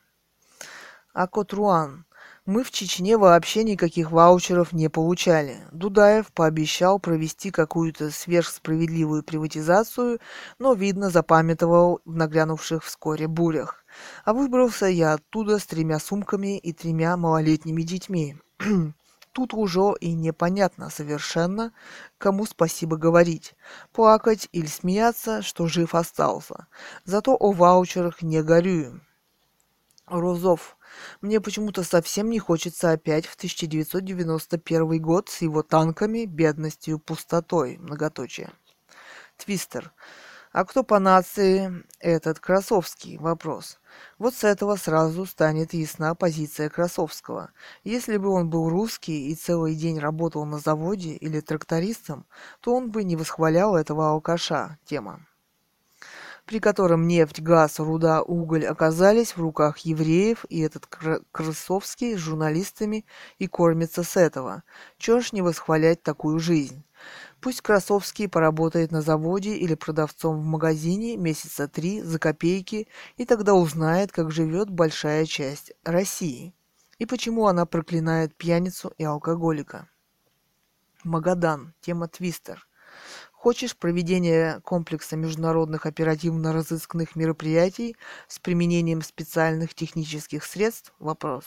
Акотруан. Мы в Чечне вообще никаких ваучеров не получали. Дудаев пообещал провести какую-то сверхсправедливую приватизацию, но, видно, запамятовал в нагрянувших вскоре бурях. А выбрался я оттуда с тремя сумками и тремя малолетними детьми. Тут уже и непонятно совершенно, кому спасибо говорить. Плакать или смеяться, что жив остался. Зато о ваучерах не горюю. Розов. Мне почему-то совсем не хочется опять в тысяча девятьсот девяносто первый год с его танками, бедностью, пустотой. Многоточие. Твистер. А кто по нации этот Красовский? Вопрос. Вот с этого сразу станет ясна позиция Красовского. Если бы он был русский и целый день работал на заводе или трактористом, то он бы не восхвалял этого алкаша. Тема. При котором нефть, газ, руда, уголь оказались в руках евреев, и этот Красовский с журналистами и кормится с этого. Чего ж не восхвалять такую жизнь? Пусть Красовский поработает на заводе или продавцом в магазине месяца три за копейки, и тогда узнает, как живет большая часть России. И почему она проклинает пьяницу и алкоголика. Магадан. Тема Твистер. Хочешь проведения комплекса международных оперативно-розыскных мероприятий с применением специальных технических средств? Вопрос.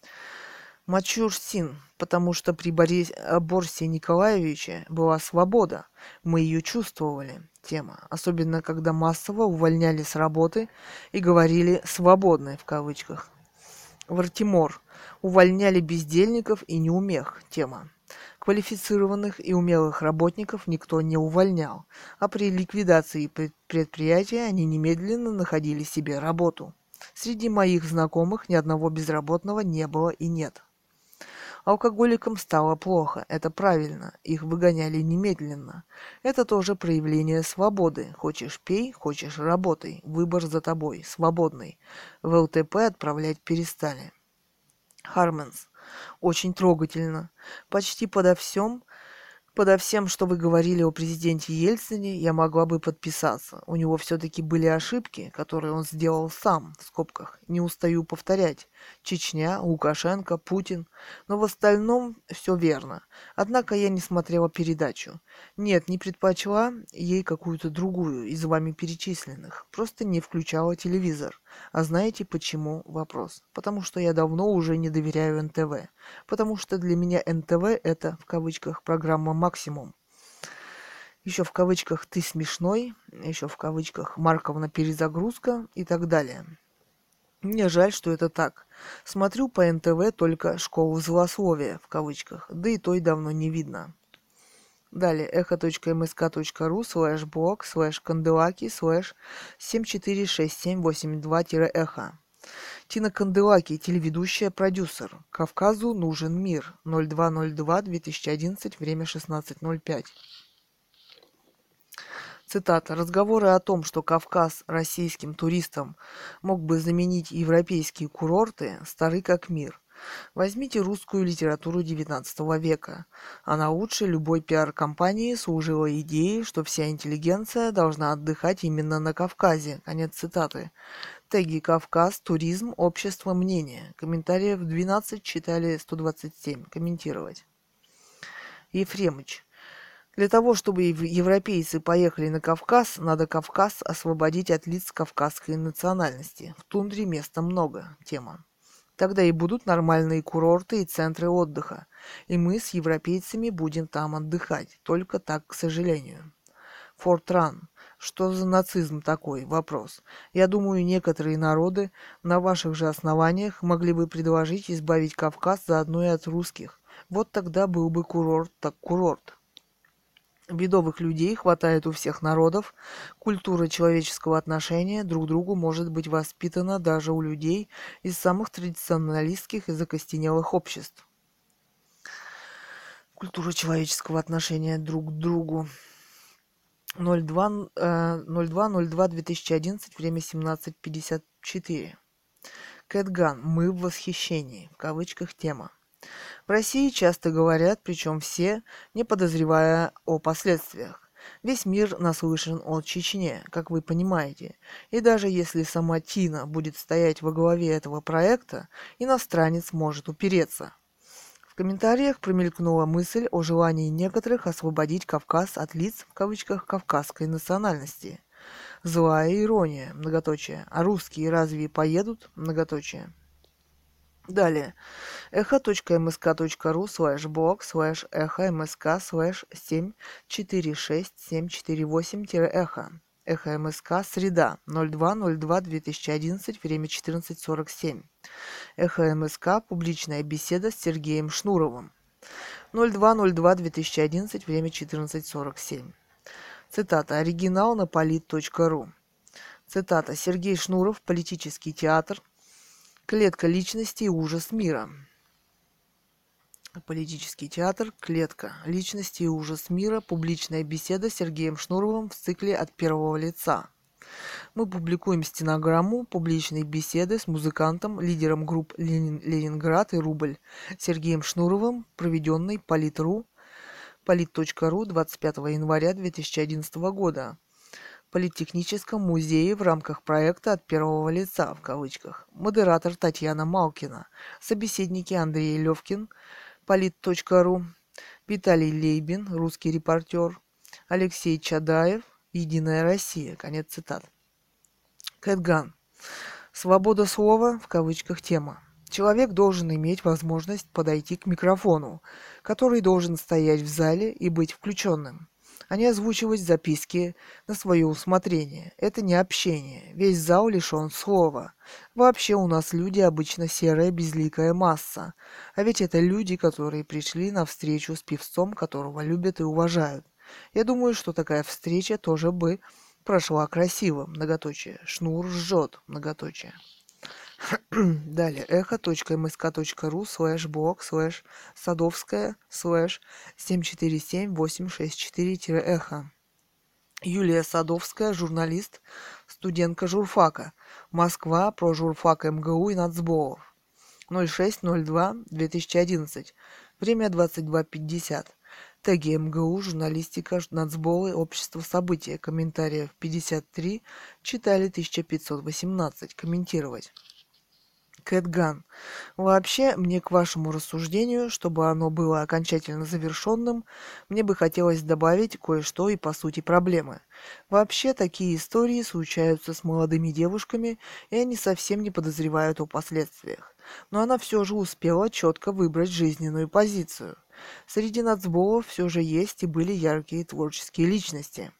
Мачурсин, потому что при Борис... Борсе Николаевиче была свобода. Мы ее чувствовали. Тема. Особенно, когда массово увольняли с работы и говорили «свободны» в кавычках. Вартимор. Увольняли бездельников и неумех. Тема. Квалифицированных и умелых работников никто не увольнял, а при ликвидации предприятия они немедленно находили себе работу. Среди моих знакомых ни одного безработного не было и нет. Алкоголикам стало плохо, это правильно, их выгоняли немедленно. Это тоже проявление свободы. Хочешь пей, хочешь работай, выбор за тобой, свободный. В эл тэ пэ отправлять перестали. Харменс. Очень трогательно. Почти подо всем, подо всем, что вы говорили о президенте Ельцине, я могла бы подписаться. У него все-таки были ошибки, которые он сделал сам, в скобках. Не устаю повторять. Чечня, Лукашенко, Путин. Но в остальном все верно. Однако я не смотрела передачу. Нет, не предпочла ей какую-то другую из вами перечисленных. Просто не включала телевизор. А знаете почему? Вопрос. Потому что я давно уже не доверяю эн тэ вэ. Потому что для меня эн тэ вэ это, в кавычках, программа «Максимум». Еще в кавычках «ты смешной», еще в кавычках «Марковна перезагрузка» и так далее. Мне жаль, что это так. Смотрю по эн тэ вэ только «Школу злословия», в кавычках, да и той давно не видно. Далее, эхо.мск.ру слэш блог слэш канделаки слэш семь четыре шесть семь восемь два эхо. Тина Канделаки, телеведущая, продюсер. Кавказу нужен мир. ноль два ноль два две тысячи одиннадцать, время шестнадцать ноль пять. Цитата. «Разговоры о том, что Кавказ российским туристам мог бы заменить европейские курорты, стары как мир. Возьмите русскую литературу девятнадцатого века. Она лучше любой пиар-компании служила идее, что вся интеллигенция должна отдыхать именно на Кавказе». Конец цитаты. Теги «Кавказ», «Туризм», «Общество», «Мнение». Комментариев двенадцать, читали сто двадцать семь. Комментировать. Ефремыч. Для того, чтобы европейцы поехали на Кавказ, надо Кавказ освободить от лиц кавказской национальности. В тундре места много. Тема. Тогда и будут нормальные курорты и центры отдыха. И мы с европейцами будем там отдыхать. Только так, к сожалению. Фортран. Что за нацизм такой? Вопрос. Я думаю, некоторые народы на ваших же основаниях могли бы предложить избавить Кавказ заодно и от русских. Вот тогда был бы курорт так курорт. Бедовых людей хватает у всех народов, культура человеческого отношения друг к другу может быть воспитана даже у людей из самых традиционалистских и закостенелых обществ. Культура человеческого отношения друг к другу. ноль два ноль два две тысячи одиннадцать, время семнадцать пятьдесят четыре. Кэтган. Мы в восхищении. В кавычках тема. В России часто говорят, причем все, не подозревая о последствиях. Весь мир наслышан о Чечне, как вы понимаете. И даже если сама Тина будет стоять во главе этого проекта, иностранец может упереться. В комментариях промелькнула мысль о желании некоторых освободить Кавказ от лиц, в кавычках, кавказской национальности. Злая ирония, многоточие. А русские разве поедут, многоточие? Далее. эхо.мск.ру слэш блог слэш эхо мск слэш семь четыре шесть семь четыре восемь эхо. Эхо МСК. Среда. ноль два ноль два две тысячи одиннадцать. Время четырнадцать сорок семь. Эхо МСК. Публичная беседа с Сергеем Шнуровым. ноль два ноль два две тысячи одиннадцать. Время четырнадцать сорок семь. Цитата. Оригинал на полит точка ру. Цитата. Сергей Шнуров. Политический театр. Клетка личности и ужас мира. Политический театр. Клетка личности и ужас мира. Публичная беседа с Сергеем Шнуровым в цикле «От первого лица». Мы публикуем стенограмму публичной беседы с музыкантом, лидером групп Ленин, «Ленинград» и «Рубль» Сергеем Шнуровым, проведенной Полит.ру, полит точка ру двадцать пятого января две тысячи одиннадцатого года. Политехническом музее в рамках проекта «От первого лица» в кавычках. Модератор Татьяна Малкина. Собеседники Андрей Левкин, полит точка ру, Виталий Лейбин, русский репортер, Алексей Чадаев, «Единая Россия». Конец цитат. Кэтган. Свобода слова в кавычках тема. Человек должен иметь возможность подойти к микрофону, который должен стоять в зале и быть включенным, а не озвучивать записки на свое усмотрение. Это не общение. Весь зал лишен слова. Вообще у нас люди обычно серая безликая масса. А ведь это люди, которые пришли на встречу с певцом, которого любят и уважают. Я думаю, что такая встреча тоже бы прошла красиво. Многоточие. Шнур жжет. Многоточие. Далее. эхо.мск.ру слэш блог слэш садовская слэш семь четыре семь восемь шесть четыре эхо. Юлия Садовская, журналист, студентка журфака. Москва, про журфак МГУ и нацсболов. ноль шесть ноль два две тысячи одиннадцать. Время двадцать два пятьдесят. Теги МГУ, журналистика, нацсболы, общество, события. Комментариев пятьдесят три. Читали тысяча пятьсот восемнадцать. Комментировать. Кэтган. Вообще, мне к вашему рассуждению, чтобы оно было окончательно завершенным, мне бы хотелось добавить кое-что и по сути проблемы. Вообще, такие истории случаются с молодыми девушками, и они совсем не подозревают о последствиях. Но она все же успела четко выбрать жизненную позицию. Среди нацсболов все же есть и были яркие творческие личности.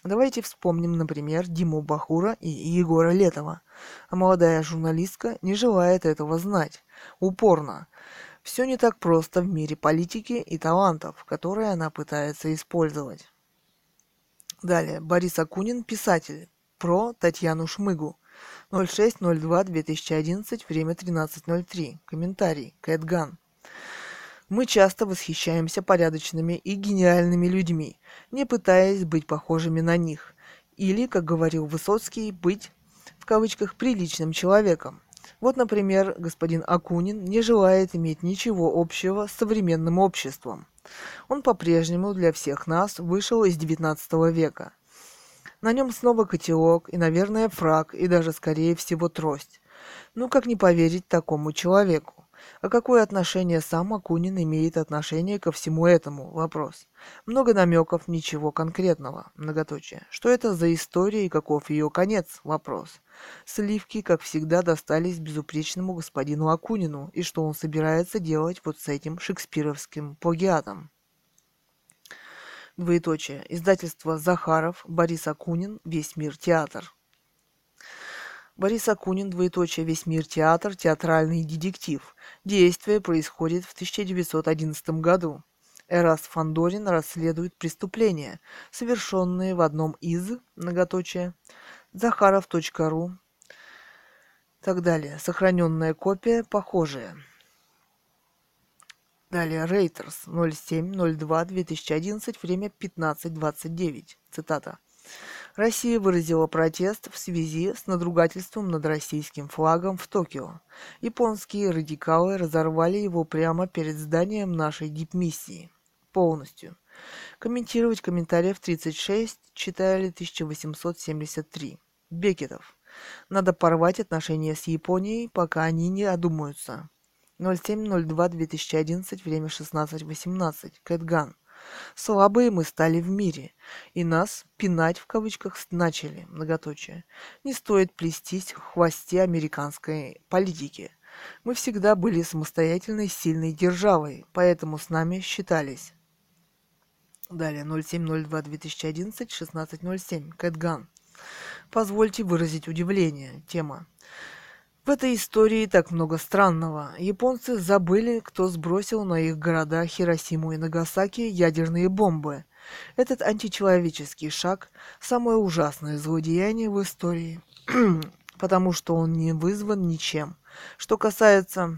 Давайте вспомним, например, Диму Бахура и Егора Летова. А молодая журналистка не желает этого знать. Упорно. Все не так просто в мире политики и талантов, которые она пытается использовать. Далее. Борис Акунин, писатель. Про Татьяну Шмыгу. ноль шесть ноль два две тысячи одиннадцать, время тринадцать ноль три. Комментарий. Кэтган. Мы часто восхищаемся порядочными и гениальными людьми, не пытаясь быть похожими на них. Или, как говорил Высоцкий, быть, в кавычках, приличным человеком. Вот, например, господин Акунин не желает иметь ничего общего с современным обществом. Он по-прежнему для всех нас вышел из девятнадцатого века. На нем снова котелок и, наверное, фрак, и даже, скорее всего, трость. Ну, как не поверить такому человеку? А какое отношение сам Акунин имеет отношение ко всему этому? Вопрос. Много намеков, ничего конкретного. Многоточие. Что это за история и каков ее конец? Вопрос. Сливки, как всегда, достались безупречному господину Акунину, и что он собирается делать вот с этим шекспировским плагиатом? Двоеточие. Издательство Захаров, Борис Акунин, Весь мир театр. Борис Акунин, двоеточие, Весь мир театр, театральный детектив. Действие происходит в тысяча девятьсот одиннадцатом году. Эраст Фандорин расследует преступления, совершенные в одном из, многоточие, захаров точка ру, так далее. Сохраненная копия, похожая. Далее, Reuters, ноль семь ноль два две тысячи одиннадцать, время пятнадцать двадцать девять. Цитата. Россия выразила протест в связи с надругательством над российским флагом в Токио. Японские радикалы разорвали его прямо перед зданием нашей дипмиссии. Полностью. Комментировать комментариев тридцать шесть, читали тысяча восемьсот семьдесят три. Бекетов. Надо порвать отношения с Японией, пока они не одумаются. ноль семь ноль два две тысячи одиннадцать, время шестнадцать восемнадцать. Кэтган. Слабые мы стали в мире, и нас пинать в кавычках начали, многоточие. Не стоит плестись в хвосте американской политики. Мы всегда были самостоятельной сильной державой, поэтому с нами считались. Далее, ноль семь ноль два две тысячи одиннадцать, шестнадцать ноль семь. Кэтган. Позвольте выразить удивление. Тема. В этой истории так много странного. Японцы забыли, кто сбросил на их города Хиросиму и Нагасаки ядерные бомбы. Этот античеловеческий шаг – самое ужасное злодеяние в истории, потому что он не вызван ничем. Что касается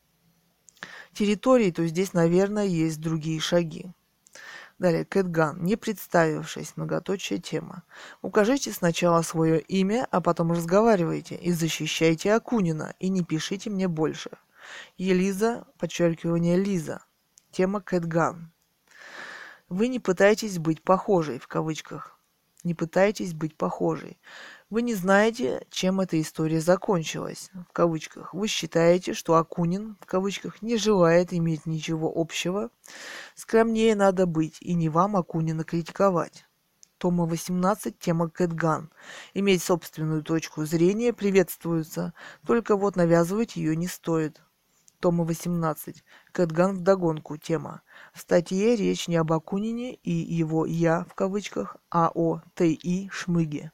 территорий, то здесь, наверное, есть другие шаги. Далее, Кэтган, не представившись, многоточие тема. Укажите сначала свое имя, а потом разговаривайте и защищайте Акунина, и не пишите мне больше. Елиза, подчеркивание Лиза. Тема Кэтган. Вы не пытаетесь быть похожей, в кавычках. Не пытаетесь быть похожей. Вы не знаете, чем эта история закончилась, в кавычках. Вы считаете, что Акунин, в кавычках, не желает иметь ничего общего. Скромнее надо быть, и не вам Акунина критиковать. Тома восемнадцать, тема Кэтган. Иметь собственную точку зрения приветствуется, только вот навязывать ее не стоит. Тома восемнадцать. Кэтган вдогонку. Тема. В статье речь не об Акунине и его «я», в кавычках, а о Т И Шмыге.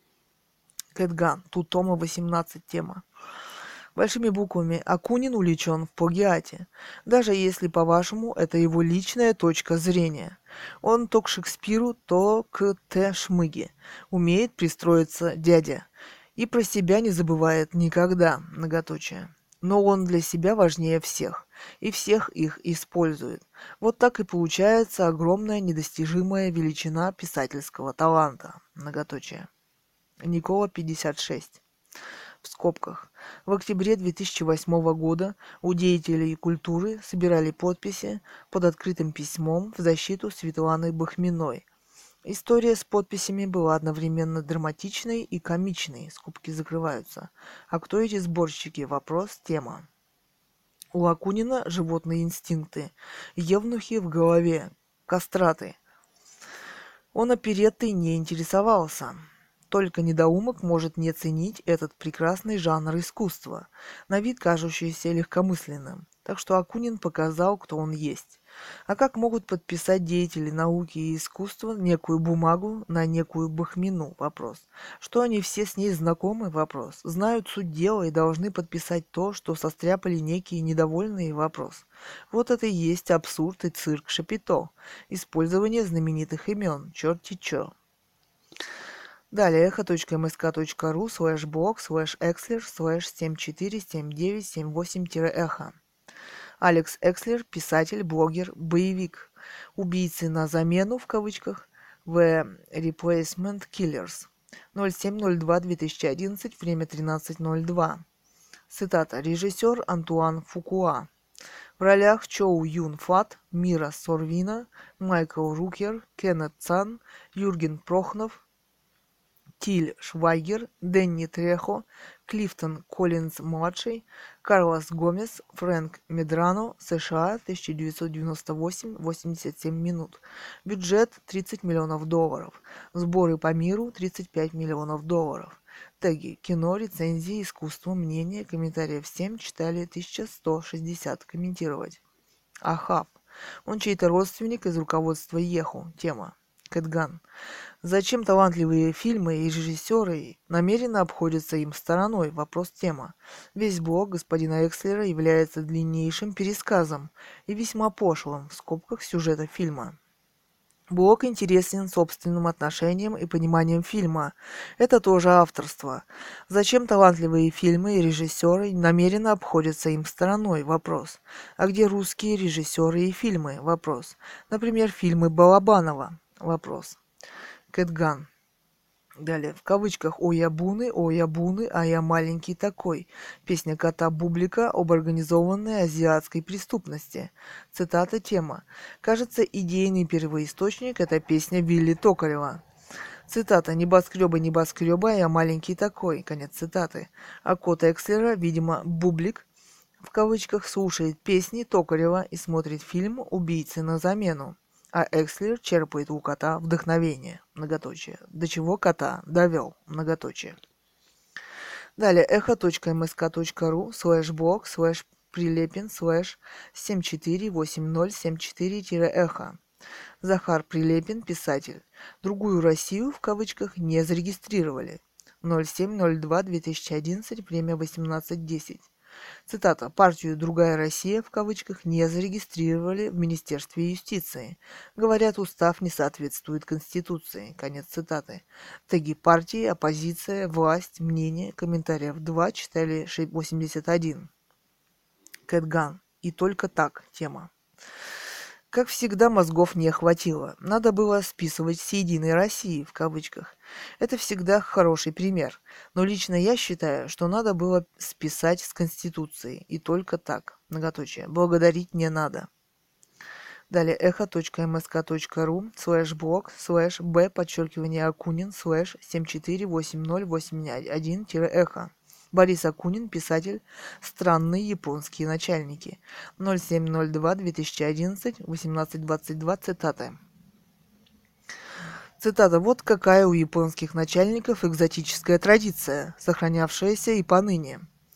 Кэтган. Тут тома восемнадцать. Тема. Большими буквами. Акунин увлечен в плагиате. Даже если, по-вашему, это его личная точка зрения. Он то к Шекспиру, то к Т. Шмыге. Умеет пристроиться дядя. И про себя не забывает никогда. Многоточие. Но он для себя важнее всех, и всех их использует. Вот так и получается огромная недостижимая величина писательского таланта. Многоточие. Никола, пятьдесят шесть. В скобках. В октябре две тысячи восьмого года у деятелей культуры собирали подписи под открытым письмом в защиту Светланы Бахминой. История с подписями была одновременно драматичной и комичной. Скобки закрываются. А кто эти сборщики? Вопрос, тема. У Акунина животные инстинкты. Евнухи в голове. Кастраты. Он опереттой не интересовался. Только недоумок может не ценить этот прекрасный жанр искусства, на вид кажущийся легкомысленным. Так что Акунин показал, кто он есть. А как могут подписать деятели науки и искусства некую бумагу на некую бахмину? Вопрос. Что они все с ней знакомы? Вопрос. Знают суть дела и должны подписать то, что состряпали некие недовольные? Вопрос. Вот это и есть абсурд и цирк Шапито. Использование знаменитых имен. Черти чё. Далее эхо.мск.ру слэш блог слэш экслер слэш семь четыре семь девять семь восемь эхо. Алекс Экслер, писатель, блогер, боевик. Убийцы на замену, в кавычках, The Replacement Killers. ноль семь ноль два две тысячи одиннадцать, время тринадцать ноль два. Цитата. Режиссер Антуан Фукуа. В ролях Чоу Юн Фат, Мира Сорвина, Майкл Рукер, Кеннет Цан, Юрген Прохнов, Тиль Швайгер, Дэнни Трехо, Клифтон Коллинз-младший, Карлос Гомес, Фрэнк Медрано, США, тысяча девятьсот девяносто восемь, восемьдесят семь минут. Бюджет тридцать миллионов долларов. Сборы по миру тридцать пять миллионов долларов. Теги. Кино, рецензии, искусство, мнение, комментариев семь, читали тысяча сто шестьдесят. Комментировать. Ахав. Он чей-то родственник из руководства Еху. Тема. Кэтган. Зачем талантливые фильмы и режиссеры намеренно обходятся им стороной? Вопрос тема. Весь блог господина Экслера является длиннейшим пересказом и весьма пошлым в скобках сюжета фильма. Блог интересен собственным отношением и пониманием фильма. Это тоже авторство. Зачем талантливые фильмы и режиссеры намеренно обходятся им стороной? Вопрос. А где русские режиссеры и фильмы? Вопрос. Например, фильмы Балабанова. Вопрос. Кэтган. Далее, в кавычках «О я буны, о я буны, а я маленький такой». Песня кота Бублика об организованной азиатской преступности. Цитата тема. Кажется, идейный первоисточник – это песня Вилли Токарева. Цитата. «Небоскреба, небоскреба, а я маленький такой». Конец цитаты. А кот Экслера, видимо, Бублик, в кавычках, слушает песни Токарева и смотрит фильм «Убийцы на замену». А Экслер черпает у кота вдохновение, многоточие. До чего кота довел, многоточие. Далее эхо.мск.ру слэш блог слэш прилепин слэш семь четыре восемь ноль семь четыре эхо. Захар Прилепин, писатель. Другую Россию, в кавычках, не зарегистрировали. ноль семь ноль два две тысячи одиннадцать, время восемнадцать десять. Цитата. Партию «Другая Россия» в кавычках не зарегистрировали в Министерстве юстиции. Говорят, устав не соответствует Конституции. Конец цитаты. Теги партии, оппозиция, власть, мнение, комментариев два, читали восемьдесят один. Кэтган. И только так. Тема. Как всегда, мозгов не хватило. Надо было списывать с «Единой России» в кавычках. Это всегда хороший пример. Но лично я считаю, что надо было списать с Конституцией. И только так. Многоточие. Благодарить не надо. Далее эхо.мск.ру слэш блог слэш б подчеркивание Акунин слэш семь четыре восемь ноль восемь один эхо. Борис Акунин, писатель, странные японские начальники. ноль семь ноль два две тысячи одиннадцать, восемнадцать двадцать два, цитаты. Цитата. Вот какая у японских начальников экзотическая традиция, сохранявшаяся и поныне.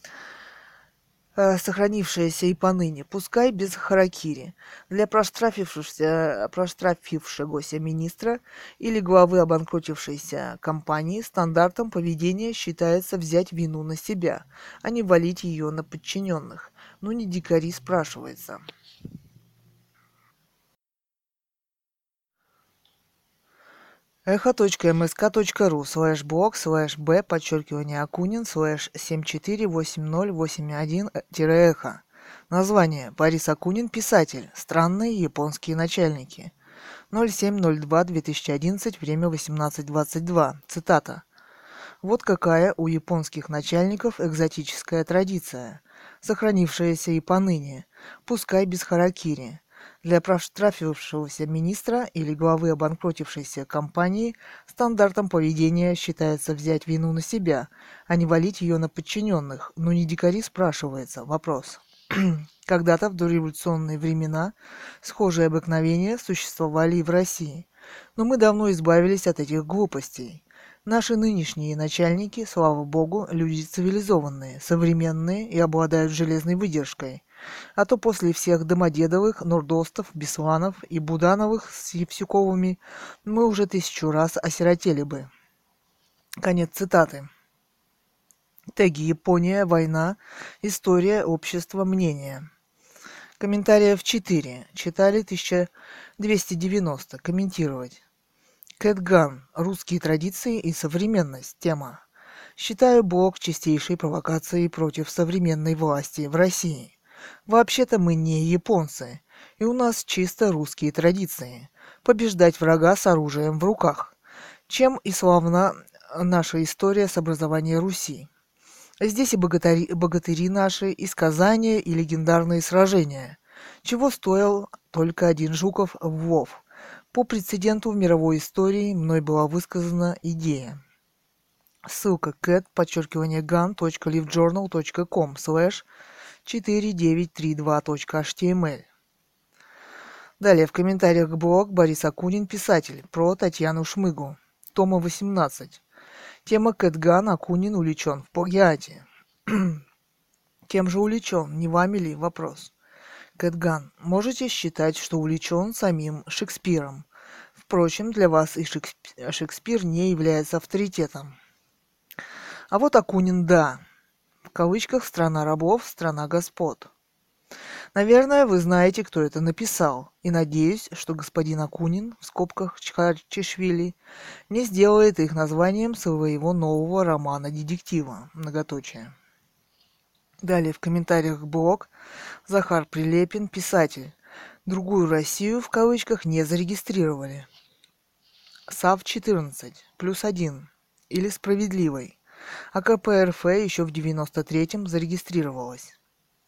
Э, сохранившаяся и поныне, пускай без харакири. Для проштрафившегося, проштрафившегося министра или главы обанкротившейся компании стандартом поведения считается взять вину на себя, а не валить ее на подчиненных. Ну не дикари, спрашивается. эхо.мск.ру слэш блог слэш б подчеркивание Акунин слэш семь четыре восемь ноль восемь один эхо. Название. Борис Акунин, писатель. Странные японские начальники. ноль семь ноль два две тысячи одиннадцать, время восемнадцать двадцать два. Цитата. Вот какая у японских начальников экзотическая традиция, сохранившаяся и поныне, пускай без харакири. Для проштрафившегося министра или главы обанкротившейся компании стандартом поведения считается взять вину на себя, а не валить ее на подчиненных. Но не дикари, спрашивается. Вопрос. Когда-то в дореволюционные времена схожие обыкновения существовали и в России, но мы давно избавились от этих глупостей. Наши нынешние начальники, слава богу, люди цивилизованные, современные и обладают железной выдержкой. А то после всех Домодедовых, Нурдостов, Бесланов и Будановых с Евсюковыми мы уже тысячу раз осиротели бы. Конец цитаты. Теги: Япония, война, история, общество, мнение. Комментариев четыре. Читали тысяча двести девяносто. Комментировать. Кэтган. Русские традиции и современность. Тема. Считаю блог чистейшей провокацией против современной власти в России. Вообще-то мы не японцы, и у нас чисто русские традиции. Побеждать врага с оружием в руках. Чем и славна наша история с образования Руси. Здесь и богатыри, богатыри наши, и сказания, и легендарные сражения. Чего стоил только один Жуков в ВОВ. По прецеденту в мировой истории мной была высказана идея. Ссылка cat, подчеркивание gun.livejournal.com слэш четыре девять три два точка эйч ти эм эль. Далее в комментариях к блог Борис Акунин, писатель, про Татьяну Шмыгу. Тома восемнадцать. Тема Кэтган. Акунин увлечен в плагиате. Кем же увлечен? Не вами ли? Вопрос. Кэтган. Можете считать, что увлечен самим Шекспиром. Впрочем, для вас и Шекспир, Шекспир не является авторитетом. А вот Акунин, да. В кавычках «страна рабов, страна господ». Наверное, вы знаете, кто это написал, и надеюсь, что господин Акунин, в скобках Чхарчишвили, не сделает их названием своего нового романа-детектива. Многоточие. Далее в комментариях к блог Захар Прилепин, писатель. Другую Россию, в кавычках, не зарегистрировали. САВ четырнадцать, плюс один, или справедливой, а ка пэ эр эф еще в девяносто третьем зарегистрировалась.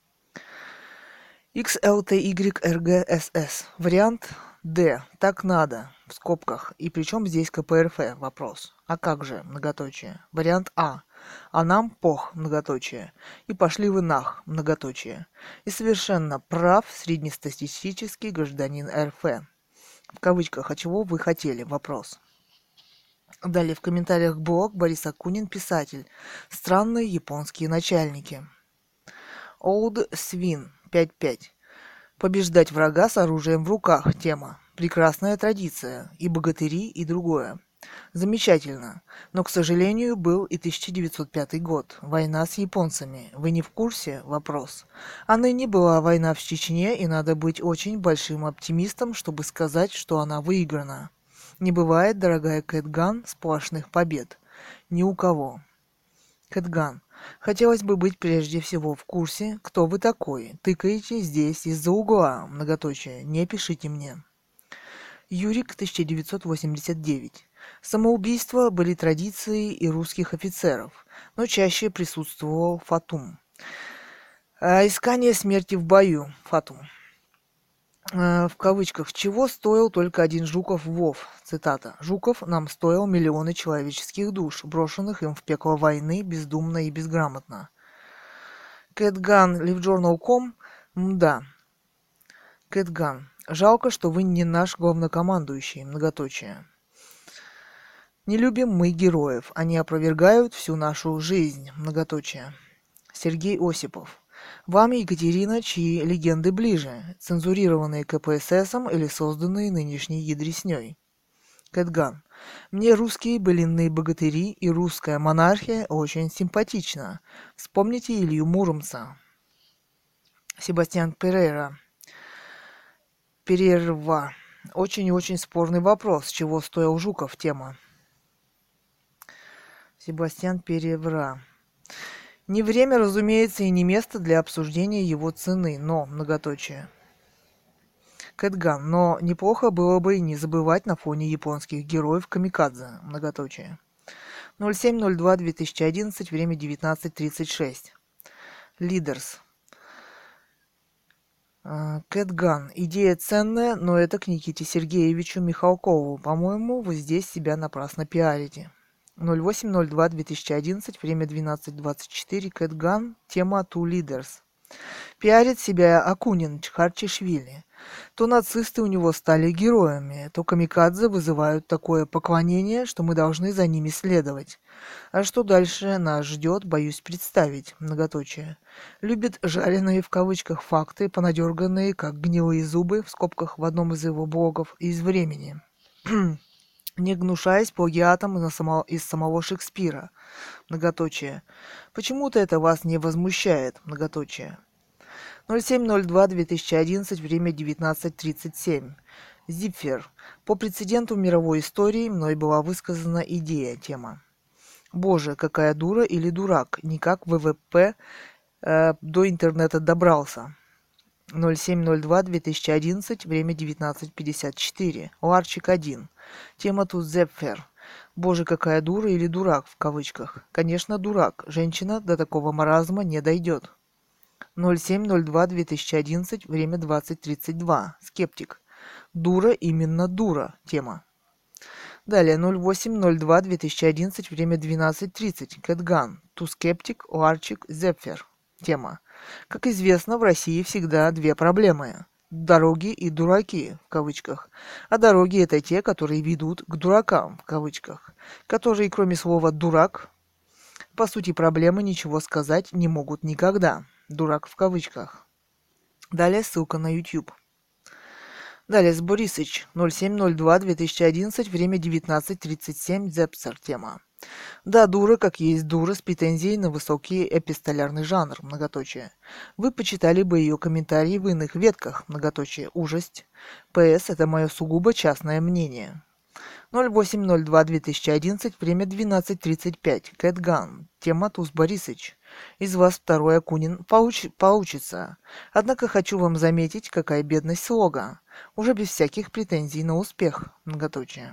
икс эл ти уай эр джи эс эс. Вариант Д. Так надо. В скобках. И причем здесь ка пэ эр эф? Вопрос. А как же? Многоточие. Вариант А. А нам пох. Многоточие. И пошли вы нах. Многоточие. И совершенно прав среднестатистический гражданин эр эф. В кавычках. А чего вы хотели? Вопрос. Далее в комментариях блог Борис Акунин, писатель. Странные японские начальники. Old Swin. пять пять. Побеждать врага с оружием в руках. Тема. Прекрасная традиция. И богатыри, и другое. Замечательно. Но, к сожалению, был и тысяча девятьсот пятый год. Война с японцами. Вы не в курсе? Вопрос. А ныне была война в Чечне, и надо быть очень большим оптимистом, чтобы сказать, что она выиграна. Не бывает, дорогая Кэтган, сплошных побед. Ни у кого. Кэтган. Хотелось бы быть прежде всего в курсе, кто вы такой. Тыкаете здесь из-за угла. Многоточие. Не пишите мне. Юрик, тысяча девятьсот восемьдесят девять. Самоубийства были традицией и русских офицеров, но чаще присутствовал Фатум. А, искание смерти в бою. Фатум. В кавычках, чего стоил только один Жуков в ВОВ. Цитата. Жуков нам стоил миллионы человеческих душ, брошенных им в пекло войны бездумно и безграмотно. Кэтган, livejournal точка ком. Да. Кэтган. Жалко, что вы не наш главнокомандующий. Многоточие. Не любим мы героев. Они опровергают всю нашу жизнь. Многоточие. Сергей Осипов. Вам, Екатерина, чьи легенды ближе, цензурированные ка пэ эс эсом или созданные нынешней ядресней? Кэтган. Мне русские былинные богатыри и русская монархия очень симпатична. Вспомните Илью Муромца. Себастьян Перейра. Перерва. Очень и очень спорный вопрос, чего стоил Жуков. Тема. Себастьян Перевра. Не время, разумеется, и не место для обсуждения его цены, но, многоточие. Кэтган, но неплохо было бы и не забывать на фоне японских героев камикадзе, многоточие. ноль семь ноль два две тысячи одиннадцать, время девятнадцать тридцать шесть. Лидерс. Кэтган, идея ценная, но это к Никите Сергеевичу Михалкову. По-моему, вы здесь себя напрасно пиарите. ноль восемь ноль два две тысячи одиннадцать, время двенадцать двадцать четыре, Кэтган, тема Two Leaders. Пиарит себя Акунин, Чхарчишвили. То нацисты у него стали героями, то камикадзе вызывают такое поклонение, что мы должны за ними следовать. А что дальше нас ждет, боюсь представить. Многоточие. Любит жареные в кавычках факты, понадерганные, как гнилые зубы, в скобках в одном из его блогов, из времени. Не гнушаясь плагиатом на само- из самого Шекспира. Многоточие. Почему-то это вас не возмущает. Многоточие. ноль семь ноль два две тысячи одиннадцать, время девятнадцать тридцать семь. Зипфер. По прецеденту мировой истории мной была высказана идея, тема. Боже, какая дура или дурак, никак вэ вэ пэ э, до интернета добрался. ноль семь ноль два две тысячи одиннадцать, время девятнадцать пятьдесят четыре. Ларчик один. Тема тут Зепфер. Боже, какая дура или дурак, в кавычках. Конечно, дурак. Женщина до такого маразма не дойдет. ноль семь ноль два две тысячи одиннадцать, время двадцать тридцать два. Скептик. Дура, именно дура. Тема. Далее, ноль восемь ноль два две тысячи одиннадцать, время двенадцать тридцать. Кэтган. Ту скептик, Ларчик, Зепфер. Тема. Как известно, в России всегда две проблемы. Дороги и дураки, в кавычках. А дороги это те, которые ведут к дуракам, в кавычках. Которые, кроме слова «дурак», по сути проблемы ничего сказать не могут никогда. Дурак в кавычках. Далее ссылка на YouTube. Далее, с Борисыч, ноль семь ноль два две тысячи одиннадцать, время девятнадцать тридцать семь, Зепсер, тема. Да, дура, как есть дура, с претензией на высокий эпистолярный жанр, многоточие. Вы почитали бы ее комментарии в иных ветках, многоточие, ужасть. ПС, это мое сугубо частное мнение. ноль восемь ноль два две тысячи одиннадцать, время двенадцать тридцать пять, Кэтган, тема Туз Борисыч. Из вас второй Акунин получ- получится. Однако хочу вам заметить, какая бедность слога. Уже без всяких претензий на успех, многоточие.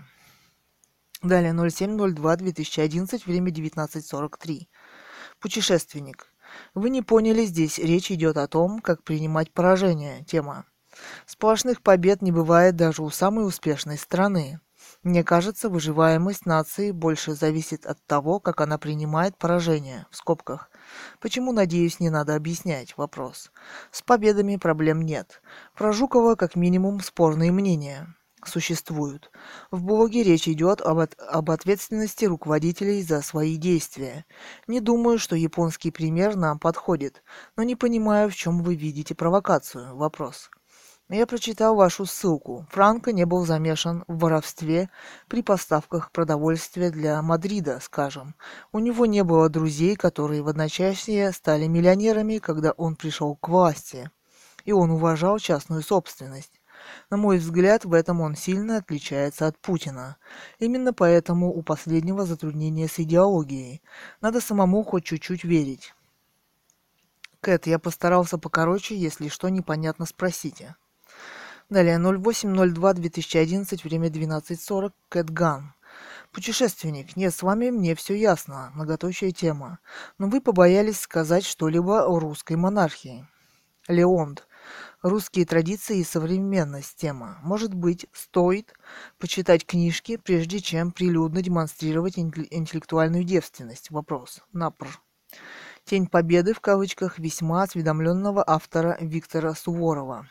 Далее, ноль семь ноль два две тысячи одиннадцать, время девятнадцать сорок три. Путешественник. Вы не поняли, здесь речь идет о том, как принимать поражение. Тема. Сплошных побед не бывает даже у самой успешной страны. Мне кажется, выживаемость нации больше зависит от того, как она принимает поражение, в скобках. Почему, надеюсь, не надо объяснять, вопрос. С победами проблем нет. Про Жукова, как минимум, спорные мнения существуют. В блоге речь идет об, от, об ответственности руководителей за свои действия. Не думаю, что японский пример нам подходит, но не понимаю, в чем вы видите провокацию, вопрос. Я прочитал вашу ссылку. Франко не был замешан в воровстве при поставках продовольствия для Мадрида, скажем. У него не было друзей, которые в одночасье стали миллионерами, когда он пришел к власти. И он уважал частную собственность. На мой взгляд, в этом он сильно отличается от Путина. Именно поэтому у последнего затруднения с идеологией. Надо самому хоть чуть-чуть верить. Кэт, я постарался покороче, если что непонятно, спросите. Далее, ноль восемь ноль два две тысячи одиннадцать, время двенадцать сорок, Кэтган. Путешественник, нет, с вами мне все ясно, многоточие тема. Но вы побоялись сказать что-либо о русской монархии. Леонд. Русские традиции и современность тема. Может быть, стоит почитать книжки, прежде чем прилюдно демонстрировать интеллектуальную девственность. Вопрос. Напр. Тень победы, в кавычках, весьма осведомленного автора Виктора Суворова.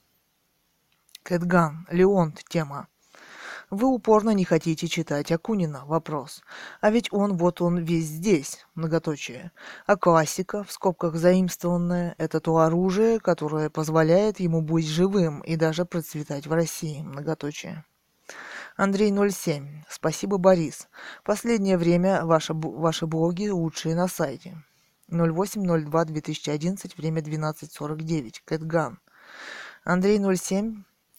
Кэтган. Леонт. Тема. Вы упорно не хотите читать Акунина. Вопрос. А ведь он, вот он весь здесь. Многоточие. А классика, в скобках заимствованная, это то оружие, которое позволяет ему быть живым и даже процветать в России. Многоточие. Андрей ноль семь. Спасибо, Борис. Последнее время ваши, ваши блоги лучшие на сайте. ноль восемь ноль два две тысячи одиннадцать, время двенадцать сорок девять. Кэтган. Андрей ноль семь.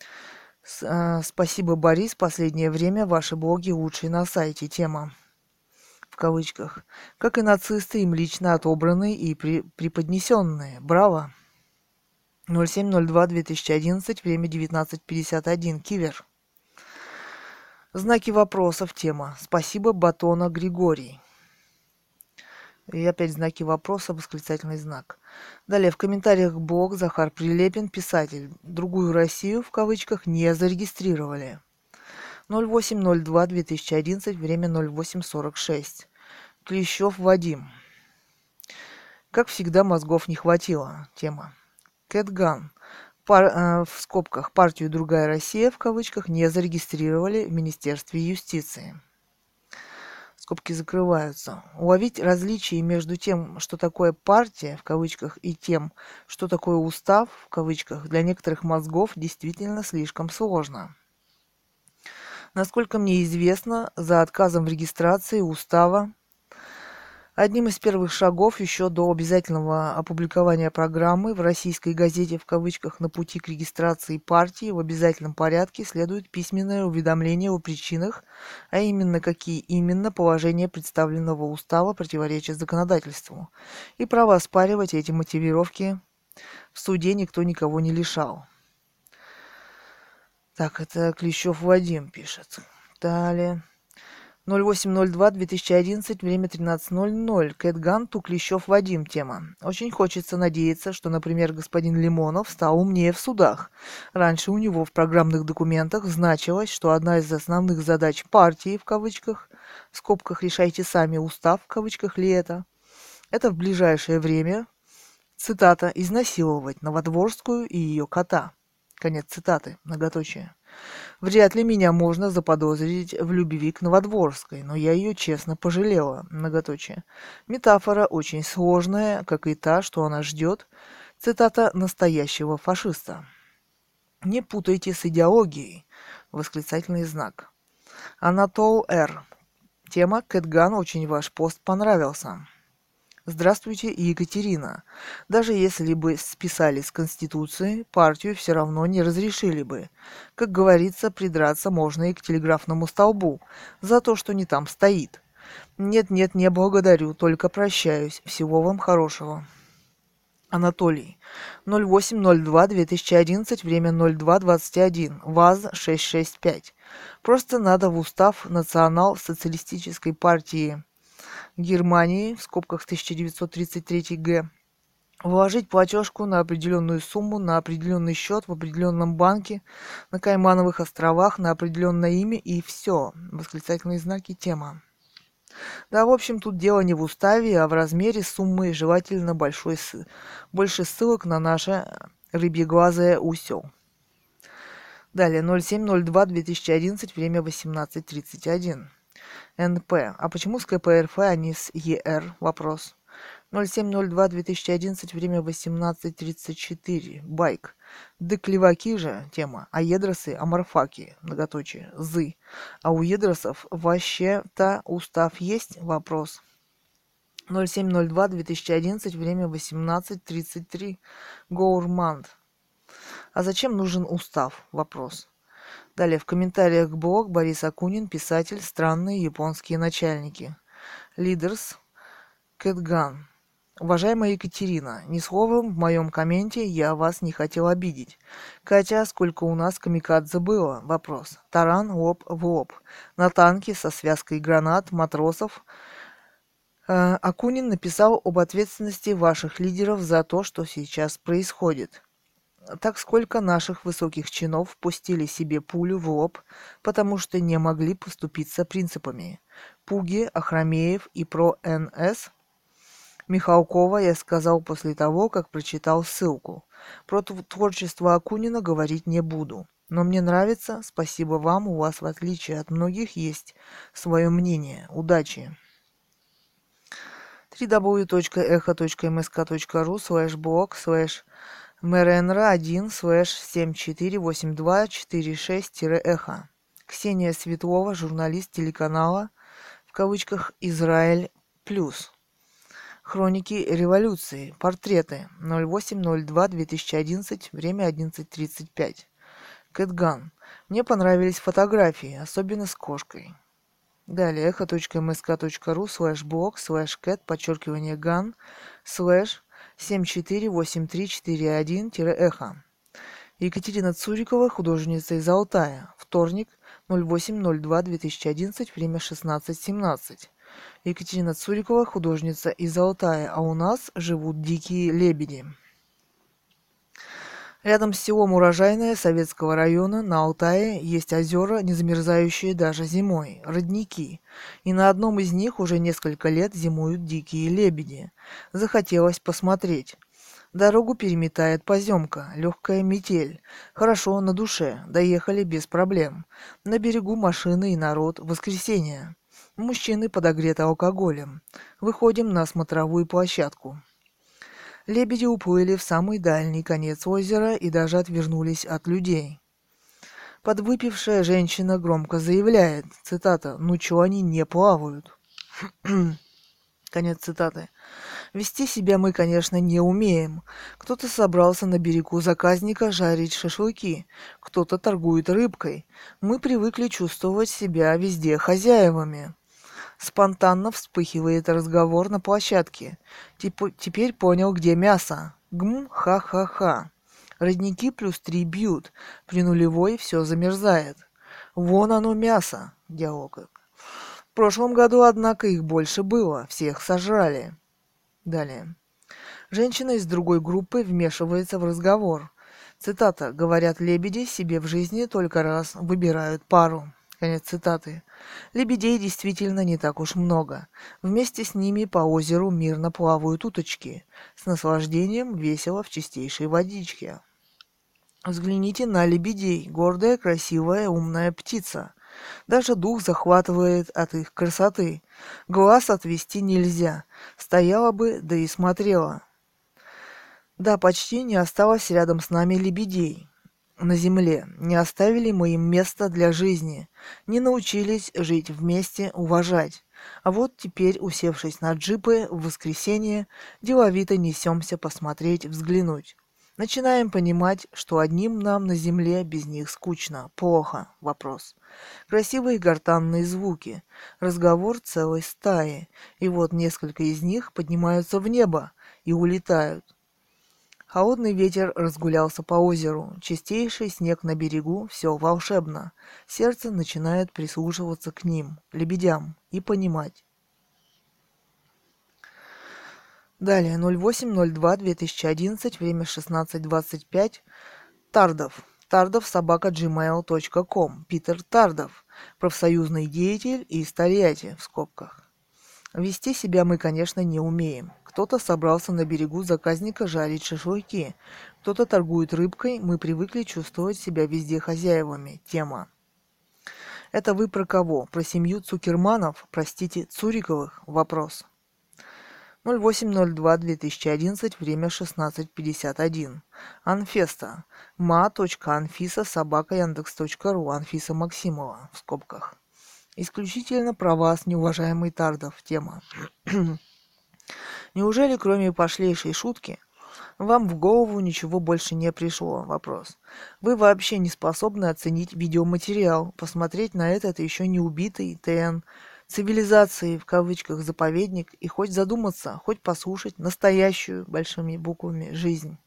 Спасибо, Борис. Последнее время ваши блоги лучшие на сайте. Тема. В кавычках. Как и нацисты, им лично отобранные и при, преподнесенные. Браво. ноль семь ноль два две тысячи одиннадцать, время девятнадцать пятьдесят один. Кивер. Знаки вопросов. Тема. Спасибо, Батона Григорий. И опять знаки вопроса, восклицательный знак. Далее, в комментариях блог Захар Прилепин, писатель. Другую Россию, в кавычках, не зарегистрировали. ноль восемь ноль два две тысячи одиннадцать, время ноль восемь сорок шесть. Клещев Вадим. Как всегда, мозгов не хватило. Тема. Кэтган. пар, э, в скобках партию «Другая Россия» в кавычках не зарегистрировали в Министерстве юстиции. Скобки закрываются. Уловить различие между тем, что такое партия, в кавычках, и тем, что такое устав, в кавычках, для некоторых мозгов действительно слишком сложно. Насколько мне известно, за отказом в регистрации устава одним из первых шагов еще до обязательного опубликования программы в российской газете в кавычках на пути к регистрации партии в обязательном порядке следует письменное уведомление о причинах, а именно какие именно положения представленного устава противоречат законодательству. И право оспаривать эти мотивировки в суде никто никого не лишал. Так, это Клещев Вадим пишет. Далее. ноль восемь ноль два две тысячи одиннадцать, время тринадцать ноль ноль. Кэтган, Туклещев Вадим, тема. Очень хочется надеяться, что, например, господин Лимонов стал умнее в судах. Раньше у него в программных документах значилось, что одна из основных задач партии, в кавычках, в скобках решайте сами устав, в кавычках ли это, это в ближайшее время, цитата, изнасиловать Новодворскую и ее кота. Конец цитаты, многоточие. Вряд ли меня можно заподозрить в любви к Новодворской, но я ее честно пожалела, многоточие. Метафора очень сложная, как и та, что она ждет, цитата, настоящего фашиста. Не путайте с идеологией, восклицательный знак. Анатол Р. Тема Кэтган, очень ваш пост понравился. Здравствуйте, Екатерина. Даже если бы списали с Конституции, партию все равно не разрешили бы. Как говорится, придраться можно и к телеграфному столбу за то, что не там стоит. Нет-нет, не благодарю, только прощаюсь. Всего вам хорошего. Анатолий. ноль восемь ноль два две тысячи одиннадцать, время ноль два двадцать один, ВАЗ шестьсот шестьдесят пять. Просто надо в устав Национал-социалистической партии Германии, в скобках тысяча девятьсот тридцать третий г, вложить платежку на определенную сумму, на определенный счет в определенном банке, на Каймановых островах, на определенное имя и все. Восклицательные знаки, тема. Да, в общем, тут дело не в уставе, а в размере суммы, желательно большой, больше ссылок на наше рыбьеглазое усё. Далее, ноль семь ноль два две тысячи одиннадцать, время восемнадцать тридцать один. эн пэ. А почему с ка пэ эр эф, а не с е эр? Вопрос. ноль семь ноль два две тысячи одиннадцать, время восемнадцать тридцать четыре. Байк. Да клеваки же, тема. А едросы, аморфаки, многоточие, зы. А у едросов вообще-то устав есть? Вопрос. ноль семь ноль два две тысячи одиннадцать, время восемнадцать тридцать три. Гоурманд. А зачем нужен устав? Вопрос. Далее в комментариях к блог Борис Акунин, писатель, странные японские начальники. Лидерс, Кэтган. Уважаемая Екатерина, ни словом в моем комменте я вас не хотел обидеть. Катя, сколько у нас камикадзе было? Вопрос. Таран лоб в лоб. На танке со связкой гранат, матросов. Э, Акунин написал об ответственности ваших лидеров за то, что сейчас происходит. Так сколько наших высоких чинов пустили себе пулю в лоб, потому что не могли поступиться принципами. Пуги, Ахрамеев и про эн эс Михалкова я сказал после того, как прочитал ссылку. Про творчество Акунина говорить не буду. Но мне нравится, спасибо вам, у вас в отличие от многих есть свое мнение. Удачи. дабл ю дабл ю дабл ю точка эхо точка эм эс ка точка ру слэш блог слэш мрнр один слэш семь четыре восемь два четыре шесть эхо. Ксения Светлова, журналист телеканала, в кавычках, Израиль Плюс. Хроники революции. Портреты. ноль восемь ноль два две тысячи одиннадцать, время одиннадцать тридцать пять. Кэтган. Мне понравились фотографии, особенно с кошкой. Далее эхо точка эм эс ка точка ру слэш блог слэш кэт подчеркивание ган слэш семь четыре восемь три четыре один эхо. Екатерина Цурикова, художница из Алтая. Вторник, ноль восемь ноль два две тысячи одиннадцать, время шестнадцать семнадцать. Екатерина Цурикова, художница из Алтая, а у нас живут дикие лебеди. Рядом с селом Урожайное Советского района на Алтае есть озера, не замерзающие даже зимой, родники, и на одном из них уже несколько лет зимуют дикие лебеди. Захотелось посмотреть. Дорогу переметает поземка, легкая метель. Хорошо на душе, доехали без проблем. На берегу машины и народ, воскресенье. Мужчины подогреты алкоголем. Выходим на смотровую площадку. Лебеди уплыли в самый дальний конец озера и даже отвернулись от людей. Подвыпившая женщина громко заявляет, цитата, «Ну чё они не плавают?» Конец цитаты. Вести себя мы, конечно, не умеем. Кто-то собрался на берегу заказника жарить шашлыки, кто-то торгует рыбкой. Мы привыкли чувствовать себя везде хозяевами. Спонтанно вспыхивает разговор на площадке. Типа, теперь понял, где мясо. Гм, ха-ха-ха. Родники плюс три бьют. При нулевой все замерзает. Вон оно мясо. Диалог. В прошлом году, однако, их больше было. Всех сожрали. Далее. Женщина из другой группы вмешивается в разговор. Цитата. «Говорят, лебеди себе в жизни только раз выбирают пару». Конец цитаты. Лебедей действительно не так уж много. Вместе с ними по озеру мирно плавают уточки. С наслаждением весело в чистейшей водичке. Взгляните на лебедей. Гордая, красивая, умная птица. Даже дух захватывает от их красоты. Глаз отвести нельзя. Стояла бы, да и смотрела. Да, почти не осталось рядом с нами лебедей. На земле. Не оставили мы им места для жизни. Не научились жить вместе, уважать. А вот теперь, усевшись на джипы в воскресенье, деловито несемся посмотреть, взглянуть. Начинаем понимать, что одним нам на земле без них скучно, плохо. Вопрос. Красивые гортанные звуки, разговор целой стаи, и вот несколько из них поднимаются в небо и улетают. Холодный ветер разгулялся по озеру, чистейший снег на берегу, все волшебно. Сердце начинает прислушиваться к ним, лебедям, и понимать. Далее, ноль восемь ноль два две тысячи одиннадцать, время шестнадцать двадцать пять. Тардов. Тардов собака джимейл точка ком. Питер Тардов. Профсоюзный деятель из Тольятти, в скобках. Вести себя мы, конечно, не умеем. Кто-то собрался на берегу заказника жарить шашлыки. Кто-то торгует рыбкой. Мы привыкли чувствовать себя везде хозяевами. Тема. Это вы про кого? Про семью Цукерманов? Простите, Цуриковых? Вопрос. ноль восемь ноль два две тысячи одиннадцать, время шестнадцать пятьдесят один. Анфеста. ма.анфиса собака яндекс.ру. Анфиса Максимова, в скобках. Исключительно про вас, неуважаемый Тардов. Тема. Неужели, кроме пошлейшей шутки, вам в голову ничего больше не пришло? Вопрос. Вы вообще не способны оценить видеоматериал, посмотреть на этот еще не убитый ТН цивилизации, в кавычках, заповедник, и хоть задуматься, хоть послушать настоящую, большими буквами, жизнь.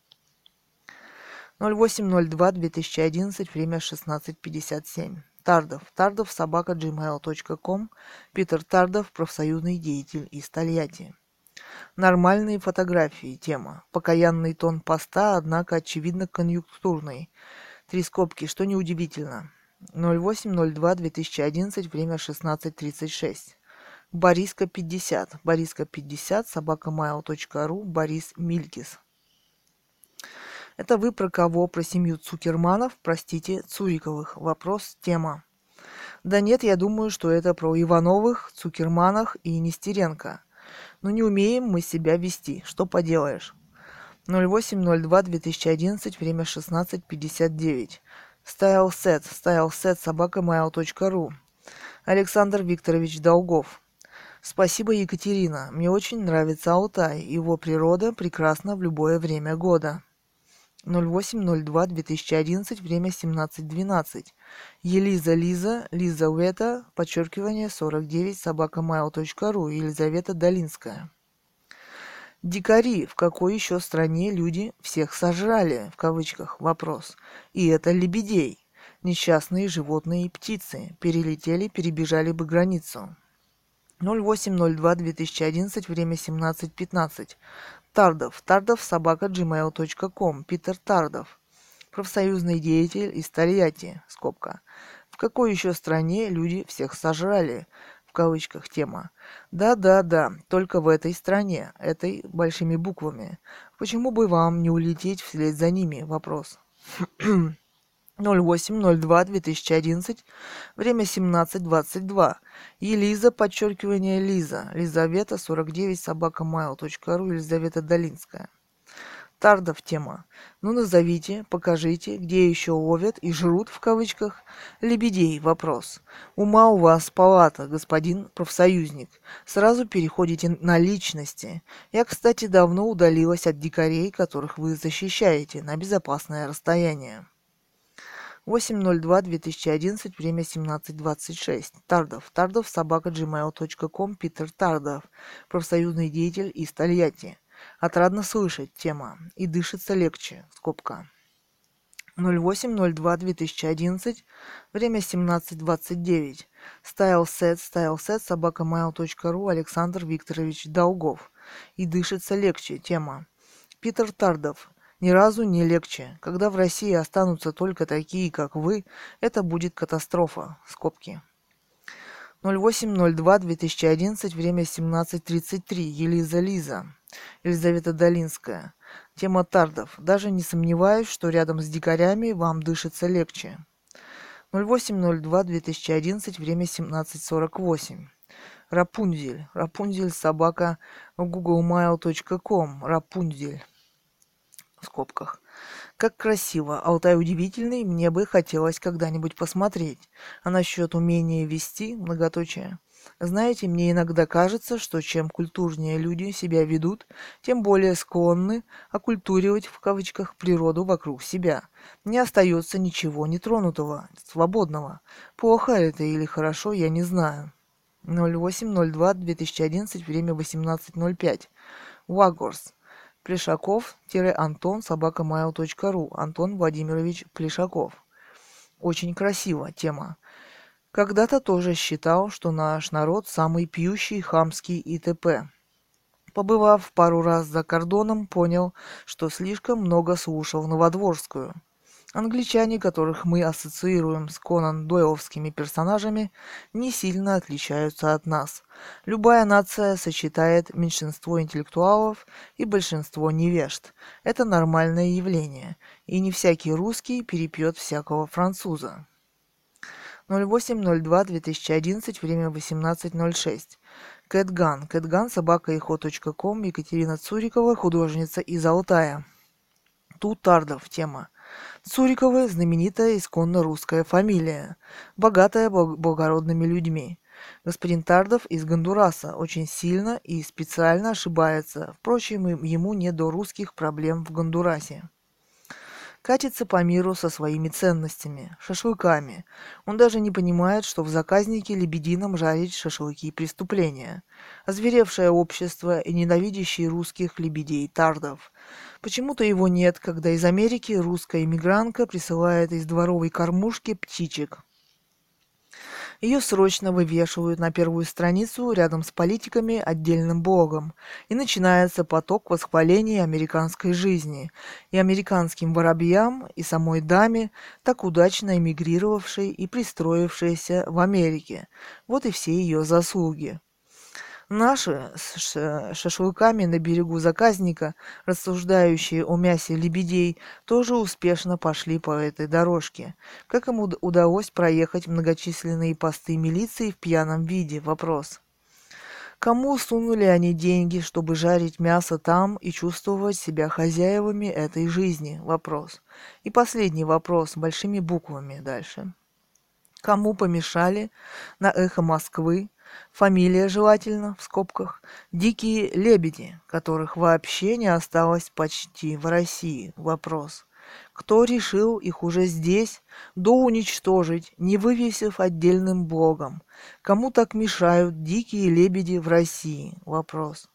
ноль восемь ноль два две тысячи одиннадцать, время шестнадцать пятьдесят семь. Тардов. Тардов собака джимейл точка ком. Питер Тардов, профсоюзный деятель из Тольятти. Нормальные фотографии. Тема. Покаянный тон поста, однако, очевидно, конъюнктурный. Три скобки, что неудивительно. ноль восемь ноль два две тысячи одиннадцать, время шестнадцать тридцать шесть. Бориска пятьдесят. Бориска пятьдесят, собака майл точка ру. Борис Милькис. Это вы про кого? Про семью Цукерманов? Простите, Цуриковых. Вопрос. Тема. Да нет, я думаю, что это про Ивановых, Цукерманах и Нестеренко. Но не умеем мы себя вести. Что поделаешь? ноль восемь ноль два две тысячи одиннадцать, время шестнадцать пятьдесят девять. Стайлсет. Стайлсет собака майл точка ру. Александр Викторович Долгов. Спасибо, Екатерина. Мне очень нравится Алтай. Его природа прекрасна в любое время года. ноль восемь ноль два две тысячи одиннадцать, время семнадцать двенадцать. Елиза Лиза, Лизавета, подчеркивание сорок девять, собака майл точка ру. Елизавета Долинская. Дикари, в какой еще стране люди всех сожрали, в кавычках, вопрос. И это лебедей. Несчастные животные и птицы. Перелетели, перебежали бы границу. ноль восемь ноль два две тысячи одиннадцать, время семнадцать пятнадцать. Тардов. Тардов собака джимейл точка ком. Питер Тардов. Профсоюзный деятель из Тольятти, скобка. В какой еще стране люди всех сожрали? В кавычках тема. Да-да-да, только в этой стране, этой большими буквами. Почему бы вам не улететь вслед за ними? Вопрос. ноль восемь ноль два две тысячи одиннадцать, время семнадцать двадцать два. Елиза, подчеркивание Лиза, Лизавета, сорок девять, собака mail точка ру, Елизавета Долинская. Тардов тема. Ну назовите, покажите, где еще ловят и жрут, в кавычках, лебедей. Вопрос. Ума у вас палата, господин профсоюзник. Сразу переходите на личности. Я, кстати, давно удалилась от дикарей, которых вы защищаете, на безопасное расстояние. восемь ноль два две тысячи одиннадцать, время семнадцать двадцать шесть. Тардов. Тардов, собака джимейл точка ком, Питер Тардов. Профсоюзный деятель из Тольятти. Отрадно слышать. Тема. И дышится легче. Скобка. ноль восемь ноль два две тысячи одиннадцать. Время семнадцать двадцать девять. Стайлсет. Стайлсет. Собака mail точка ру. Александр Викторович Долгов. И дышится легче. Тема. Питер Тардов. Ни разу не легче. Когда в России останутся только такие, как вы, это будет катастрофа. Скобки. ноль восемь ноль два две тысячи одиннадцать. Время семнадцать тридцать три. Елиза Лиза. Елизавета Долинская. Тема Тардов. Даже не сомневаюсь, что рядом с дикарями вам дышится легче. ноль восемь ноль два две тысячи одиннадцать. Время семнадцать сорок восемь. Рапунзель. Рапунзель, собака гугл mail точка ком. Рапунзель. В скобках. Как красиво. Алтай удивительный, мне бы хотелось когда-нибудь посмотреть. А насчет умения вести, многоточие. Знаете, мне иногда кажется, что чем культурнее люди себя ведут, тем более склонны оккультуривать, в кавычках, природу вокруг себя. Не остается ничего нетронутого, свободного. Плохо это или хорошо, я не знаю. ноль восемь ноль два две тысячи одиннадцать, время восемнадцать ноль пять. Вагорс. Плешаков-Антон, собака mail точка ру. Антон Владимирович Плешаков. Очень красиво. Тема. Когда-то тоже считал, что наш народ самый пьющий, хамский и т.п. Побывав пару раз за кордоном, понял, что слишком много слушал Новодворскую. Англичане, которых мы ассоциируем с Конан Дойловскими персонажами, не сильно отличаются от нас. Любая нация сочетает меньшинство интеллектуалов и большинство невежд. Это нормальное явление, и не всякий русский перепьет всякого француза. ноль восемь ноль два две тысячи одиннадцать, время восемнадцать ноль шесть. Кэтган. Кэтган, собака ихо точка ком, Екатерина Цурикова, художница из Алтая. Тут Тардов. Тема. Цуриковы – знаменитая исконно русская фамилия, богатая благородными людьми. Господин Тардов из Гондураса очень сильно и специально ошибается, впрочем, ему не до русских проблем в Гондурасе. Катится по миру со своими ценностями, шашлыками. Он даже не понимает, что в заказнике лебедином жарить шашлыки преступления. Озверевшее общество и ненавидящий русских лебедей Тардов. Почему-то его нет, когда из Америки русская иммигрантка присылает из дворовой кормушки птичек. Ее срочно вывешивают на первую страницу рядом с политиками отдельным блогом, и начинается поток восхвалений американской жизни и американским воробьям, и самой даме, так удачно эмигрировавшей и пристроившейся в Америке. Вот и все ее заслуги. Наши с шашлыками на берегу заказника, рассуждающие о мясе лебедей, тоже успешно пошли по этой дорожке. Как им удалось проехать многочисленные посты милиции в пьяном виде? Вопрос. Кому сунули они деньги, чтобы жарить мясо там и чувствовать себя хозяевами этой жизни? Вопрос. И последний вопрос, большими буквами дальше. Кому помешали на «Эхо Москвы», фамилия желательно, в скобках, «Дикие лебеди», которых вообще не осталось почти в России? Вопрос. Кто решил их уже здесь доуничтожить, не вывесив отдельным блогом? Кому так мешают дикие лебеди в России? Вопрос.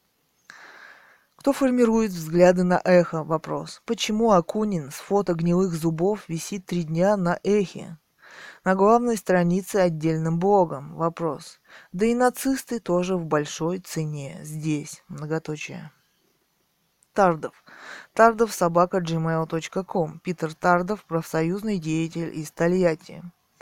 Кто формирует взгляды на эхо? Вопрос. Почему Акунин с фото гнилых зубов висит три дня на эхе? На главной странице отдельным блогом? Вопрос. Да и нацисты тоже в большой цене здесь. Многоточие. Тардов. Тардов, собака джимейл точка ком. Питер Тардов, профсоюзный деятель из Тольятти.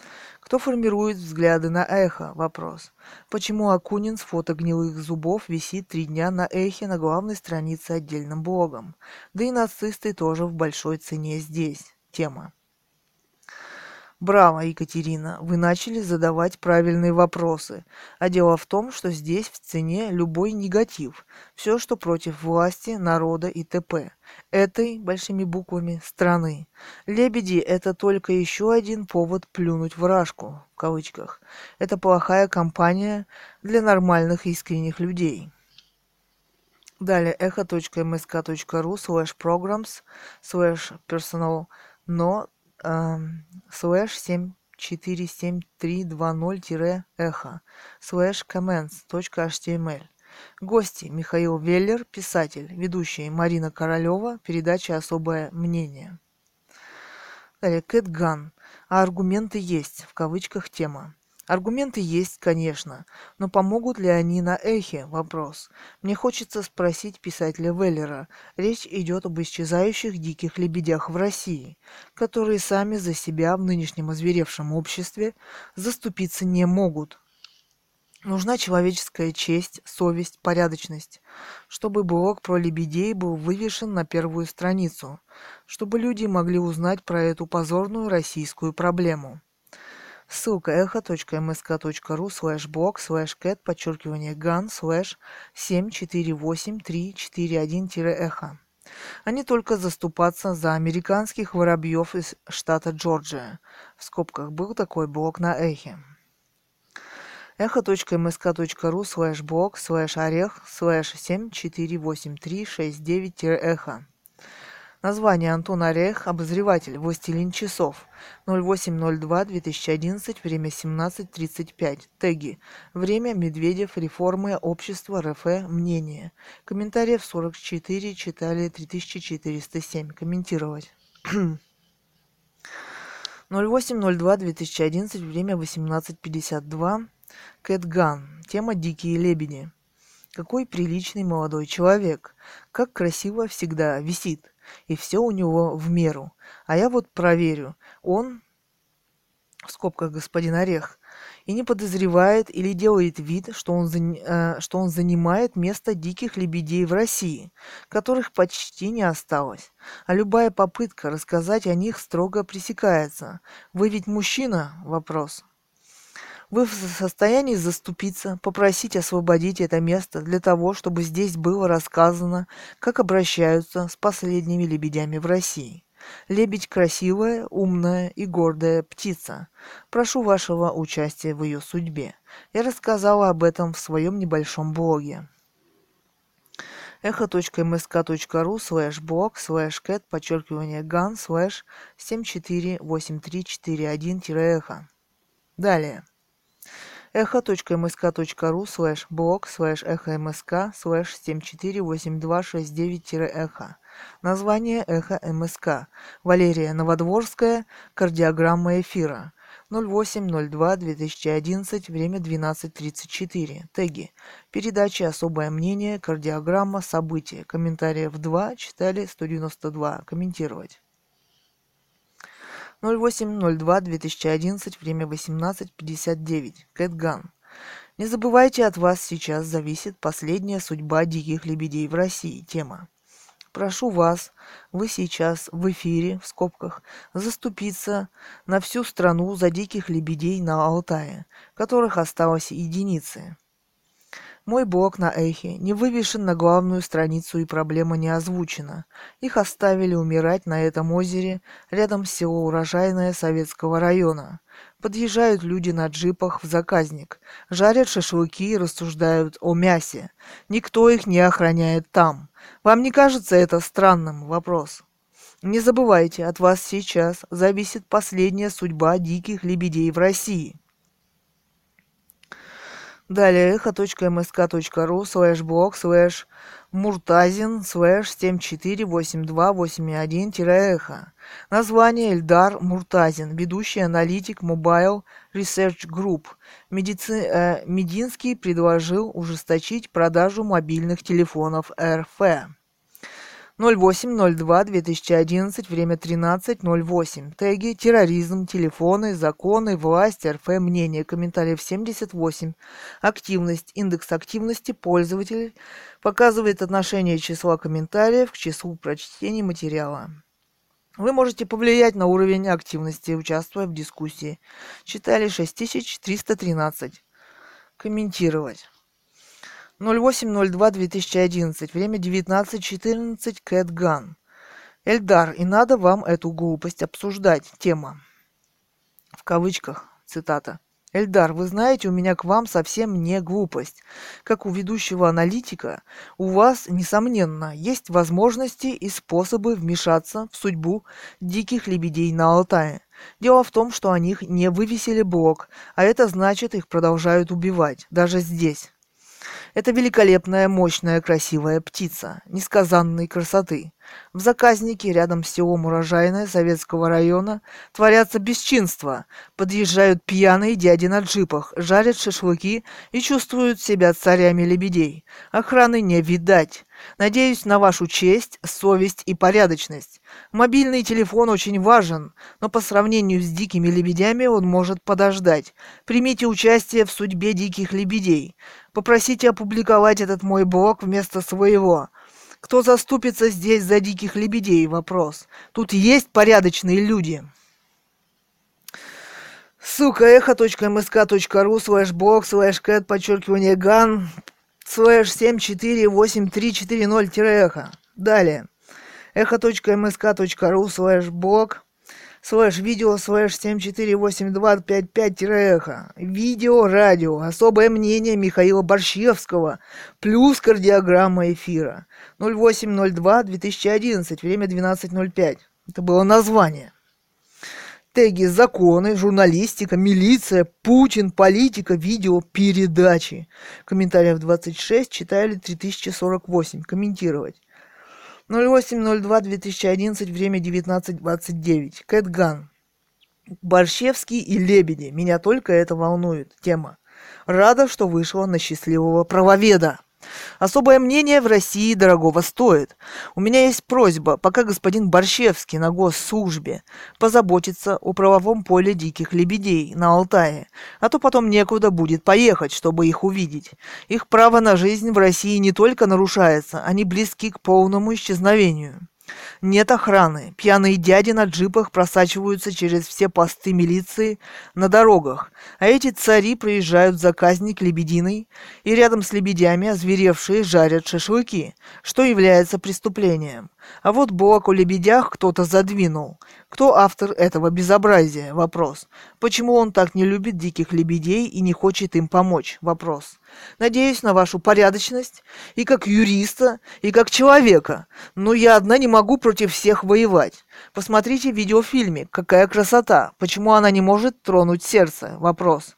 Кто формирует взгляды на эхо? Вопрос. Почему Акунин с фото гнилых зубов висит три дня на эхе на главной странице отдельным блогом? Да и нацисты тоже в большой цене здесь. Тема. Браво, Екатерина, вы начали задавать правильные вопросы. А дело в том, что здесь в цене любой негатив. Все, что против власти, народа и т.п. Этой, большими буквами, страны. Лебеди – это только еще один повод плюнуть в рашку, в кавычках. Это плохая компания для нормальных искренних людей. Далее эхо.msk.ru slash programs slash personal но слэш семь четыре семь три два ноль эхо слэш comments точка эйч ти эм эль. Гости: Михаил Веллер, писатель, ведущая Марина Королева, передача «Особое мнение». Далее Кэтган. А аргументы есть, в кавычках, тема. Аргументы есть, конечно, но помогут ли они на эхе? Вопрос. Мне хочется спросить писателя Веллера. Речь идет об исчезающих диких лебедях в России, которые сами за себя в нынешнем озверевшем обществе заступиться не могут. Нужна человеческая честь, совесть, порядочность, чтобы блог про лебедей был вывешен на первую страницу, чтобы люди могли узнать про эту позорную российскую проблему. Ссылка эхо.msk.ру слэш блог слэш кэт подчеркивание ган слэш семь четыре восемь три четыре один эхо. А не только заступаться за американских воробьев из штата Джорджия. В скобках был такой блог на эхе. эхо.msk.ру слэш блог слэш орех слэш семь четыре восемь три шесть девять эхо. Название: Антон Орех, обозреватель, «Властелин часов», ноль восемь ноль два две тысячи одиннадцать, время семнадцать тридцать пять. Теги: время, Медведев, реформы, общество, РФ, мнение. Комментариев сорок четыре, читали три тысячи четыреста семь. Комментировать. ноль восемь ноль два две тысячи одиннадцать, время восемнадцать пятьдесят два. Кэтган. Тема: дикие лебеди. Какой приличный молодой человек. Как красиво всегда висит. И все у него в меру. А я вот проверю. Он, в скобках господин Орех, и не подозревает или делает вид, что он, э, что он занимает место диких лебедей в России, которых почти не осталось. А любая попытка рассказать о них строго пресекается. Вы ведь мужчина? Вопрос. Вы в состоянии заступиться, попросить освободить это место для того, чтобы здесь было рассказано, как обращаются с последними лебедями в России. Лебедь – красивая, умная и гордая птица. Прошу вашего участия в ее судьбе. Я рассказала об этом в своем небольшом блоге. эхо.msk.ру слэш блог слэш кэт подчеркивание ган слэш семь четыре восемь три четыре один эхо. Далее. эхо.msk.ру слэш блог слэш эхо.мск слэш семь четыре восемь два шесть девять эхо. Название: Эхо МСК. Валерия Новодворская. Кардиограмма эфира. ноль восемь ноль два две тысячи одиннадцать. Время двенадцать тридцать четыре. Теги: передача «Особое мнение», кардиограмма, события. Комментариев два. Читали сто девяносто два. Комментировать. ноль восемь ноль два две тысячи одиннадцать, время восемнадцать пятьдесят девять. Кэтган. Не забывайте, от вас сейчас зависит последняя судьба диких лебедей в России. Тема. Прошу вас, вы сейчас в эфире, в скобках, заступиться на всю страну за диких лебедей на Алтае, которых осталось единицы. Мой блог на эхе не вывешен на главную страницу и проблема не озвучена. Их оставили умирать на этом озере, рядом с село Урожайное Советского района. Подъезжают люди на джипах в заказник, жарят шашлыки и рассуждают о мясе. Никто их не охраняет там. Вам не кажется это странным? Вопрос. Не забывайте, от вас сейчас зависит последняя судьба диких лебедей в России. Далее эхо.msk.ру слэш блог слэш муртазин слэш семь четыре восемь два восемь один эхо. Название: Эльдар Муртазин, ведущий аналитик Mobile Research Group. Медици... Э, Мединский предложил ужесточить продажу мобильных телефонов эр эф. ноль восемь ноль два две тысячи одиннадцать, время тринадцать ноль восемь. Теги: терроризм, телефоны, законы, власть, РФ, мнение, комментариев семьдесят восемь. Активность. Индекс активности пользователей показывает отношение числа комментариев к числу прочтений материала. Вы можете повлиять на уровень активности, участвуя в дискуссии. Читали шесть тысяч триста тринадцать. Комментировать. ноль восемь ноль два две тысячи одиннадцать, время девятнадцать четырнадцать, Кэтган. Эльдар, и надо вам эту глупость обсуждать. Тема. В кавычках, цитата. Эльдар, вы знаете, у меня к вам совсем не глупость. Как у ведущего аналитика, у вас, несомненно, есть возможности и способы вмешаться в судьбу диких лебедей на Алтае. Дело в том, что о них не вывесили блок, а это значит, их продолжают убивать, даже здесь. Это великолепная, мощная, красивая птица, несказанной красоты. В заказнике рядом с селом Урожайное Советского района творятся бесчинства. Подъезжают пьяные дяди на джипах, жарят шашлыки и чувствуют себя царями лебедей. Охраны не видать. Надеюсь на вашу честь, совесть и порядочность. Мобильный телефон очень важен, но по сравнению с дикими лебедями он может подождать. Примите участие в судьбе диких лебедей. Попросите опубликовать этот мой блог вместо своего. Кто заступится здесь за диких лебедей? Вопрос. Тут есть порядочные люди. Ссылка эхо.мск.ру слэш блог слэш кэт подчеркивание ган слэш семь четыре восемь три четыре ноль эхо. Далее. эхо.мск.ру слэш блог слэш видео слэш семь четыре восемь два пять пять эхо. Видео, радио. Особое мнение Михаила Борщевского. Плюс кардиограмма эфира. ноль восемь ноль два две тысячи одиннадцать. Время двенадцать ноль пять. Это было название. Теги: законы, журналистика, милиция, Путин, политика, видео, передачи. Комментариев двадцать шесть. Читали три тысячи сорок восемь. Комментировать. ноль восемь ноль два две тысячи одиннадцать, время девятнадцать двадцать девять. Кэтган. Борщевский и лебеди. Меня только это волнует. Тема. Рада, что вышла на счастливого правоведа. Особое мнение в России дорогого стоит. У меня есть просьба, пока господин Борщевский на госслужбе, позаботиться о правовом поле диких лебедей на Алтае, а то потом некуда будет поехать, чтобы их увидеть. Их право на жизнь в России не только нарушается, они близки к полному исчезновению. Нет охраны. Пьяные дяди на джипах просачиваются через все посты милиции на дорогах, а эти цари проезжают в заказник Лебединый, и рядом с лебедями озверевшие жарят шашлыки, что является преступлением. А вот блок о лебедях кто-то задвинул. Кто автор этого безобразия? Вопрос. Почему он так не любит диких лебедей и не хочет им помочь? Вопрос. Надеюсь на вашу порядочность и как юриста, и как человека, но я одна не могу против всех воевать. Посмотрите видеофильмик «Какая красота! Почему она не может тронуть сердце?» Вопрос.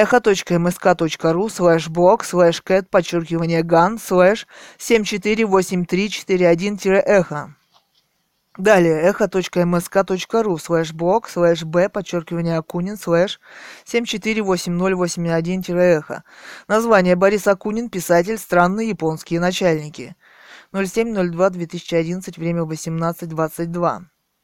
эхо.мск.ру слэш блог слэш кэт подчеркивание ган слэш семь четыре восемь три четыре один эхо. Далее эхо.мск.ру слэш блог слэш б подчеркивание Акунин слэш семь четыре восемь ноль восемь один эхо. Название: Борис Акунин, писатель, странные японские начальники. ноль семь ноль два две тысячи одиннадцать, время восемнадцать двадцать два.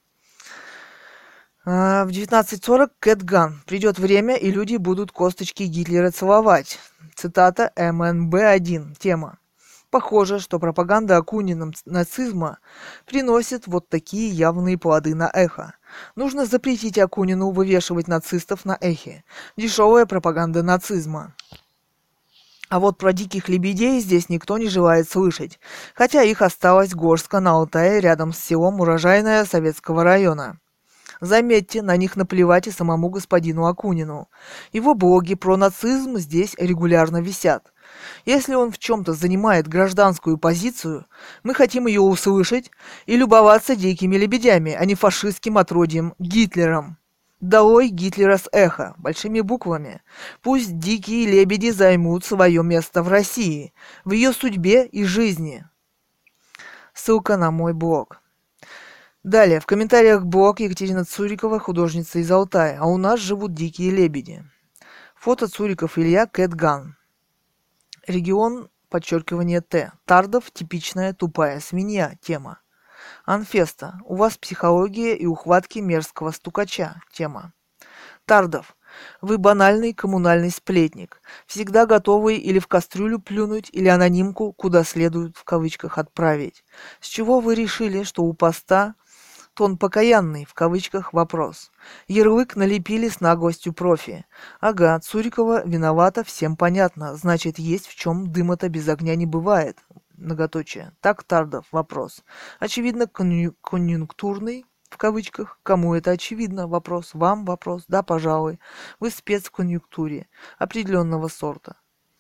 А, в девятнадцать сорок Кэтган. Придет время, и люди будут косточки Гитлера целовать. Цитата эм эн бэ один. Тема. Похоже, что пропаганда Акуниным нацизма приносит вот такие явные плоды на эхо. Нужно запретить Акунину вывешивать нацистов на эхе. Дешевая пропаганда нацизма. А вот про диких лебедей здесь никто не желает слышать, хотя их осталось горстка на Алтае рядом с селом Урожайное Советского района. Заметьте, на них наплевать и самому господину Акунину. Его блоги про нацизм здесь регулярно висят. Если он в чем-то занимает гражданскую позицию, мы хотим ее услышать и любоваться дикими лебедями, а не фашистским отродьем Гитлером. Долой Гитлера с эхо, большими буквами. Пусть дикие лебеди займут свое место в России, в ее судьбе и жизни. Ссылка на мой блог. Далее, в комментариях блог Екатерина Цурикова, художница из Алтая. А у нас живут дикие лебеди. Фото: Цуриков Илья, Кэтган. Регион, подчеркивание Т. Тардов, типичная тупая свинья. Тема. Анфеста. У вас психология и ухватки мерзкого стукача. Тема. Тардов. Вы банальный коммунальный сплетник, всегда готовый или в кастрюлю плюнуть, или анонимку куда следует в кавычках отправить. С чего вы решили, что у поста тон покаянный, в кавычках, вопрос? Ярлык налепили с наглостью профи. Ага, Цурикова виновата, всем понятно, значит, есть в чем дыма-то без огня не бывает. Многоточие. Так, Тардов, вопрос. Очевидно, конъю- конъюнктурный, в кавычках. Кому это очевидно? Вопрос. Вам вопрос? Да, пожалуй. Вы спец в конъюнктуре определенного сорта.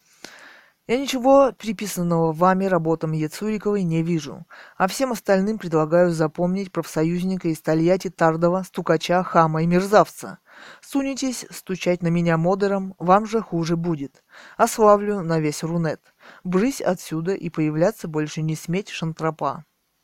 Я ничего приписанного вами работам Е. Цуриковой не вижу, а всем остальным предлагаю запомнить профсоюзника из Тольятти Тардова, стукача, хама и мерзавца. Сунетесь стучать на меня модером, вам же хуже будет. Ославлю на весь Рунет. Брысь отсюда и появляться больше не сметь, шантропа.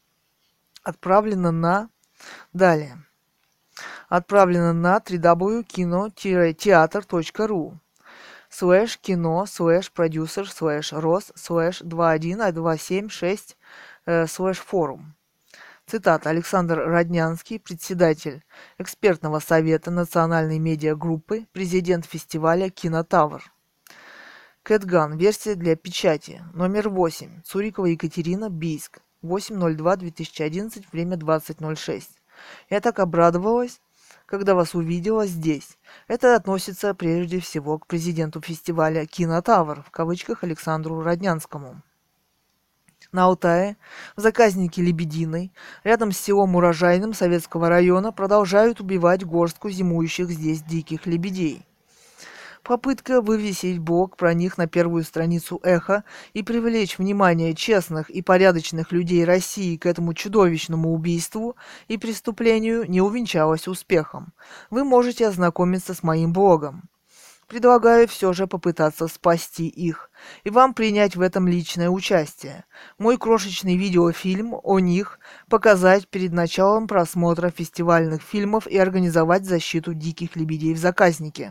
Отправлено на... Далее. Отправлено на дабл ю дабл ю дабл ю точка кино театр точка ру слэш кино слэш продюсер слэш рос слэш два один два семь шесть слэш форум. Цитата. Александр Роднянский, председатель экспертного совета национальной медиагруппы, президент фестиваля «Кинотавр». Кэтган. Версия для печати. Номер восемь. Цурикова Екатерина, Бийск. восемь ноль два две тысячи одиннадцать, время двадцать ноль шесть. Я так обрадовалась, когда вас увидела здесь. Это относится прежде всего к президенту фестиваля «Кинотавр», в кавычках, Александру Роднянскому. На Алтае, в заказнике Лебединой, рядом с селом Урожайным Советского района, продолжают убивать горстку зимующих здесь диких лебедей. Попытка вывесить блог про них на первую страницу «Эхо» и привлечь внимание честных и порядочных людей России к этому чудовищному убийству и преступлению не увенчалась успехом. Вы можете ознакомиться с моим блогом. Предлагаю все же попытаться спасти их, и вам принять в этом личное участие. Мой крошечный видеофильм о них показать перед началом просмотра фестивальных фильмов и организовать защиту диких лебедей в заказнике.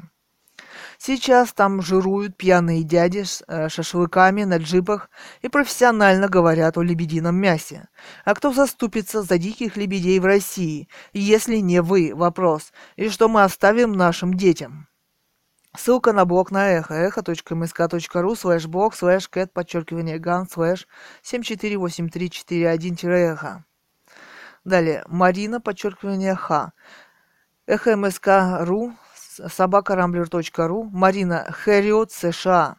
Сейчас там жируют пьяные дяди с э, шашлыками на джипах и профессионально говорят о лебедином мясе. А кто заступится за диких лебедей в России, если не вы? Вопрос. И что мы оставим нашим детям? Ссылка на блог на эхо. эхо точка эм эс ка точка ру слэш блог слэш кэт подчеркивание ган слэш семь четыре восемь три четыре один эхо. Далее. Марина подчеркивание х. эхо эм эс ка точка ру собака рамблер точка ру. Марина Хэриот, США.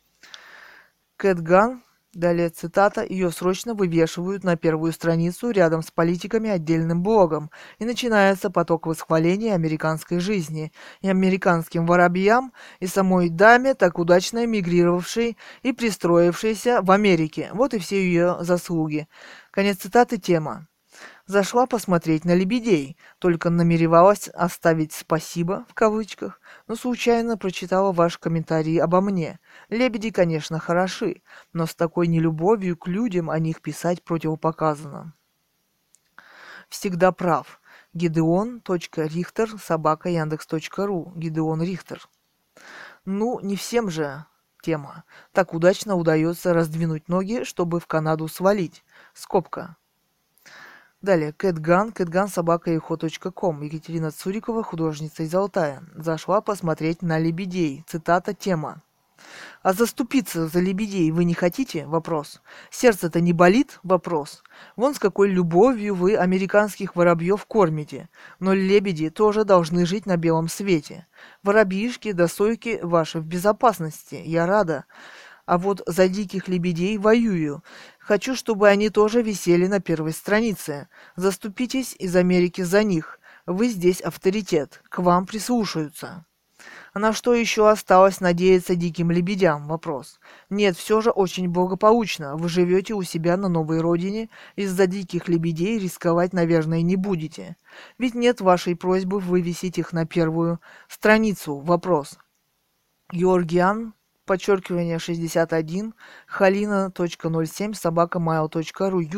Кэтган. Далее цитата. Ее срочно вывешивают на первую страницу рядом с политиками отдельным блогом. И начинается поток восхваления американской жизни. И американским воробьям, и самой даме, так удачно эмигрировавшей и пристроившейся в Америке. Вот и все ее заслуги. Конец цитаты. Тема. Зашла посмотреть на лебедей, только намеревалась оставить «спасибо» в кавычках, но случайно прочитала ваш комментарий обо мне. Лебеди, конечно, хороши, но с такой нелюбовью к людям о них писать противопоказано. Всегда прав. Гидеон.Рихтер, собака Яндекс.ру. Гидеон Рихтер. Ну, не всем же тема. Так удачно удается раздвинуть ноги, чтобы в Канаду свалить. Скобка. Далее, Кэтган, кэтган собака эхо точка ком. Екатерина Цурикова, художница из Алтая. Зашла посмотреть на лебедей. Цитата, тема. А заступиться за лебедей вы не хотите? Вопрос. Сердце-то не болит? Вопрос. Вон с какой любовью вы американских воробьев кормите. Но лебеди тоже должны жить на белом свете. Воробьишки до сойки ваши в безопасности. Я рада. А вот за диких лебедей воюю. Хочу, чтобы они тоже висели на первой странице. Заступитесь из Америки за них. Вы здесь авторитет. К вам прислушаются. А на что еще осталось надеяться диким лебедям? Вопрос. Нет, все же очень благополучно. Вы живете у себя на новой родине. Из-за диких лебедей рисковать, наверное, не будете. Ведь нет вашей просьбы вывесить их на первую страницу. Вопрос. Георгиан. Подчеркивание шестьдесят один, халина точка ноль семь, собака mail точка ру, Юрий.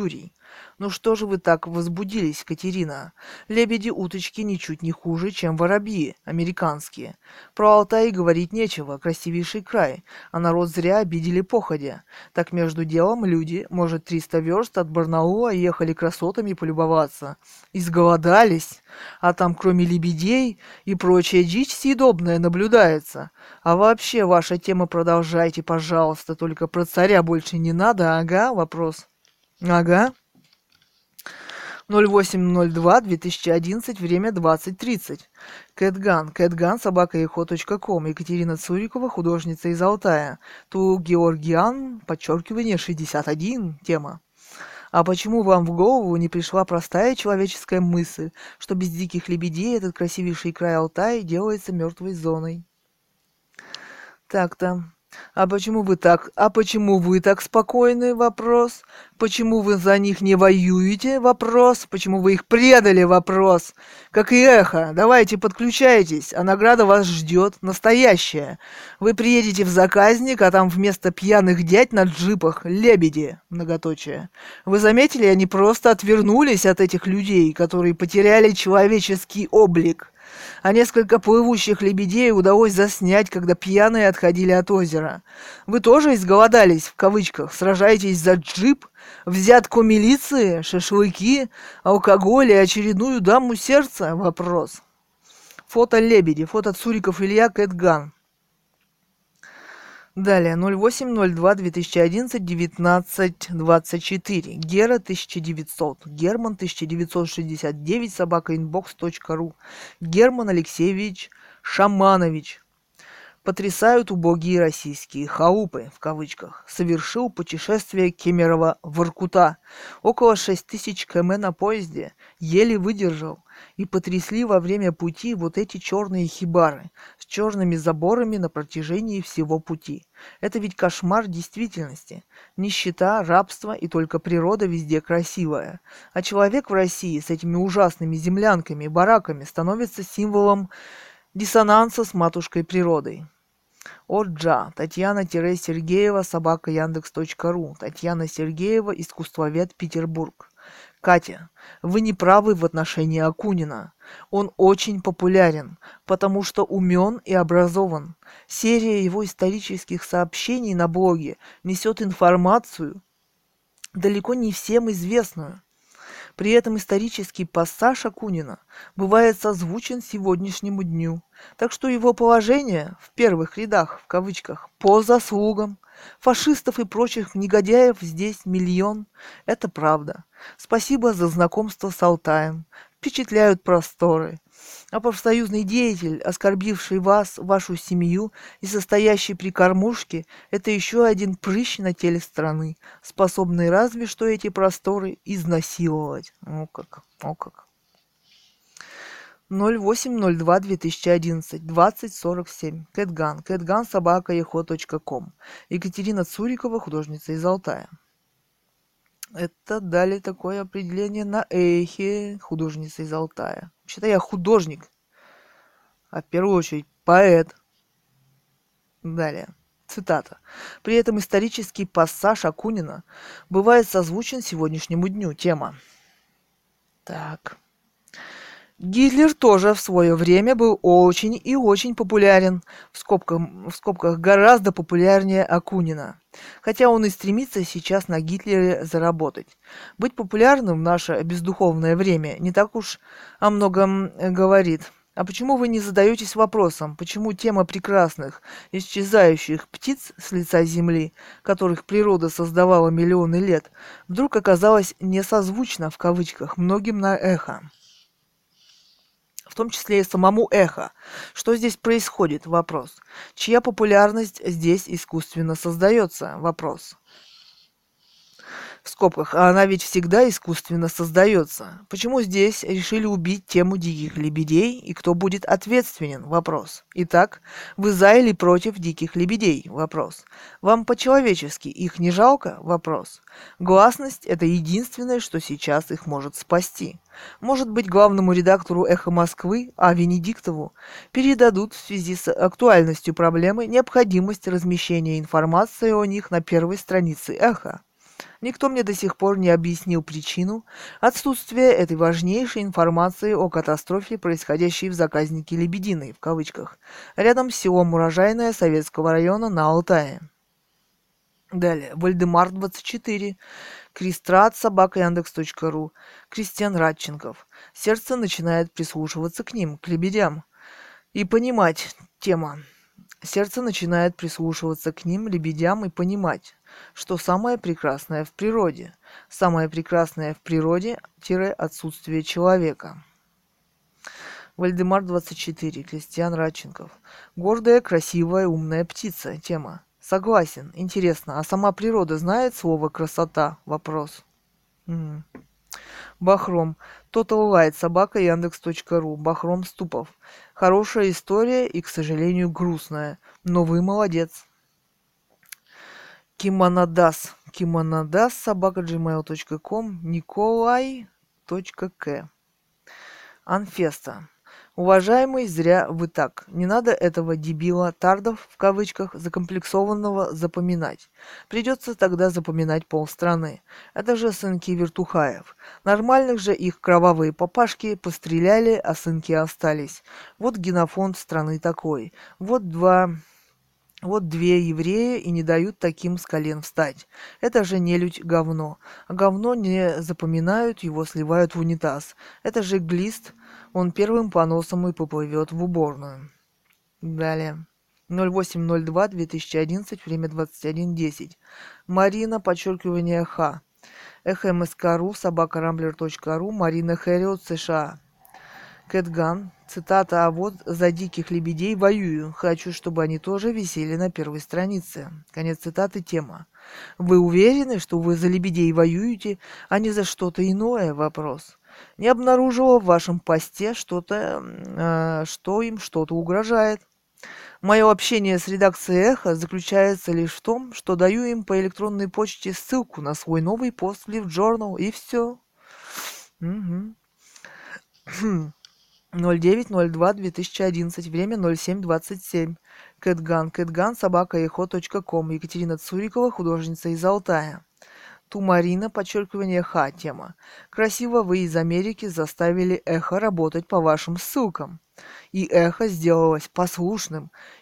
Ну что же вы так возбудились, Катерина? Лебеди-уточки ничуть не хуже, чем воробьи, американские. Про Алтай говорить нечего, красивейший край, а народ зря обидели походя. Так между делом люди, может, триста верст от Барнаула ехали красотами полюбоваться. Изголодались, а там кроме лебедей и прочая дичь съедобная наблюдается. А вообще, ваша тема продолжайте, пожалуйста, только про царя больше не надо, ага, вопрос. Ага. ноль восемь ноль два две тысячи одиннадцать, время двадцать тридцать. Кэтган, кэтган, собака эхо точка ком. Екатерина Цурикова, художница из Алтая. Ту Георгиан, подчеркивание, шестьдесят один, тема. А почему вам в голову не пришла простая человеческая мысль, что без диких лебедей этот красивейший край Алтая делается мертвой зоной? Так-то. А почему вы так? А почему вы так спокойны? Вопрос. Почему вы за них не воюете? Вопрос. Почему вы их предали? Вопрос. Как и эхо. Давайте подключайтесь, а награда вас ждет настоящая. Вы приедете в заказник, а там вместо пьяных дядь на джипах лебеди. Многоточие. Вы заметили, они просто отвернулись от этих людей, которые потеряли человеческий облик. А несколько плывущих лебедей удалось заснять, когда пьяные отходили от озера. Вы тоже изголодались, в кавычках, сражаетесь за джип, взятку милиции, шашлыки, алкоголь и очередную даму сердца? Вопрос. Фото лебеди, фото Цуриков Илья, Кэтган. Далее, ноль восемь ноль два две тысячи одиннадцать, девятнадцать двадцать четыре. Гера тысяча девятьсот. Герман тысяча девятьсот шестьдесят девять, собака инбокс точка ру. Герман Алексеевич Шаманович. Потрясают убогие российские халупы, в кавычках. Совершил путешествие Кемерово-Воркута. Около шесть тысяч километров на поезде. Еле выдержал. И потрясли во время пути вот эти черные хибары с черными заборами на протяжении всего пути. Это ведь кошмар действительности. Нищета, рабство и только природа везде красивая. А человек в России с этими ужасными землянками, бараками становится символом диссонанса с матушкой природой. Оджа. Татьяна-Сергеева, собака яндекс точка ру. Татьяна Сергеева, искусствовед, Петербург. Катя, вы не правы в отношении Акунина. Он очень популярен, потому что умен и образован. Серия его исторических сообщений на блоге несет информацию, далеко не всем известную. При этом исторический пассаж Акунина бывает созвучен сегодняшнему дню, так что его положение в первых рядах, в кавычках, по заслугам фашистов и прочих негодяев здесь миллион. Это правда. Спасибо за знакомство с Алтаем. Впечатляют просторы. А профсоюзный деятель, оскорбивший вас, вашу семью и состоящий при кормушке, это еще один прыщ на теле страны, способный разве что эти просторы изнасиловать. О как, о как. ноль восемь ноль два две тысячи одиннадцать, двадцать сорок семь. Кэтган. Кэтган, собака эхо точка ком. Екатерина Цурикова, художница из Алтая. Это дали такое определение на эхе, художница из Алтая. Вообще-то я художник, а в первую очередь поэт. Далее. Цитата. При этом исторический пассаж Акунина бывает созвучен сегодняшнему дню. Тема. Так. Гитлер тоже в свое время был очень и очень популярен, в скобках, в скобках гораздо популярнее Акунина. Хотя он и стремится сейчас на Гитлере заработать. Быть популярным в наше бездуховное время не так уж о многом говорит. А почему вы не задаетесь вопросом, почему тема прекрасных, исчезающих птиц с лица земли, которых природа создавала миллионы лет, вдруг оказалась несозвучна в кавычках многим на эхо? В том числе и самому эхо. Что здесь происходит? Вопрос. Чья популярность здесь искусственно создается? Вопрос. В скобках, а она ведь всегда искусственно создается. Почему здесь решили убить тему диких лебедей и кто будет ответственен? Вопрос. Итак, вы за или против диких лебедей? Вопрос. Вам по-человечески их не жалко? Вопрос. Гласность – это единственное, что сейчас их может спасти. Может быть, главному редактору «Эхо Москвы» А. Венедиктову передадут в связи с актуальностью проблемы необходимость размещения информации о них на первой странице «Эхо». Никто мне до сих пор не объяснил причину отсутствия этой важнейшей информации о катастрофе, происходящей в заказнике «Лебединой», в кавычках, рядом с селом Урожайное Советского района на Алтае. Далее. Вальдемар двадцать четыре. Кристрат, собака яндекс точка ру. Кристиан Радченков. Сердце начинает прислушиваться к ним, к лебедям. И понимать. Тема. Сердце начинает прислушиваться к ним, лебедям, и понимать, что самое прекрасное в природе. Самое прекрасное в природе – отсутствие человека. Вальдемар двадцать четыре. Кристиан Радченков. Гордая, красивая, умная птица. Тема. Согласен. Интересно, а сама природа знает слово «красота»? Вопрос. М-м. Бахром. Total Light, собака яндекс точка ру. Бахром Ступов. Хорошая история и, к сожалению, грустная. Но вы молодец. Кимонадас. Кимонадас, собака джимейл точка ком. Николай точка к. Анфеста. Уважаемый, зря вы так. Не надо этого дебила, тардов, в кавычках, закомплексованного запоминать. Придется тогда запоминать полстраны. Это же сынки Вертухаев. Нормальных же их кровавые папашки постреляли, а сынки остались. Вот генофонд страны такой. Вот два... Вот две еврея и не дают таким с колен встать. Это же нелюдь говно. А говно не запоминают, его сливают в унитаз. Это же глист, он первым поносом и поплывет в уборную. Далее. ноль восемь ноль два две тысячи одиннадцать, время двадцать один десять. Марина, подчеркивание Х. эхмск.ру, собака рамблер точка ру, Марина Хэриот, США. Кэтган, цитата, а вот за диких лебедей воюю. Хочу, чтобы они тоже висели на первой странице. Конец цитаты, тема. Вы уверены, что вы за лебедей воюете, а не за что-то иное? Вопрос. Не обнаружила в вашем посте что-то, э, что им что-то угрожает. Мое общение с редакцией «Эхо» заключается лишь в том, что даю им по электронной почте ссылку на свой новый пост в LiveJournal, и все. Угу. ноль девять ноль два две тысячи одиннадцать, время ноль семь двадцать семь. Кэтган, Кэтган, собака эхо точка ком. Екатерина Цурикова, художница из Алтая. Тумарина, подчеркивание Х, тема. Красиво вы из Америки заставили Эхо работать по вашим ссылкам. И Эхо сделалось послушным